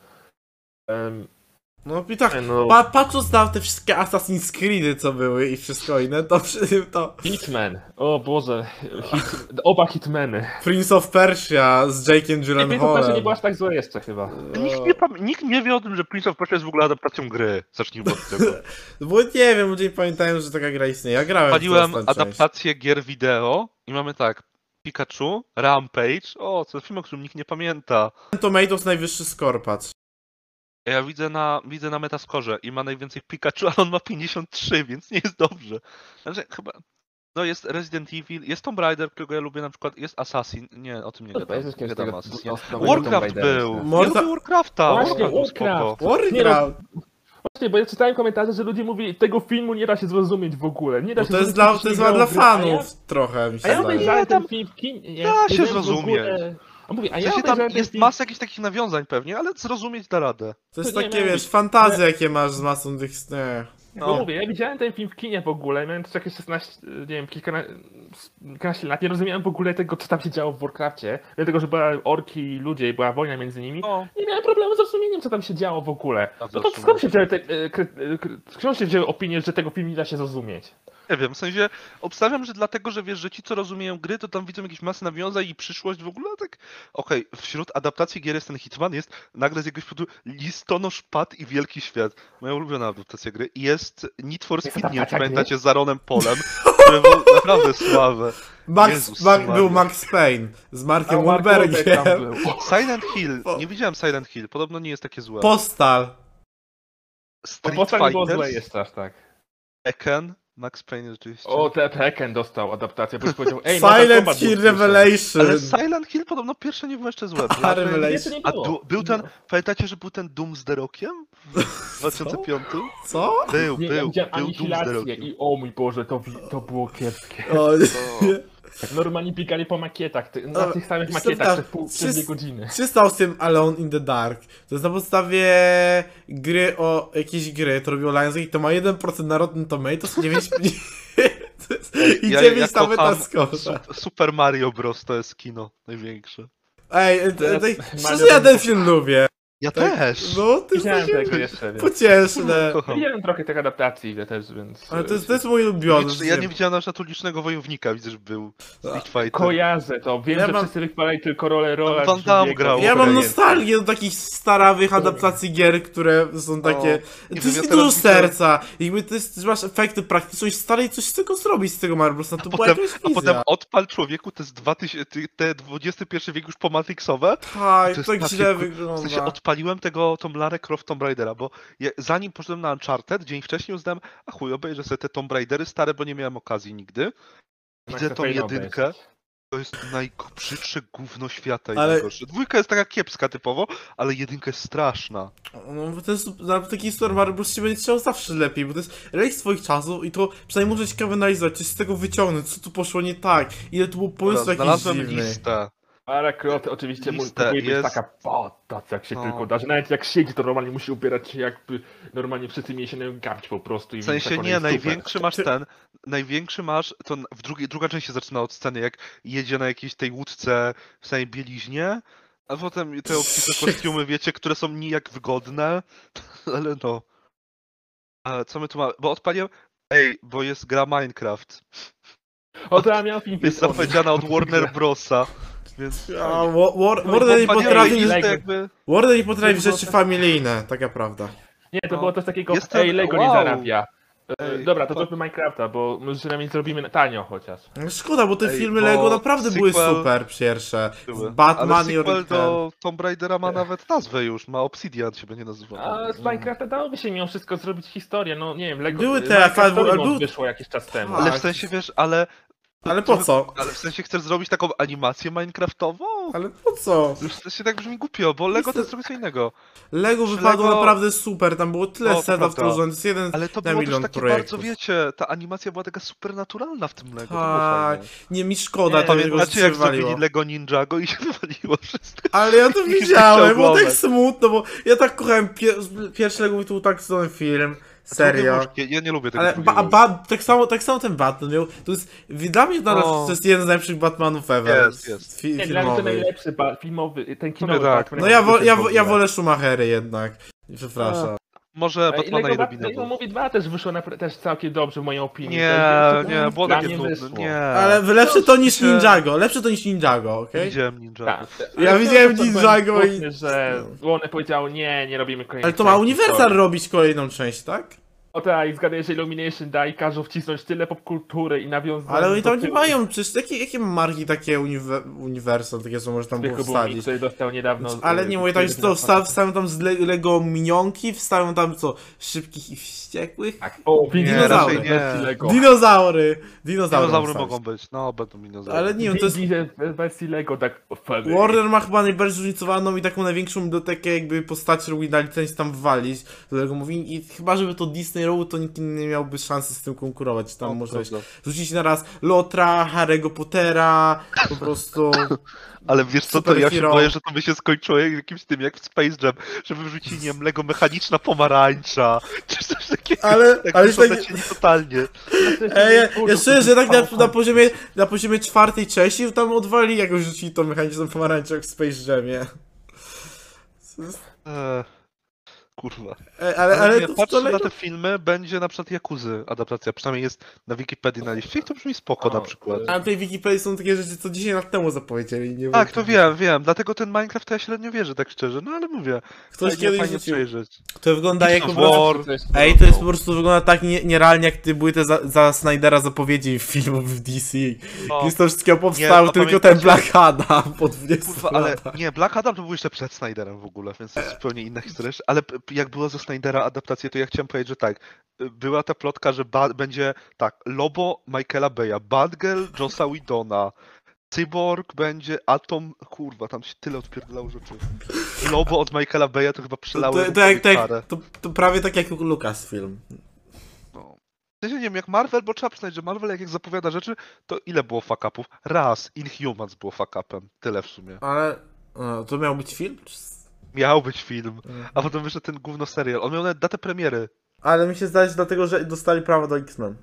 Um, No i tak, no, pa patrząc na te wszystkie Assassin's Creedy, co były i wszystko inne, to przy tym to Hitman. O Boże. Hit, oba Hitmany. Prince of Persia z Jake'em Nie, Prince of Persia nie Gyllenhaalem. było aż tak złe jeszcze chyba. Nikt nie, pam... Nikt nie wie o tym, że Prince of Persia jest w ogóle adaptacją gry. Zacznijmy od tego. Bo nie wiem, ludzie nie pamiętają, że taka gra istnieje. Ja grałem w Paliłem tą ostatnią część. adaptację gier wideo i mamy tak, Pikachu, Rampage, o, to film, o którym nikt nie pamięta. Tomatoes najwyższy score, patrz. Ja widzę na, widzę na Metascorze i ma najwięcej Pikachu, ale on ma pięćdziesiąt trzy, więc nie jest dobrze. Znaczy, chyba... No jest Resident Evil, jest Tomb Raider, którego ja lubię na przykład, jest Assassin, nie, o tym nie To gadam, jest nie jakiegoś gadam tego o Assassinie. nowego Warcraft Tomb Raidera, był, myślę. ja Morta- lubię Warcrafta, Właśnie, Warcraft był spoko. Warcraft. Warcraft! Właśnie, bo ja czytałem komentarze, że ludzie mówili, tego filmu nie da się zrozumieć w ogóle. Nie da Bo się to jest zrozumieć, dla, jeśli to jest nie dla grał w gry. A ja- fanów trochę, mi się A ja zdaje. obejrzałem Nie, tam ten film w kinie. da się nie wiem, w zrozumieć. ogóle- A mówię, a W ja sensie tam obejrzałem ten jest film... masa jakichś takich nawiązań pewnie, ale zrozumieć da radę. To jest To nie takie, miało wiesz, być- fantazje, jakie masz z masą tych... Nie. No No. mówię, ja widziałem ten film w kinie w ogóle, miałem też jakieś szesnaście, nie wiem, kilkana... kilkanaście lat, nie rozumiałem w ogóle tego, co tam się działo w Warcrafcie, dlatego, że były orki i ludzie i była wojna między nimi. No, Nie miałem problemu z rozumieniem, co tam się działo w ogóle. Bardzo No to rozumiem. skąd się wzięły te, e, kry- e, kry- skąd się wzięły opinie, że tego filmu nie da się zrozumieć? nie wiem, w sensie obstawiam, że dlatego, że wiesz, że ci co rozumieją gry, to tam widzą jakieś masy nawiązań i przyszłość w ogóle, tak okej, wśród adaptacji gier jest ten Hitman, jest nagle z jakiegoś powodu listonosz Pat i Wielki Świat. Moja ulubiona adaptacja gry. I jest Need for Jest Speed, nie wiem czy adaptacja gry? pamiętacie, z Aaronem Polem, które było naprawdę słabe. Max, Jezus Ma, Maria. był Max Payne z Markiem A Mark Wahlberg tam Wahlbergiem. był. Silent Hill, Po- nie widziałem Silent Hill, podobno nie jest takie złe. Postal. Street Postać nie było złe Fighters, jeszcze aż tak. Tekken, Max Payne rzeczywiście. O, te Tekken dostał adaptację, bo już powiedział, ej, Mortal Silent Kombat Hill był pierwszy. Revelation. Ale Silent Hill podobno pierwsze nie było jeszcze złe. A, Bloodline- Revelation. Jeszcze nie A było. du- był ten, No. pamiętacie, że był ten Doom z The Rockiem? W dwa tysiące piątym? Co? Był, Nie, ja był, widziałem był Doom z The anihilację Rockiem. i o mój Boże, to, wi- to było kiepskie. O, nie. Tak normalnie pikali po makietach, ty, na O, tych samych wiesz co, makietach tak, przez, pół, przez wszyscy- dwie godziny. Co się stało z tym Alone in the Dark? To jest na podstawie gry o jakiejś gry, to robił Lionsgate, to ma jeden procent na Rotten Tomatoes, dziewięć i Ja- dziewięć ja na kocham Metascore. Su- Super Mario Bros. To jest kino największe. Ej, ej, Teraz ej, Mario szczerze ja ten będzie- film lubię. Ja Tak? też! No, to jest Widziałem takie tego jeszcze, więc... pocieszne. Kocham. Widziałem trochę tych adaptacji też, więc... Ale to jest, to jest mój ulubiony. Licz- Ja nie widziałem na przykład Licznego Wojownika, widzę, że był Street Fighter. Kojarzę to, wiem, Ja że mam- wszyscy wychwalali tylko rolę rola. Van Damme grał. Ja mam Dobra, nostalgię do takich starawych adaptacji gier, które są takie... nie To wiem, jest ja mi teraz dużo widzę- serca. Jakby to jest, że masz efekty praktyczne i stary coś z tego zrobić, z tego Mario Bros. To była Potem, jakaś a wizja. potem odpal człowieku te, z dwa tysiące, ty- te dwudziesty pierwszy wiek już po Matrixowe. Tak, to jest tak takie źle ku- wygląda. W sensie odpaliłem tego Tomb Lara Croft Tomb Raidera, bo ja, zanim poszedłem na Uncharted, dzień wcześniej uznałem, a chuj, obejrzę sobie te Tomb Raidery stare, bo nie miałem okazji nigdy. Widzę tą jedynkę, to jest najbrzydsze gówno świata i Ale- najgorsze. Dwójka jest taka kiepska typowo, ale jedynka jest straszna. No bo to jest, na taki Super Mario Bros. Się będzie trzeba zawsze lepiej, bo to jest relikt swoich czasów i to przynajmniej może ciekawe analizować, coś z tego wyciągnąć, co tu poszło nie tak, ile tu było pomysłów jakichś Znalazłem dziwnych. listę. Lara Croft oczywiście mu- Listę próbuje być jest- taka podac, jak się No. tylko da, że nawet jak siedzi, to normalnie musi ubierać się jakby normalnie wszyscy mieli się na nią gapić po prostu. I W sensie tak ona nie, jest super. największy masz ten, największy masz, to w drugiej, druga część się zaczyna od sceny, jak jedzie na jakiejś tej łódce w samej bieliźnie, a potem te obcisłe kostiumy, wiecie, które są nijak wygodne, ale no. A co my tu mamy? Bo odpaliłem, ej, bo jest gra Minecraft. O, to ja miałem film Jest filmowy. zapowiedziana od Warner Brosa, więc... A, Wa- War, No, Warner nie bo odpaliłem potrafi, listę Lego. jakby... Warner nie potrafi To było rzeczy tak- familijne, taka prawda. Nie, to No. było coś takiego, Jestem- ej, Lego nie wow. zarabia. E, Ej, Dobra, to pa- zróbmy Minecrafta, bo my przynajmniej zrobimy na- tanio chociaż. No szkoda, bo te Ej, filmy bo Lego naprawdę były sequel- super pierwsze. Były. Batman Ale i sequel Origen. do Tomb Raidera ma nawet nazwę już, ma Obsidian się będzie nazywał. A z Minecrafta dałoby się mimo wszystko zrobić historię, no nie wiem, Lego... Były te, Minecraft ale Story był- Mode wyszło jakiś czas temu. Ale tak. w sensie wiesz, ale... Ale po co? Ale w sensie chcesz zrobić taką animację Minecraftową? Ale po co? Już w sensie tak brzmi głupio, bo Lego to jest trochę co innego. Lego Czy wypadło Lego- naprawdę super, tam było tyle No, to setów prawda. wdrożonych, to jest jeden Ale to na było też milion takie projektów. bardzo, wiecie, ta animacja była taka super naturalna w tym Lego, to było Tak, fajne. nie mi szkoda, Nie, tam tego Pamiętacie się jak zrobili wywaliło. Lego Ninjago i się wywaliło wszystko? Ale ja to Nikt nie widziałem, chciał było tak oglądać. smutno, bo ja tak kochałem pier pierwszy Lego mi to był tak cudowny film, serio. Drugie, ja nie lubię tego Ale drugiego. ba ba tak, samo, tak samo ten Batman miał, to jest, dla mnie nadal No. to jest jeden z najlepszych Batmanów ever. Jest, jest. Fi Nie, dla mnie to filmowych. najlepszy ba- filmowy, ten kinowy tak. Batman. No ja, wo ja, w wo ogóle. ja wolę Schumachery jednak, przepraszam. Może E, I Batmana Lego i Bat- Lego Robina. Movie dwa też wyszło napra- też całkiem dobrze w mojej opinii. Nie, To jest- nie, było dla takie mnie nudne, wyszło. nie. Ale lepsze to niż się- Ninjago, lepsze to niż Ninjago, okej? Widziałem Ninjago. Tak. Ja Ale widziałem to byłem Ninjago i- smutny, że one powiedziało nie, nie robimy kolejnej Ale to ma części Universal historii. robić kolejną część, tak? O tak, i zgaduję, że Illumination da i każą wcisnąć tyle popkultury i nawiązać Ale oni do tam nie tyłu. mają, przecież jakie, jakie marki takie uniwe Universal, takie co może tam było Zwykły Bumi, wstawić? który dostał niedawno... Ale e, nie mówię tak, że to na- wsta wstawią tam z Le Lego minionki, wstawią tam co, szybkich i wściekłych? Tak. O, Nie, Dinozaury. raczej nie. Lego. Dinozaury! Dinozaury, Dinozaury wstawić. mogą być, no będą dinozaury. Ale nie wiem, to jest... W wersji Lego tak... family. Warner ma chyba najbardziej zróżnicowaną i taką największą bibliotekę jakby postaci, żeby na licencji tam wwalić, do tego mówi, i chyba żeby to Disney robił, to nikt nie miałby szansy z tym konkurować, tam No, można prawda. rzucić naraz Lotra, Harry'ego Pottera, po prostu... Ale wiesz co, to Super ja się Hero. boję, że to by się skończyło jak jakimś tym, jak w Space Jam, żeby wrzucili, nie wiem, Lego mechaniczna pomarańcza, czy coś takiego. Ale, Tak ale już tak... wyglądacie totalnie. Ej, ja, ja szczerze, że tak na, na poziomie, na poziomie czwartej części tam odwali jakoś rzucili tą mechaniczną pomarańczę jak w Space Jamie. Eee, kurwa. Ej, ale, ale nie, to, patrzę to na Lego... te filmy, będzie na przykład Jakuzy adaptacja, przynajmniej jest na Wikipedii na liście i to brzmi spoko O, na przykład. e, A na tej Wikipedii są takie rzeczy, co dziesięć lat temu zapowiedzieli. Nie Tak, to wiem, wiem, dlatego ten Minecraft to ja średnio wierzę, tak szczerze, no ale mówię, Ktoś fajnie, kiedyś fajnie rzucił. przejrzeć. To wygląda jak... Gears po of prostu- War. To jest Ej, to jest po drogą. prostu wygląda tak nie, nierealnie jak ty były te za, za Snydera zapowiedzi filmów w D C. No. Jest to wszystkiego powstało a tylko ten pamiętacie- Black Adam po dwudziestu Kurwa, ale latach. nie, Black Adam to był jeszcze przed Snyderem w ogóle, więc to jest zupełnie inna historia. Ale p- jak było ze Snydera adaptacje, to ja chciałem powiedzieć, że tak, y, była ta plotka, że ba- będzie tak, Lobo Michaela Beya, Batgirl Jossa Whedona, Cyborg będzie Atom, kurwa, tam się tyle odpierdalało rzeczy. Lobo od Michaela Beya to chyba To, przelały to, to, jak, karę. tak, to, to prawie tak jak Lucasfilm. No. W sensie nie wiem, jak Marvel, bo trzeba przyznać, że Marvel jak, jak zapowiada rzeczy, to ile było fuck upów? Raz, Inhumans było fuck upem, tyle w sumie. Ale a, to miał być film? Czy... Miał być film, Mhm. a potem wyszedł ten gówno serial. On miał nawet datę premiery. Ale mi się zdaje, że dlatego, że dostali prawo do X-Men.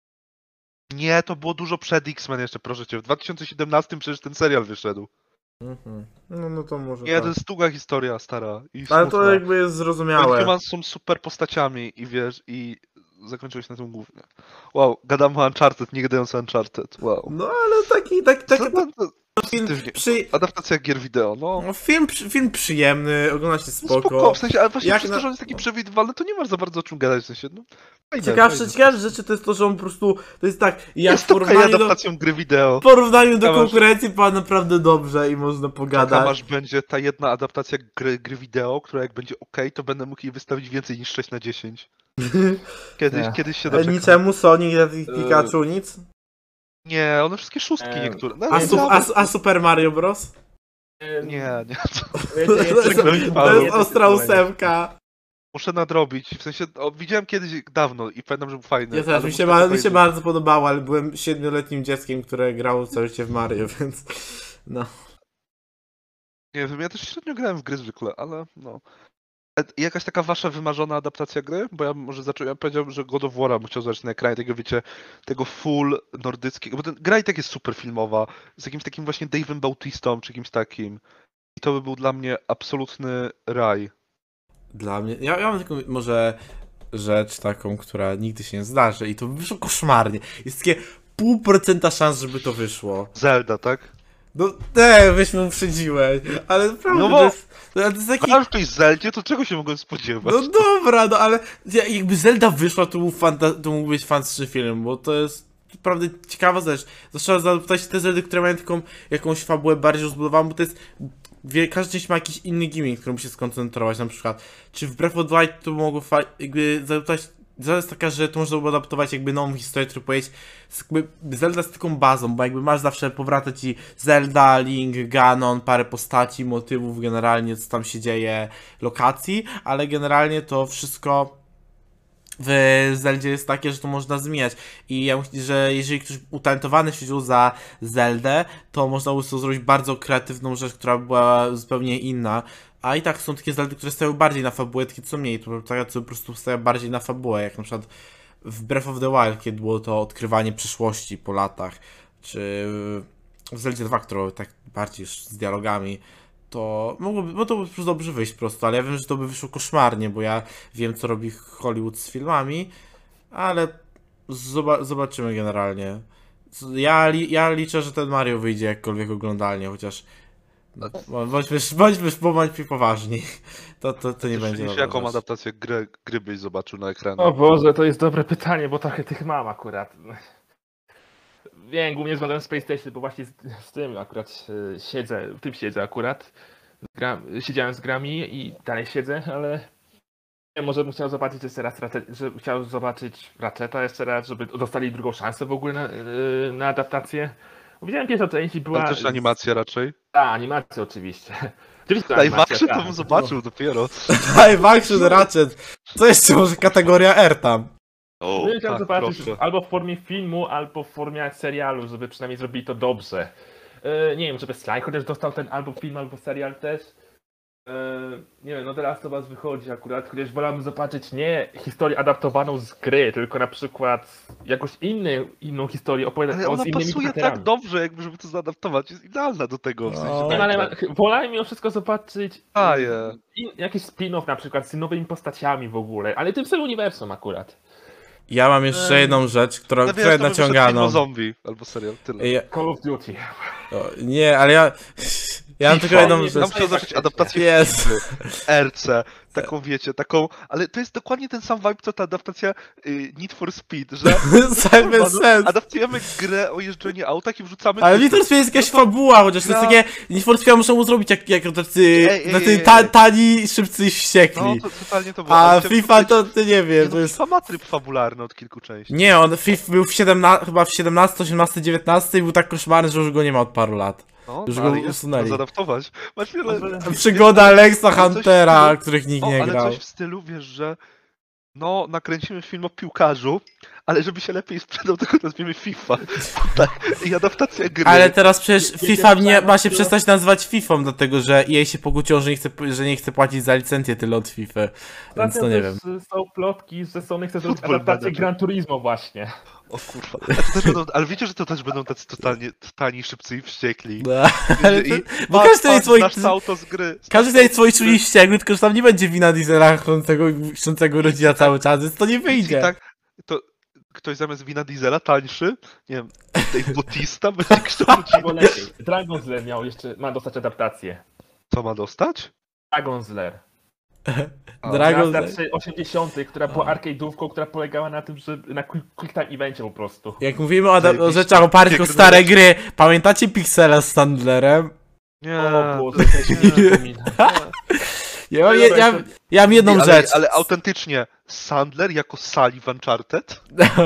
Nie, to było dużo przed X-Men jeszcze, proszę cię. W dwa tysiące siedemnastym przecież ten serial wyszedł. Mhm. No, no to może Nie, tak. to jest długa historia, stara. I Ale to smutna. jakby jest zrozumiałe. Humans są super postaciami i wiesz, i zakończyłeś na tym głównie. Wow, gadam o Uncharted, nie gadając o Uncharted. Wow. No ale taki, tak, tak, Co tak, to- film, pozytywnie. przy... Adaptacja gier wideo, no. no, film, przy- film przyjemny, ogląda się No spoko, spoko. w sensie, ale właśnie Jak przez na- to, że on jest taki przewidywalny, to nie masz za bardzo o czym gadać, w sensie, no. Fajne, Ciekawsze, fajne. ciekawsze rzeczy to jest to, że on po prostu, to jest tak, jak Jest w to porównaniu do, adaptacją gry wideo. w porównaniu do Taka masz- konkurencji pan naprawdę dobrze i można Taka pogadać. masz będzie ta jedna adaptacja gry, gry wideo, która jak będzie ok, to będę mógł jej wystawić więcej niż sześć na dziesięć. Kiedyś, Nie. kiedyś się E, doczekam. Niczemu Sonic, Detective E, Pikachu, nic? Nie, one wszystkie szóstki E, niektóre. No, A, nie, su, no, a, a Super Mario Bros? nie, nie. Wiecie, To jest- jest, to jest ostra ósemka. Muszę nadrobić. W sensie, o, widziałem kiedyś dawno i pamiętam, że był fajny. Ja też, ale mi muszę się, to ba- mi się obejrzeć. bardzo podobało, ale byłem siedmioletnim dzieckiem, które grało całe życie w Mario, więc no. Nie wiem, ja też średnio grałem w gry zwykle, ale no. E, Jakaś taka wasza wymarzona adaptacja gry? Bo ja może zacząłem, ja powiedziałbym, że God of War'a bym chciał zobaczyć na ekranie, tego wiecie, tego full nordyckiego, bo ten, gra i tak jest super filmowa, z jakimś takim właśnie Dave'em Bautistą, czy kimś takim. I to by był dla mnie absolutny raj. Dla mnie, ja, ja mam taką może rzecz taką, która nigdy się nie zdarzy i to wyszło koszmarnie. Jest takie pół procenta szans, żeby to wyszło. Zelda, tak? No nie, weź mnie uprzedziłeś, ale naprawdę No bo- to jest, to jest taki... A w tej Zeldzie, to czego się mogłem spodziewać? No dobra, no ale ja- jakby Zelda wyszła, to, był fanta- to mógł być fantastyczny film, bo to jest naprawdę ciekawa rzecz. Zwłaszcza zapytać te Zeldy, które mają taką jakąś fabułę bardziej rozbudowaną, bo to jest... Wie, każdy część ma jakiś inny gimmick, którym się skoncentrować, na przykład. Czy w Breath of the Wild to mogło fa- jakby zapytać... Zelda jest taka, że to można było adaptować jakby nową historię, którą powiedzieć, jakby Zelda jest taką bazą, bo jakby masz zawsze powraca ci Zelda, Link, Ganon, parę postaci, motywów, generalnie co tam się dzieje, lokacji, ale generalnie to wszystko w Zeldzie jest takie, że to można zmieniać i ja myślę, że jeżeli ktoś utalentowany się wziął za Zeldę, to można było sobie zrobić bardzo kreatywną rzecz, która była zupełnie inna. A i tak są takie Zeldy, które stają bardziej na fabułę, takie co mniej, to takie co po prostu stają bardziej na fabułę, jak na przykład w Breath of the Wild, kiedy było to odkrywanie przyszłości po latach, czy w Zeldzie dwa, które tak bardziej już z dialogami, to mogłoby, no to by po prostu dobrze wyjść po prostu, ale ja wiem, że to by wyszło koszmarnie, bo ja wiem, co robi Hollywood z filmami, ale zoba zobaczymy generalnie. Ja, li ja liczę, że ten Mario wyjdzie jakkolwiek oglądalnie, chociaż no, bądźmy, bądźmy, bądźmy poważni. To, to, to nie będzie Niż dobra jaką rzecz. adaptację gry, gry byś zobaczył na ekranie? O Boże, to jest dobre pytanie, bo trochę tych mam akurat. Wiem, głównie związane z PlayStation, bo właśnie z, z tym akurat e, siedzę, w tym siedzę akurat. Z gra, siedziałem z grami i dalej siedzę, ale nie, może bym chciał zobaczyć jeszcze raz, Ratchet, że chciał zobaczyć Ratcheta jeszcze raz, żeby dostali drugą szansę w ogóle na, e, na adaptację. Bo widziałem pierwszą część i była... Ale też animacja raczej. Ta, animacja oczywiście. Oczywiście Live animacja, action tak. to bym zobaczył dopiero. Live action Ratchet. Co jeszcze może kategoria R tam? O, No, chciałem tak, zobaczyć proszę. albo w formie filmu, albo w formie serialu, żeby przynajmniej zrobili to dobrze. E, nie wiem, żeby Sly chociaż dostał ten albo film, albo serial też. E, nie wiem, no teraz to was wychodzi akurat, chociaż wolałbym zobaczyć nie historię adaptowaną z gry, tylko na przykład jakąś inny, inną historię opowiadać Ale o ona z innymi pasuje bohaterami. tak dobrze, jakby żeby to zaadaptować. Jest idealna do tego. W sensie, No. Nie, tak, ale tak. wolałem mimo wszystko zobaczyć A, je. in, jakiś spin-off na przykład z nowymi postaciami w ogóle, ale tym samym uniwersum akurat. Ja mam jeszcze jedną rzecz, która, No która wiesz, jest to by wyszedł film naciąganą. o zombie albo serial, tyle. Ja, Call of Duty. o, nie, ale ja... Ja mam tylko FIFA. jedną Nie, rzecz. Tam chciał zacząć adaptację Jest. R C, taką wiecie, taką, ale to jest dokładnie ten sam vibe, co ta adaptacja y, Need for Speed, że Sam bez no, sens. adaptujemy grę o jeżdżeniu autach i wrzucamy... Ale Need for Speed jest jakaś fabuła, chociaż to jest No. takie... Need for Speed muszą mu zrobić jak, jak tacy... Ej, ej, tacy ej, ta, ej. tani, szybcy i No, wściekli. to, totalnie to było. A Ale chciałem FIFA powiedzieć- to, ty nie Nie, wiem, no, to jest... FIFA ma tryb fabularny od kilku części. Nie, on FIFA był w siedemnastym, chyba w siedemnastym, osiemnastym, dziewiętnastym i był tak koszmarny, że już go nie ma od paru lat. No, już no, go ale jest, usunęli. można zaadaptować. Masz wiele... Przygoda Alexa ale coś w Huntera, stylu- których nikt O, nie ale grał. coś w stylu, wiesz, że no, nakręcimy film o piłkarzu, ale żeby się lepiej sprzedał, to go nazwiemy FIFA. Tak, i adaptacja gry. Ale teraz przecież Nie- FIFA nie nie, ma się to- przestać nazywać FIFA, dlatego że E A się pokłóciło, że nie chce, że nie chce płacić za licencję tyle od FIFA. Więc Ostatnio to nie też wiem. Są plotki, że Sony chce zrobić Football adaptację Manager. Gran Turismo właśnie. O kurwa. A to też będą, ale wiecie, że to też będą tacy totalnie tani, szybcy i wściekli. No, ale I, to, i, bo patrz, każdy patrz, jest swój, znasz to auto z gry. każdy znasz jest to auto swój z czuli gry. wściekły, tylko że tam nie będzie wina Diesela chcącego, chcącego rodzina cały czas, więc to nie I wyjdzie. tak, to ktoś zamiast wina Diesela tańszy, nie wiem, Dave Bautista będzie kształcić. Albo lepiej. Dragon's Lair miał jeszcze, ma dostać adaptację. Co ma dostać? Dragon's Lair. Dragon... Na starszej osiemdziesiątej, która była arcade'ówką, która polegała na tym, że na quick, quick time evencie po prostu. Jak mówimy o, o Zajebiście. rzeczach opartych o Jak stare rozmawiać. gry, pamiętacie Pixela z Sandlerem? Nie. O Boże, to się nie przypomina. Ja, ja, ja, ja mam jedną ale, rzecz. ale autentycznie, Sandler jako Sally w Uncharted?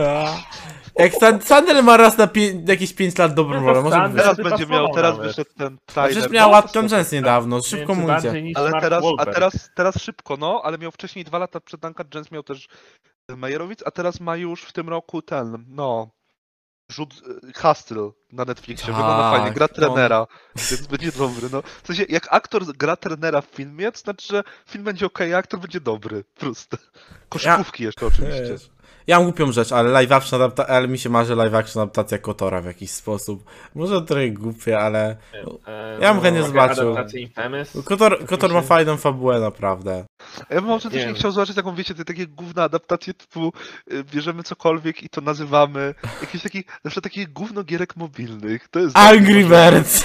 Jak San- Sandler ma raz na pie- jakieś pięć lat dobrą No to rolę, może Sandler- być. Teraz by będzie miał, pasował teraz nawet. wyszedł ten A trailer. przecież miał No, łatką to rzęs niedawno, Nie szybko wiem, mu czy idzie. bardziej niż Ale Mark teraz, a Wahlberg. teraz, teraz szybko, no, ale miał wcześniej dwa lata przed Uncut Gems miał też Meyerowicz, a teraz ma już w tym roku ten, no, rzut y, Hustle na Netflixie, wygląda Tak, fajnie, gra on- trenera, więc będzie dobry, no. W sensie, jak aktor gra trenera w filmie, to znaczy, że film będzie okej, a aktor będzie dobry, proste. Koszykówki jeszcze oczywiście. Wiesz, ja mam głupią rzecz, ale live action adapta- ale mi się marzy live action adaptacja Kotora w jakiś sposób. Może trochę głupie, ale E, Ja bym chętnie taka zobaczył. adaptacja Infamous. Kotor, Kotor ma fajną fabułę naprawdę. A ja bym autentycznie wiem. chciał zobaczyć taką, wiecie, te takie gówne adaptacje typu y, bierzemy cokolwiek i to nazywamy, jakieś takie, na przykład takich gówno gierek mobilnych, to jest... Angry Birds!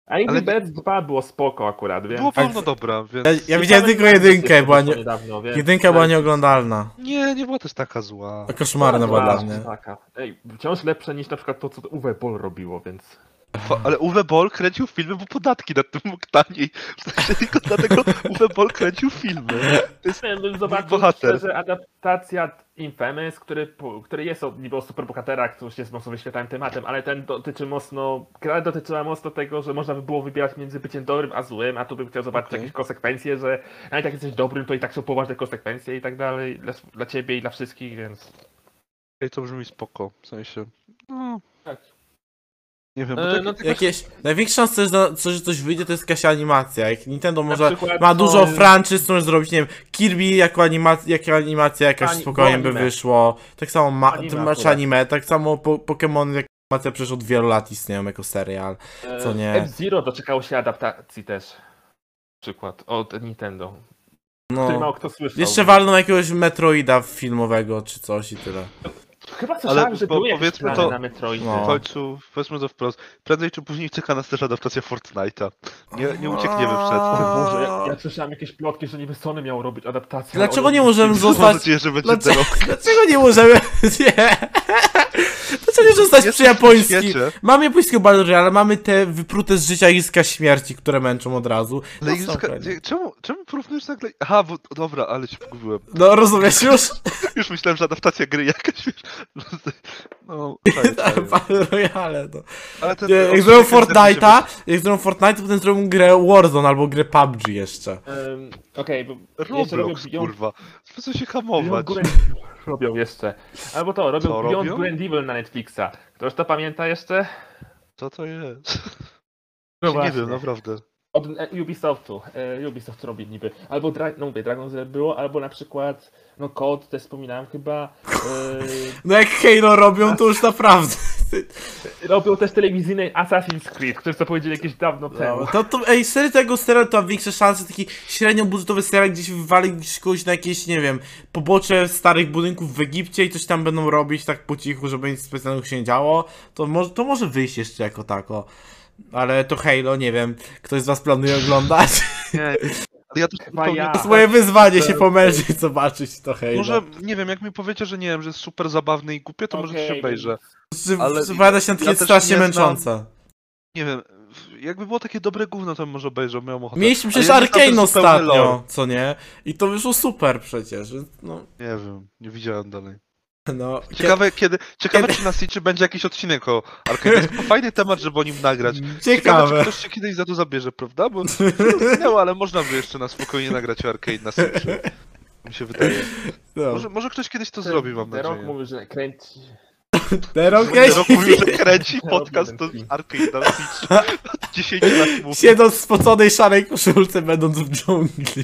Angry Ale- Birds dwa było spoko akurat, więc... Było pełno dobra, więc... Ja, ja widziałem tylko jedynkę, była nie... niedawno, więc... jedynka była nieoglądalna. Nie, nie była też taka zła. Koszmarna była dla Zła, mnie. taka. Ej, wciąż lepsze niż na przykład to, co Uwe Boll robiło, więc... Fa- Ale Uwe Boll kręcił filmy, bo podatki nad tym mógł taniej. W sensie tylko dlatego Uwe Boll kręcił filmy. To jest Ja bym zobaczył bohater. szczerze adaptacja Infamous, który, po- który jest o, niby o superbohaterach, który jest mocno wyświetlanym tematem, ale ten dotyczy mocno, gra dotyczyła mocno tego, że można by było wybierać między byciem dobrym a złym, a tu bym chciał zobaczyć Okej. jakieś konsekwencje, że nawet jak jesteś dobrym, to i tak są poważne konsekwencje i tak dalej dla, dla ciebie i dla wszystkich, więc... Ej, to brzmi spoko. W sensie... No, Tak. nie wiem, bo E, to no jakieś... Jakieś... Największa szansa, że za- że coś wyjdzie, to jest jakaś animacja. Jak Nintendo Na może... przykład, Ma no, dużo franczyz, co może zrobić, nie wiem, Kirby jako, anima jako animacja jakaś Ani- spokojnie by anime. wyszło. Tak samo ma Anime to masz akurat. anime, tak samo po Pokémon jako animacja przecież od wielu lat istnieją jako serial. Co nie? F-Zero doczekało się adaptacji też. Przykład od Nintendo. Który mało No. kto słyszał. Jeszcze walną jakiegoś Metroida filmowego czy coś i tyle. Chyba słyszałem, Ale że bo były jakieś powiedzmy plany to- na Metroidy. No. W końcu, powiedzmy to wprost, prędzej czy później czeka nas też adaptacja Fortnite'a. Nie, nie uciekniemy przed O tym. Boże, ja, ja słyszałem jakieś plotki, że niby Sony miało robić adaptację. Dlaczego ale nie one- możemy Mam zostać... nadzieję, że będzie Dlaczego, The Rock. dlaczego nie możemy... Nie. Dlaczego nie zostać przy Jesteś w japońskim? świecie, Mamy japońskiego Battle Royale, mamy te wyprute z życia Iska Śmierci, które męczą od razu. Ale No, Iska, są nie, czemu, czemu porównujesz nagle... Aha, bo, dobra, ale się pogubiłem. No rozumiesz już? Już myślałem, że adaptacja gry jakaś, wiesz... No, fajnie, fajnie. Battle Royale, no. Ale ten... Nie, jak zrobią Fortnite'a, jak zrobią Fortnite, potem zrobią grę Warzone albo grę P U B G jeszcze. Em, Okej, bo jeszcze robią Roblox, Beyond, kurwa. Po co się Beyond hamować? Good and... robią jeszcze. Albo to, robią Co Beyond robią? Good and Evil na Netflixa. Ktoś to pamięta jeszcze? Co to jest? No nie właśnie. wiem, naprawdę. Od e, Ubisoftu. E, Ubisoft robi niby. Albo, Dra no mówię, Dragon's Lair było, albo na przykład, no Code, też wspominałem chyba. E, No jak Halo robią, to już naprawdę. robią też telewizyjny Assassin's Creed, który co powiedzieli jakieś dawno temu. No, to, to, ej, serii tego serialu to ma większe szanse, taki średnio budżetowy serial, gdzieś wywali gdzieś kogoś na jakieś, nie wiem, pobocze starych budynków w Egipcie i coś tam będą robić tak po cichu, żeby nic specjalnego się nie działo, to może, to może wyjść jeszcze jako tako. Ale to Halo, nie wiem, ktoś z was planuje oglądać? Nie, ale ja też Chyba zupełnie... ja. To jest moje wyzwanie się pomęczyć, zobaczyć to Halo. Może, nie wiem, jak mi powiecie, że nie wiem, że jest super zabawny i głupie, to może Okej, się obejrzę. Czy, ale Wypowiada się na takie ja też strasznie nie znam- męczące. Nie wiem, jakby było takie dobre gówno, to bym może obejrzał, miałem ochotę. Mieliśmy Ale przecież ja nie znam też Arcane zupełnie ostatnio, lore. co nie? I to wyszło super przecież, więc no... Nie wiem, nie widziałem dalej. no Ciekawe kiedy, ciekawe kiedy- czy na Stitchu będzie jakiś odcinek o Arkane. To jest fajny temat, żeby o nim nagrać. Ciekawe, czy Ciekawe. ktoś się kiedyś za to zabierze, prawda? Bo no, ale można by jeszcze na spokojnie nagrać o Arcane na Stitchu. Mi się wydaje. No. Może, może ktoś kiedyś to zrobi, mam The Rock nadzieję. mówi, że kręci. The Rock The Rock mówił, że kręci Ja podcast robię to ten film. Arcane na Stitchu. Od dziesięciu lat mówi. Siedząc w spoconej szarej koszulce, będąc w dżungli.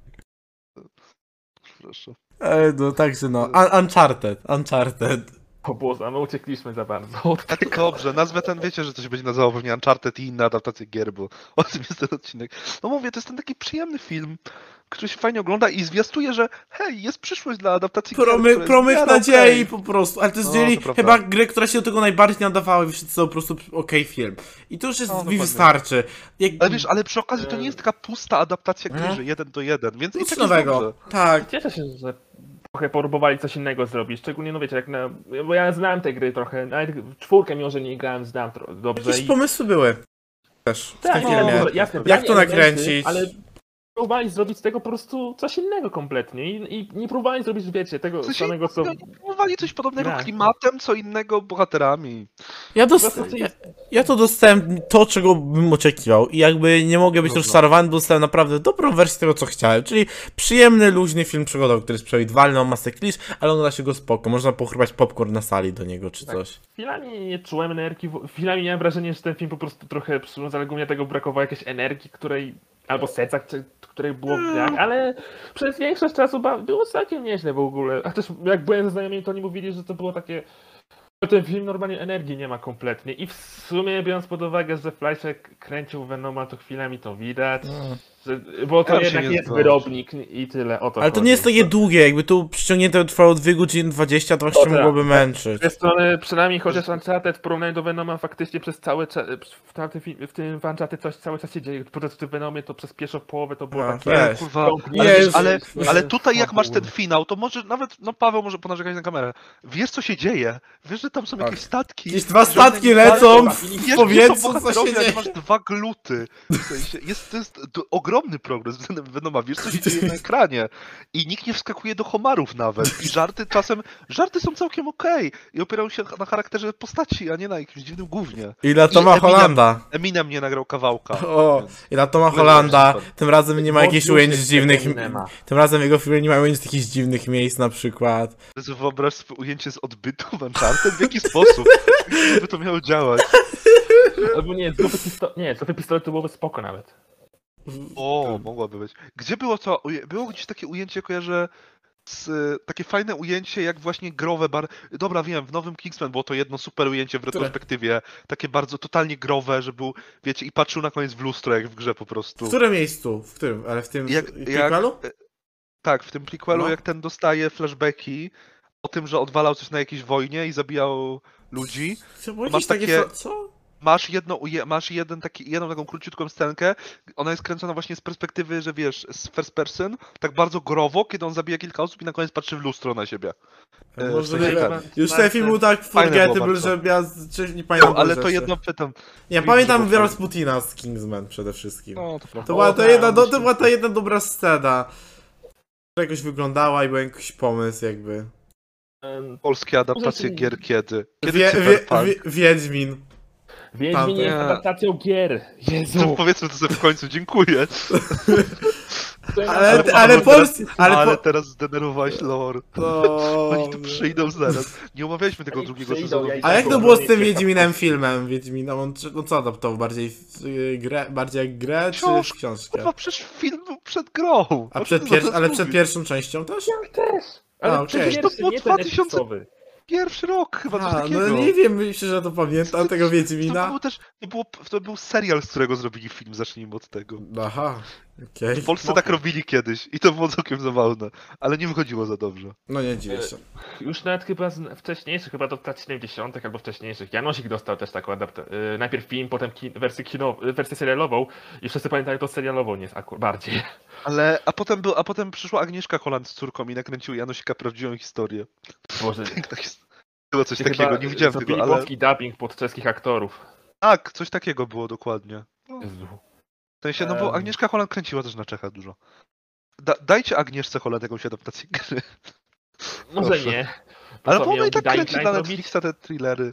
Proszę. E, no także no, Un Uncharted, Uncharted. O Boże, my uciekliśmy za bardzo od Tak, tego. dobrze, nazwę ten, wiecie, że to się będzie nazywało pewnie Uncharted i inne adaptacje gier, bo o tym jest ten odcinek. No mówię, to jest ten taki przyjemny film, który się fajnie ogląda i zwiastuje, że hej, jest przyszłość dla adaptacji gier. Promy, która jest w promyk miarę nadziei okej. po prostu, ale to No, zdjęli to prawda. chyba grę, która się do tego najbardziej nadawała i wszyscy są po prostu okej film. I to już jest, No, mi dokładnie. wystarczy. Jak... Ale wiesz, ale przy okazji to nie jest taka pusta adaptacja gry, Mhm. że jeden do jeden, więc i Nic tak jest nowego. dobrze. Tak. Cieszę się, że trochę próbowali coś innego zrobić, szczególnie, no wiecie, jak na... Bo ja znałem te gry trochę, nawet w czwórkę mimo, że nie grałem, znam tro... dobrze Jakieś i... pomysły były. Też w Tak, tym no, filmie. jasne, Jak to brali elementy, nakręcić? Ale próbowali zrobić z tego po prostu coś innego kompletnie i, i nie próbowali zrobić, wiecie, tego W sensie, samego co... no, próbowali coś podobnego Tak. klimatem, co innego bohaterami. Ja, Po dost... prostu ja, ja to dostałem to, czego bym oczekiwał i jakby nie mogę być Dobra. rozczarowany, bo dostałem naprawdę dobrą wersję tego, co chciałem, czyli przyjemny, luźny film przygodowy, który jest przewidywalny, ma masę klisz, ale on da się go spoko, można pochrupać popcorn na sali do niego czy Tak. coś. Chwilami nie czułem energii, w- chwilami miałem wrażenie, że ten film po prostu trochę psuł, ale głównie tego brakowało jakiejś energii, której, albo serca, czy- której było w grach, ale przez większość czasu ba- było całkiem nieźle w ogóle. A też jak byłem ze znajomymi, to oni mówili, że to było takie Ten film normalnie energii nie ma kompletnie i w sumie biorąc pod uwagę, że Fleischer kręcił Venoma, to chwilami to widać, Mm. że, bo to Ja się jednak nie jest zgodzę. wyrobnik i tyle, o to Ale to chodzi. nie jest takie długie, jakby tu przyciągnięte trwało dwie godziny dwadzieścia, to O właśnie tak. mogłoby męczyć. Z tej strony przynajmniej chociaż Uncharted w porównaniu do Venoma faktycznie przez cały czas, w tamtym film, w tym w Uncharted coś cały czas się dzieje, po prostu w Venomie to przez pierwszą połowę to było A, takie... weź. Kurwa, ciągnięcie, ale, wiesz, Jezus. ale, ale że- tutaj jak masz ten fabuły. finał, to może nawet, no Paweł może ponarzekać na kamerę. Wiesz co się dzieje? Wiesz, że tam są Tak. jakieś statki. Jakieś dwa że statki one lecą walczą, w i wiesz, gdzie są powietrzu, co się bohaterowie, ale dzieje. masz dwa gluty. W sensie, jest, to jest to ogromny progres względem Venoma. Wiesz co się dzieje na ekranie. I nikt nie wskakuje do homarów nawet. I żarty czasem, żarty są całkiem okej. I opierają się na charakterze postaci, a nie na jakimś dziwnym gównie. Ile to I ma Eminem- Holanda? Eminem nie nagrał kawałka. O, więc- ile to ma Leży Holanda? super. Tym razem nie ma jakichś Odwróć ujęć się z dziwnych... Eminema. Tym razem w jego filmie nie ma ujęć z jakichś dziwnych miejsc na przykład. Jezu, wyobraź sobie ujęcie z odbytu w Uncharted? W jaki sposób? Jak by to miało działać? Albo nie, z grupy pistoletu, nie, z grupy pistoletu to byłoby spoko nawet. O, mogłaby być. Gdzie było to? uje- Było gdzieś takie ujęcie, kojarzę, z, y, takie fajne ujęcie, jak właśnie growe bar... Dobra, wiem, w nowym Kingsman było to jedno super ujęcie w Które? retrospektywie. Takie bardzo, totalnie growe, że był, wiecie, i patrzył na koniec w lustro, jak w grze po W prostu. którym miejscu? W którym? Ale w tym Jak- w jak- prequelu? Tak, w tym prequelu, No. jak ten dostaje flashbacki o tym, że odwalał coś na jakiejś wojnie i zabijał ludzi. Co, było masz jakieś takie... takie- fla- Co? Masz jedno, uje- masz jeden taki, jedną taką króciutką scenkę, ona jest kręcona właśnie z perspektywy, że wiesz, z first person, tak bardzo growo, kiedy on zabija kilka osób i na koniec patrzy w lustro na siebie. E, w Może sensie nie ten. wiem. Już ten film był tak Fajne było forgettable, bardzo. że ja z- czy- nie pamiętam ale dużo to rzeczy. jedno pytam. Nie, to pamiętam było fajne. Rasputina z Kingsman przede wszystkim. No, to prawda. To była O, ta tak, jedna, do, to myślę. była ta jedna dobra scena. Która jakoś wyglądała i był jakiś pomysł jakby. Em, Polskie adaptacje Może się- gier kiedy? Kiedy Wie, wie, Cyberpunk? wie, Wiedźmin. Wiedźmin Tamte- jest adaptacją gier. To Jezu. powiedzmy to sobie w końcu, dziękuję. Ale, Ale ale, Paweł, polscy... Ale, Ale, po... teraz zdenerwowałeś lore. No, Oni tu przyjdą zaraz. Nie omawialiśmy tego Oni drugiego przyjdą, sezonu. ja i A jak to tak było z tym oglądam Wiedźminem filmem? Wiedźmina, on, czy- no co adaptował? Bardziej w, y, grę, bardziej jak grę, czy Książkę. książkę? Kurwa, przecież film był przed grą. A O przed czym pier... zaraz ale przed mówisz? pierwszą częścią też? też. Ale A, to okej. pierwszy, To było nie ten dwa tysiące Netflixowy. Pierwszy rok chyba, coś A, takiego. no nie wiem, myślę, że to pamiętam tego To Wiedźmina. był też, to, było, to był serial, z którego zrobili film, zacznijmy od tego. Aha, okej. W Polsce Mogę. tak robili kiedyś i to było całkiem zabawne, ale nie wychodziło za dobrze. No nie dziwię się. Już nawet chyba z wcześniejszych, chyba do lat siedemdziesiątych albo wcześniejszych. Janosik dostał też taką adaptację. Najpierw film, potem kin wersję, kino wersję serialową i wszyscy pamiętają to serialową, nie akurat bardziej. Ale, a potem, był, a potem przyszła Agnieszka Holland z córką i nakręcił Janosika prawdziwą historię. Może Piękna his- Było coś chyba takiego, nie widziałem zrobili tego, ale... polski dubbing pod czeskich aktorów. Tak, coś takiego było dokładnie. Jezu. W sensie, no bo Em. Agnieszka Holland kręciła też na Czechach dużo. Da, dajcie Agnieszce Holland jakąś adaptację gry. Może Proszę. nie. Ale co, bo ona miał i tak Dying kręci Light na robić? Netflixa te thrillery.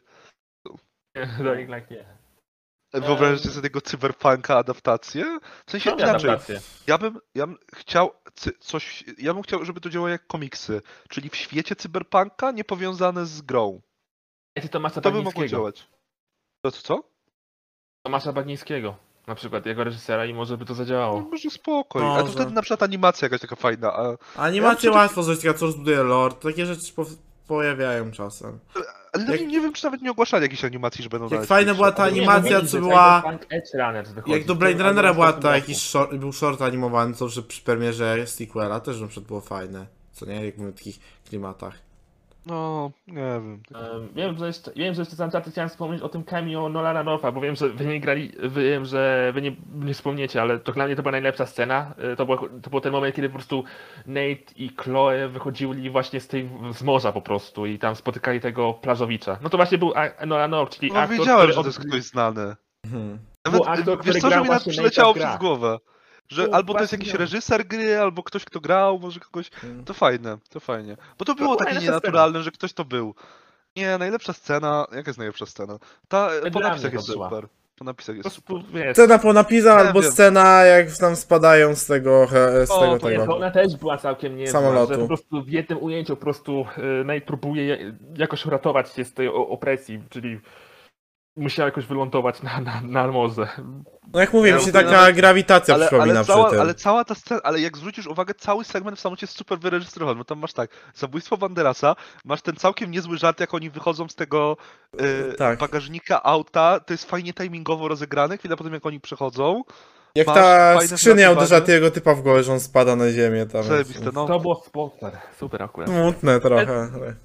Dying Light nie. Wyobraźcie sobie tego cyberpunka adaptację? W sensie Robię inaczej. adaptację. Ja bym, ja bym chciał cy, coś. Ja bym chciał, żeby to działało jak komiksy. Czyli w świecie cyberpunka nie powiązane z grą. Jeśli Tomasza To by mogło Bagnickiego. działać. To co? co? Tomasza Bagnickiego. Na przykład jego reżysera i może by to No, zadziałało. może spokojnie. Ale to Może. wtedy na przykład animacja jakaś taka fajna. A, Animacje Ja łatwo zrobić, tylko co rozbuduje lore. Takie rzeczy po... pojawiają czasem. ale Jak- nie, nie wiem, czy nawet nie ogłaszali jakichś animacji, że będą Jak na fajna Netflixie. była ta Ale- animacja, mówili, co że była- Cyberpunk Edge Runners wychodzi. Jak do Blade Albo Runnera w była następnym ta roku. jakiś short, był short animowany, co że przy premierze sequela też na przykład było fajne. Co nie? Jak mówię w takich klimatach. No, nie wiem. Um, wiem, że jeszcze, wiem, że jeszcze z Uncharted chciałem wspomnieć o tym cameo Nolana Northa, bo wiem, że wy nie grali, wiem, że wy nie, nie wspomniecie, ale to dla mnie to była najlepsza scena. Y, To, było, to był ten moment, kiedy po prostu Nate i Chloe wychodzili właśnie z tej, z morza po prostu i tam spotykali tego plażowicza. No to właśnie był a- Nolan North, czyli No aktor, wiedziałem, który że to od- jest ktoś znany. Mhm. Nawet, Był aktor, który wiesz co, że grał mi nawet właśnie przyleciało Nate'a w grach. przez głowę. Że Był albo to jest właśnie jakiś on. reżyser gry, albo ktoś, kto grał, może kogoś... To fajne, to fajnie. Bo to było była takie najlepsza nienaturalne, że ktoś to był. Nie, najlepsza scena... Jaka jest najlepsza scena? Ta e, po Dla napisach mnie jest to była. super. Po napisach Po jest super. prostu, wiesz, Scena po napisach Ja albo wiem. scena jak tam spadają z tego, he- z O, tego, to nie, to tego. ona też była całkiem niezła, Samolotu. że po prostu w jednym ujęciu po prostu y, Nate próbuje je- jakoś uratować się z tej o- opresji, czyli musiała jakoś wylądować na, na, na morze. No jak mówię, Ja mi się mówię taka nawet- grawitacja Ale, przypomina ale, przy cała, tym. ale cała ta scena, ale jak zwrócisz uwagę, cały segment w samolocie jest super wyreżyserowany, bo tam masz tak, zabójstwo Banderasa, masz ten całkiem niezły żart, jak oni wychodzą z tego e, Tak. bagażnika auta, to jest fajnie timingowo rozegrane, chwilę potem jak oni przechodzą, Jak masz ta fajne skrzynia zlatywanie. uderza tego typa w głowę, że on spada na ziemię tam. Zajebiste, no. To było super, super akurat. Smutne trochę. ale-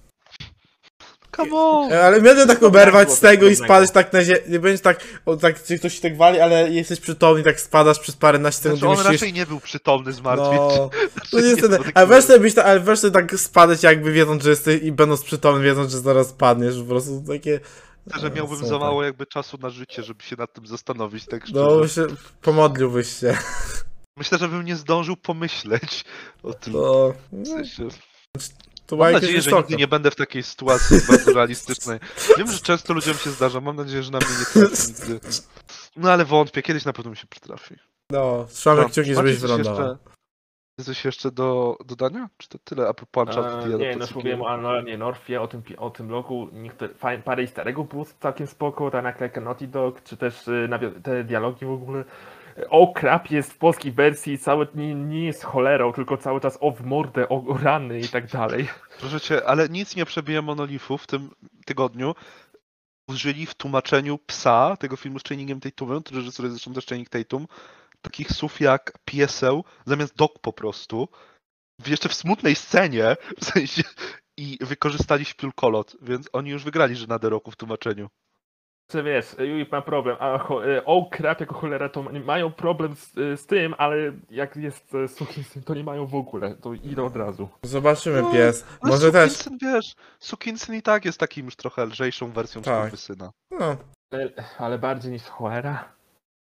Come on! E, Ale miałem tak No, oberwać było z tego i coś spadać tak na ziemię. Nie będziesz tak, o, tak, czy ktoś ci tak wali, ale jesteś przytomny, tak spadasz przez paręnaście sekund Znaczy, i on myślisz... raczej nie był przytomny, zmartwieć. No, Znaczy, no nie niestety, był taki ale weź zły. sobie, być ta- ale weź sobie tak spadać jakby wiedząc, że jesteś i będąc przytomny, wiedząc, że zaraz spadniesz, po prostu takie... Że no, miałbym za smutne. mało jakby czasu na życie, żeby się nad tym zastanowić, tak szczerze. No, się, pomodliłbyś się. Myślę, że bym nie zdążył pomyśleć o tym. To, W no, sensie. to Mam bajka nadzieję, jest że wysoka. nigdy nie będę w takiej sytuacji bardzo realistycznej. Wiem, że często ludziom się zdarza, mam nadzieję, że na mnie nie trafi nigdy. No ale wątpię, kiedyś na pewno mi się przytrafi. No, trzymamy Dobra, kciuki, macie żebyś coś wylądował. jeszcze- Jest coś jeszcze do dodania? Czy to tyle a propos Uncharted i E, nie, no adaptacji już mówiłem gier? o Alanie Norfie, o tym, pi- o tym logu, niektóre, faj, parę easter eggów było całkiem spoko, ta naklejka Naughty Dog, czy też y, nawi- te dialogi w ogóle. O crap jest w polskiej wersji, cały, nie, nie jest cholerą, tylko cały czas o w mordę, o, o rany i tak dalej. Proszę cię, ale nic nie przebije Monolifu w tym tygodniu. Użyli w tłumaczeniu Psa, tego filmu z Channingiem Tatumem, który reżyseruje zresztą też Channing Tatum, takich słów jak pieseł zamiast dog po prostu. Jeszcze w smutnej scenie, w sensie, i wykorzystali śpiulkolot, więc oni już wygrali Żenadę roku w tłumaczeniu. Czy wiesz, Yui ma problem, a cho, y, o crap jako cholera to ma- mają problem z, y, z tym, ale jak jest y, sukinsyn, to nie mają w ogóle, to idą od razu. Zobaczymy, No, pies. Ale Może też... Sukinsyn, wiesz, Sukinsyn i tak jest takim już trochę lżejszą wersją Tak. syna. No, Ale, ale bardziej niż cholera.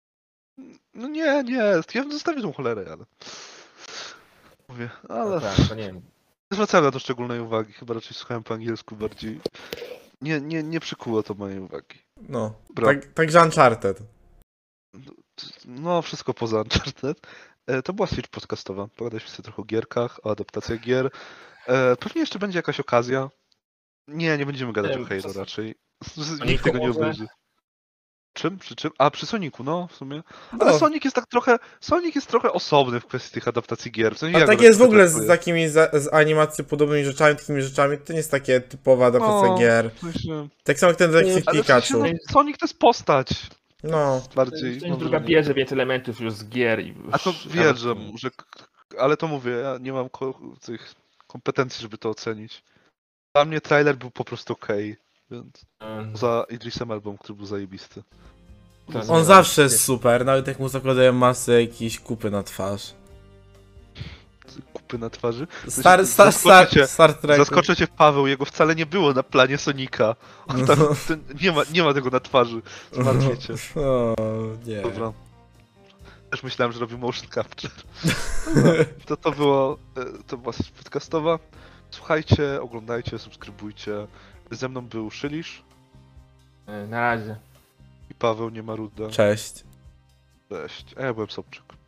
No nie, nie, ja bym zostawił tą cholerę, ale... Mówię, ale... No tak, to nie wiem. Nie zwracałem na to szczególnej uwagi, chyba raczej słuchałem po angielsku bardziej. Nie, nie, nie przykuło to mojej uwagi. no. Dobra. Tak, także Uncharted. No, wszystko poza Uncharted. E, To była Switch podcastowa. Pogadaliśmy sobie trochę o gierkach, o adaptacjach gier. E, Pewnie jeszcze będzie jakaś okazja. Nie, nie będziemy gadać Nie, o Halo przes- raczej. Sonicu Nikt tego nie może? obejrzy. Czym? Przy czym? A, przy Sonicu, no w sumie. Ale No. Sonic jest tak trochę. Sonic jest trochę osobny w kwestii tych adaptacji gier. W sensie A ja tak go jest w tak ogóle z traktuję. takimi za, z animacji podobnymi rzeczami, takimi rzeczami, to nie jest takie typowa adaptacja No, gier. w sensie- Tak samo jak ten detektyw Ale w sensie, Pikachu. no, Sonic to jest postać. No. Bardziej. Część może druga nie. bierze więcej elementów już z gier i... A to już- wiem, że, że. Ale to mówię, ja nie mam ko- tych kompetencji, żeby to ocenić. Dla mnie trailer był po prostu okej, więc. Em, Za Idrisem Elbą, który był zajebisty. to nie On wiem. zawsze jest super, nawet jak mu zakładają masę jakiejś kupy na twarz. Kupy na twarzy. Star, Zaskoczę star, cię. star, Star Trek. Zaskoczę cię, Paweł, jego wcale nie było na planie Sonika. On tam, No. ten, nie, ma, nie ma tego na twarzy. Zmartwię cię. O, nie. Dobra. Też myślałem, że robi motion capture. Dobra, to to było, e, to była sesja podcastowa. Słuchajcie, oglądajcie, subskrybujcie. Ze mną był Szylisz E, Na razie. i Paweł Niemaruda. Cześć. Cześć. A ja byłem Sobczyk.